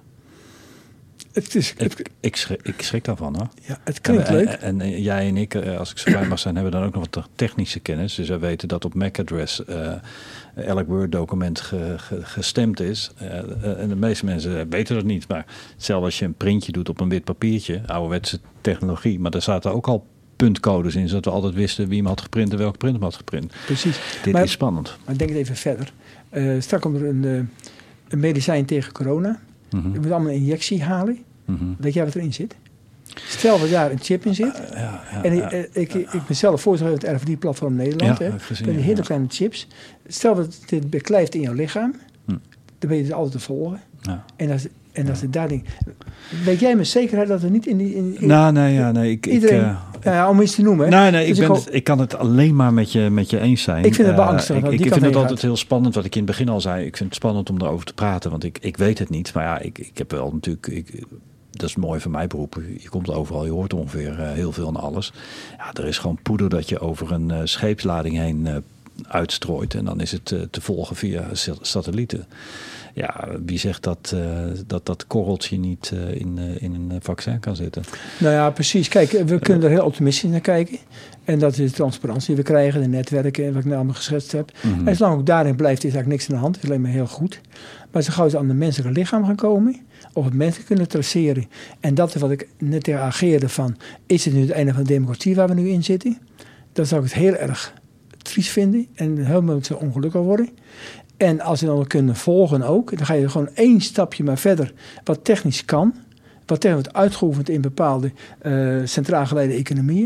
Het, is, het, Ik, ik, schrik, ik schrik daarvan hoor. ja, het klinkt en, leuk. En, en jij en ik, als ik zo blij mag zijn, hebben dan ook nog wat technische kennis. Dus wij weten dat op MAC-adres uh, elk Word-document ge, ge, gestemd is. Uh, uh, en de meeste mensen weten dat niet. Maar hetzelfde als je een printje doet op een wit papiertje, ouderwetse technologie. Maar daar zaten ook al puntcodes in, zodat we altijd wisten wie hem had geprint en welke print hem had geprint. Precies. Dit maar, is spannend. Maar denk het even verder. Uh, straks komt er een, uh, een medicijn tegen corona. Mm-hmm. Je moet allemaal een injectie halen. Mm-hmm. Weet jij wat erin zit? Stel dat daar een chip in zit. Uh, ja, ja, en ik, ja. ik, ik, ik ben zelf voorzitter van het R F D-platform Nederland. Ja, hè. gezien, Met die hele ja. kleine chips. Stel dat dit beklijft in jouw lichaam. Hm. Dan ben je dus altijd te volgen. Ja. En als, en als het daar ding... Weet jij met zekerheid dat er niet in die... In, in, Nou, nee, ja, nee. Ik, iedereen... ik, uh, nou ja, om iets te noemen. Hè. Nee, nee, Dus ik, ben ik, het, ik kan het alleen maar met je, met je eens zijn. Ik vind het Uh, beangstigend. ik die ik kant vind het heen altijd gaat. heel spannend, wat ik in het begin al zei. Ik vind het spannend om daarover te praten, want ik, ik weet het niet. Maar ja, ik, ik heb wel natuurlijk... Ik, dat is mooi van mijn beroep. Je komt overal, je hoort ongeveer uh, heel veel en alles. Ja, er is gewoon poeder dat je over een uh, scheepslading heen uh, uitstrooit. En dan is het uh, te volgen via satellieten. Ja, wie zegt dat uh, dat, dat korreltje niet uh, in, uh, in een vaccin kan zitten? Nou ja, precies. Kijk, we kunnen er heel optimistisch naar kijken. En dat is de transparantie die we krijgen, de netwerken, wat ik nou allemaal geschetst heb. Mm-hmm. En zolang ook daarin blijft, is eigenlijk niks aan de hand. Het is alleen maar heel goed. Maar zo gauw ze aan het menselijke lichaam gaan komen, of het mensen kunnen traceren. En dat is wat ik net tegen ageerde van, is het nu het einde van de democratie waar we nu in zitten? Dan zou ik het heel erg triest vinden en heel mensen ongelukkig worden. En als ze dan ook kunnen volgen ook, dan ga je gewoon één stapje maar verder wat technisch kan. Wat technisch wordt uitgeoefend in bepaalde uh, centraal geleide economieën.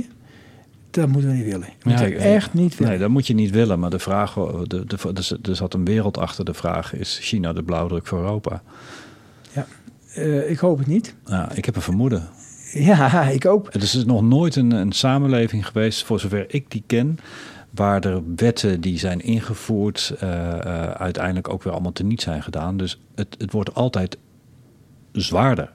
Dat moeten we niet willen. Dat moeten Ja, we echt niet willen. Nee, dat moet je niet willen. Maar de vraag, de, de, de, er zat een wereld achter de vraag, is China de blauwdruk voor Europa? Ja, uh, ik hoop het niet. Ja, ik heb een vermoeden. Ja, ik ook. Het is nog nooit een, een samenleving geweest, voor zover ik die ken, waar er wetten die zijn ingevoerd uh, uh, uiteindelijk ook weer allemaal teniet zijn gedaan. Dus het, het wordt altijd zwaarder.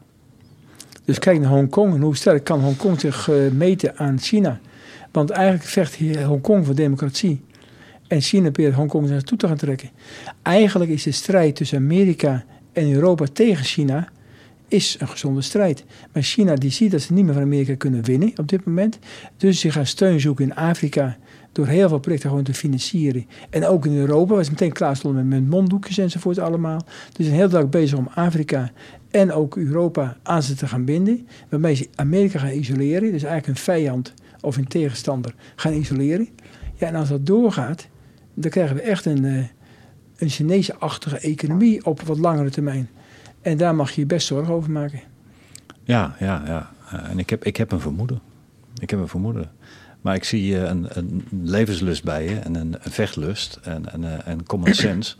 Dus kijk naar Hongkong en hoe sterk kan Hongkong zich uh, meten aan China. Want eigenlijk vecht hier Hongkong voor democratie. En China probeert Hongkong naar toe te gaan trekken. Eigenlijk is de strijd tussen Amerika en Europa tegen China is een gezonde strijd. Maar China die ziet dat ze niet meer van Amerika kunnen winnen op dit moment. Dus ze gaan steun zoeken in Afrika door heel veel projecten gewoon te financieren. En ook in Europa, waar ze meteen klaar stonden met, met monddoekjes enzovoort allemaal. Dus ze zijn heel duidelijk bezig om Afrika en ook Europa aan ze te gaan binden. Waarmee ze Amerika gaan isoleren. Dus eigenlijk een vijand of een tegenstander gaan isoleren. Ja, en als dat doorgaat, dan krijgen we echt een, uh, een Chinese-achtige economie op wat langere termijn. En daar mag je je best zorgen over maken. Ja, ja, ja. Uh, en ik heb, ik heb een vermoeden. Ik heb een vermoeden. Maar ik zie uh, een, een levenslust bij je en een, een vechtlust en, en, uh, en common sense.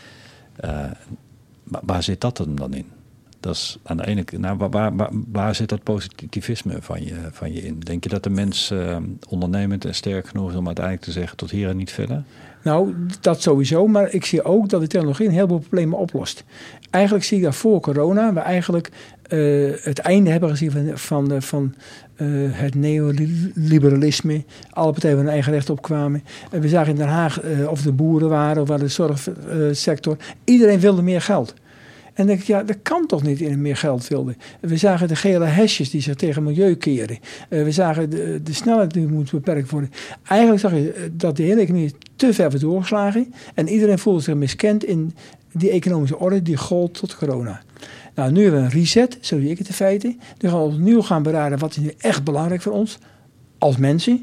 Uh, waar, waar zit dat dan in? Dat is aan de ene kant, nou, waar, waar, waar, waar zit dat positivisme van je, van je in? Denk je dat de mens uh, ondernemend en sterk genoeg is om uiteindelijk te zeggen tot hier en niet verder? Nou, dat sowieso, maar ik zie ook dat de technologie een heleboel problemen oplost. Eigenlijk zie ik dat voor corona, we eigenlijk uh, het einde hebben gezien van, van, van uh, het neoliberalisme. Alle partijen van hun eigen recht opkwamen. En we zagen in Den Haag, uh, of de boeren waren, of waar de zorgsector. Iedereen wilde meer geld. En dan denk ik, ja, dat kan toch niet in een meer geld wilden. We zagen de gele hesjes die zich tegen milieu keren. Uh, we zagen de, de snelheid die moet beperkt worden. Eigenlijk zag je dat de hele economie te ver was doorgeslagen. En iedereen voelde zich miskend in die economische orde die gold tot corona. Nou, nu hebben we een reset, zo zie ik het in feite. Nu gaan we opnieuw gaan beraden wat is nu echt belangrijk voor ons als mensen.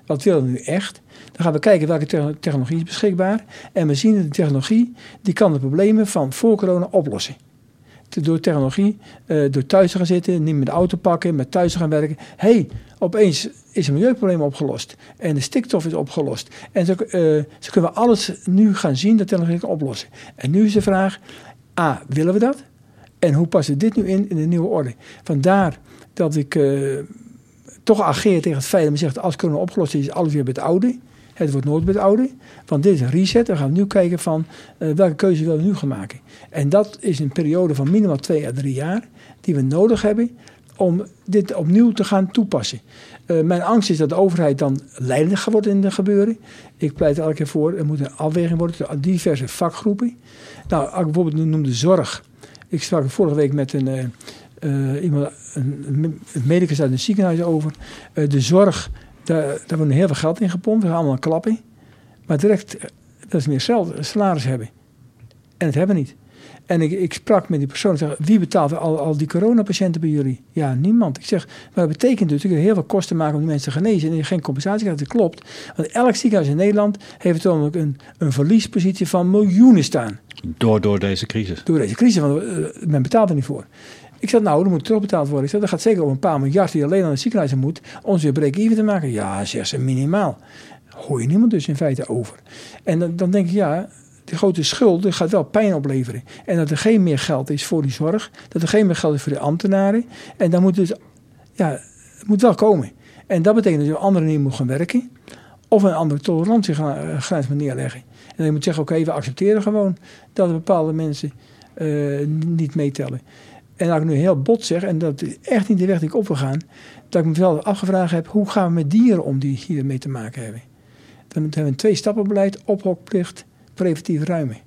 Wat willen we nu echt? Dan gaan we kijken welke te- technologie is beschikbaar. En we zien dat de technologie, die kan de problemen van voor corona oplossen. Door technologie, uh, door thuis te gaan zitten, niet met de auto pakken, met thuis te gaan werken. Hé, hey, opeens is een milieuprobleem opgelost. En de stikstof is opgelost. En zo, uh, zo kunnen we alles nu gaan zien dat technologie kan oplossen. En nu is de vraag, A, willen we dat? En hoe passen we dit nu in, in de nieuwe orde? Vandaar dat ik uh, toch ageer tegen het feit dat men zegt, als corona opgelost is, is alles weer bij het oude. Het wordt nooit bij het oude. Want dit is een reset. Dan gaan we nu kijken van uh, welke keuze willen we nu gaan maken. En dat is een periode van minimaal twee à drie jaar die we nodig hebben om dit opnieuw te gaan toepassen. Uh, mijn angst is dat de overheid dan leidend gaat worden in het gebeuren. Ik pleit elke keer voor, er moet een afweging worden tussen diverse vakgroepen. Nou, als ik bijvoorbeeld noemde zorg. Ik sprak vorige week met een, uh, uh, iemand, een, een medicus uit een ziekenhuis over. Uh, de zorg, daar, daar wordt heel veel geld in gepompt. Dat is allemaal een klappen. Maar direct, dat is meer salaris hebben. En het hebben niet. En ik, ik sprak met die persoon en zeg, wie betaalt al, al die coronapatiënten bij jullie? Ja, niemand. Ik zeg, maar dat betekent dus dat je heel veel kosten maken om die mensen te genezen en je geen compensatie krijgt. Dat klopt. Want elk ziekenhuis in Nederland heeft toch een, een verliespositie van miljoenen staan. Door, door deze crisis? Door deze crisis, want uh, men betaalt er niet voor. Ik zeg, nou, er moet terugbetaald worden. Ik zeg, dat gaat zeker om een paar miljard die alleen aan de ziekenhuizen moet, om ze weer break-even te maken. Ja, zegt ze, minimaal. Hoor je niemand dus in feite over. En dan, dan denk ik, ja, die grote schuld gaat wel pijn opleveren. En dat er geen meer geld is voor die zorg. Dat er geen meer geld is voor de ambtenaren. En dan moet dus, ja, het moet wel komen. En dat betekent dat je op andere manier moet gaan werken. Of een andere tolerantiegrens moet neerleggen. En dan moet je zeggen, oké, okay, we accepteren gewoon dat bepaalde mensen uh, niet meetellen. En als ik nu heel bot zeg, en dat is echt niet de weg die ik op wil gaan, dat ik me wel afgevraagd heb, hoe gaan we met dieren om die hiermee te maken hebben? Dan hebben we een twee-stappenbeleid, ophokplicht, preventief ruimen.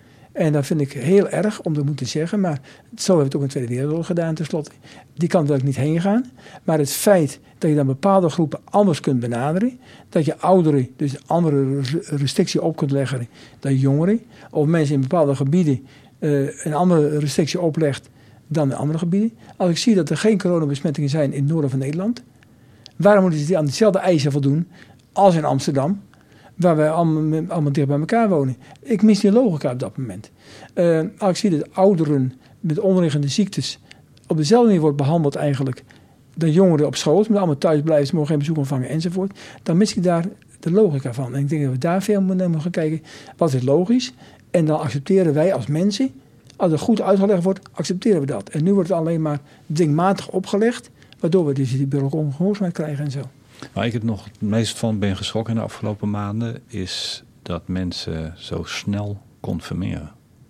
En dat vind ik heel erg om dat moeten zeggen, maar zo hebben we het ook in de Tweede Wereldoorlog gedaan tenslotte. Die kant wil ik niet heen gaan. Maar het feit dat je dan bepaalde groepen anders kunt benaderen, dat je ouderen dus een andere restrictie op kunt leggen dan jongeren, of mensen in bepaalde gebieden uh, een andere restrictie oplegt dan in andere gebieden. Als ik zie dat er geen coronabesmettingen zijn in het noorden van Nederland, waarom moeten ze aan dezelfde eisen voldoen als in Amsterdam, waar wij allemaal, allemaal dicht bij elkaar wonen? Ik mis die logica op dat moment. Uh, als ik zie dat ouderen met onderliggende ziektes op dezelfde manier wordt behandeld eigenlijk dan jongeren op school, met allemaal thuis blijven, ze mogen geen bezoek ontvangen enzovoort, dan mis ik daar de logica van. En ik denk dat we daar veel naar moeten gaan kijken. Wat is logisch? En dan accepteren wij als mensen, als het goed uitgelegd wordt, accepteren we dat. En nu wordt het alleen maar dingmatig opgelegd, waardoor we dus die burgerongehoorzaamheid krijgen en zo. Waar ik het nog het meest van ben geschrokken in de afgelopen maanden, is dat mensen zo snel conformeren.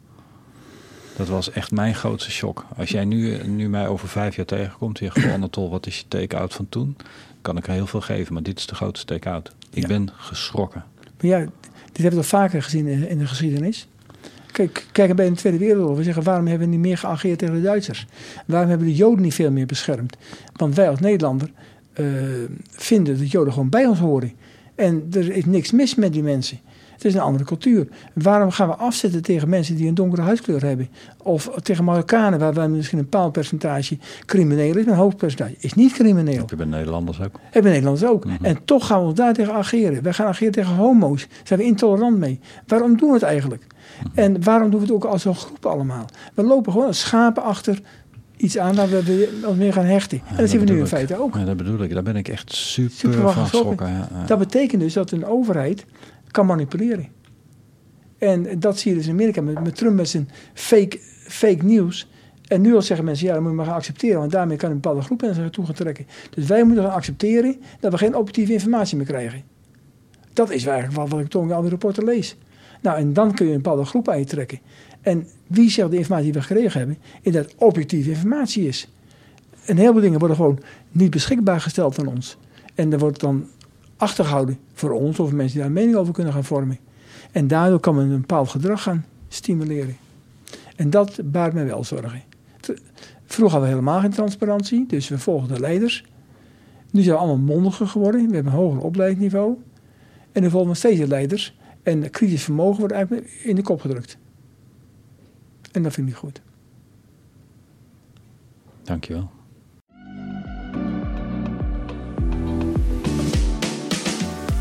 Dat was echt mijn grootste shock. Als jij nu, nu mij over vijf jaar tegenkomt en je zegt, Anatol, wat is je take-out van toen? Kan ik er heel veel geven, maar dit is de grootste take-out. Ik ja. ben geschrokken. Maar ja, dit hebben we al vaker gezien in, in de geschiedenis. Kijk, kijk bij de Tweede Wereldoorlog. We zeggen, waarom hebben we niet meer geageerd tegen de Duitsers? Waarom hebben de Joden niet veel meer beschermd? Want wij als Nederlander uh, vinden dat Joden gewoon bij ons horen. En er is niks mis met die mensen. Het is een andere cultuur. Waarom gaan we afzetten tegen mensen die een donkere huidskleur hebben? Of tegen Marokkanen, waar we misschien een bepaald percentage crimineel is, maar een hoog percentage is niet crimineel. Heb je bij Nederlanders ook? Heb je bij Nederlanders ook. Mm-hmm. En toch gaan we ons daar tegen ageren. Wij gaan ageren tegen homo's. Daar zijn we intolerant mee. Waarom doen we het eigenlijk? Mm-hmm. En waarom doen we het ook als een groep allemaal? We lopen gewoon als schapen achter iets aan waar we ons meer gaan hechten. Ja, en dat, dat zien we nu in feite ook. Ja, dat bedoel ik. Daar ben ik echt super, super van geschrokken. Ja, ja. Dat betekent dus dat een overheid kan manipuleren. En dat zie je dus in Amerika met, met Trump met zijn fake, fake nieuws. En nu al zeggen mensen, ja, dat moet je maar gaan accepteren, want daarmee kan een bepaalde groep mensen naartoe gaan trekken. Dus wij moeten gaan accepteren dat we geen objectieve informatie meer krijgen. Dat is eigenlijk wat, wat ik toch in al die rapporten lees. Nou, en dan kun je een bepaalde groep aan je trekken. En wie zegt de informatie die we gekregen hebben, is dat objectieve informatie is. En heel veel dingen worden gewoon niet beschikbaar gesteld aan ons. En er wordt dan achtergehouden voor ons of mensen die daar een mening over kunnen gaan vormen. En daardoor kan men een bepaald gedrag gaan stimuleren. En dat baart mij wel zorgen. Vroeger hadden we helemaal geen transparantie, dus we volgen de leiders. Nu zijn we allemaal mondiger geworden, we hebben een hoger opleidingsniveau. En nu volgen we steeds de leiders. En kritisch vermogen wordt eigenlijk in de kop gedrukt. En dat vind ik niet goed. Dankjewel.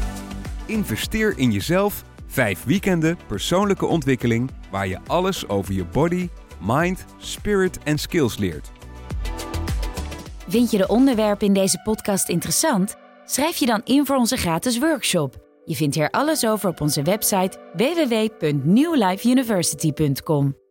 Investeer in jezelf. Vijf weekenden persoonlijke ontwikkeling waar je alles over je body, mind, spirit en skills leert. Vind je de onderwerpen in deze podcast interessant? Schrijf je dan in voor onze gratis workshop. Je vindt hier alles over op onze website w w w punt new life university punt com.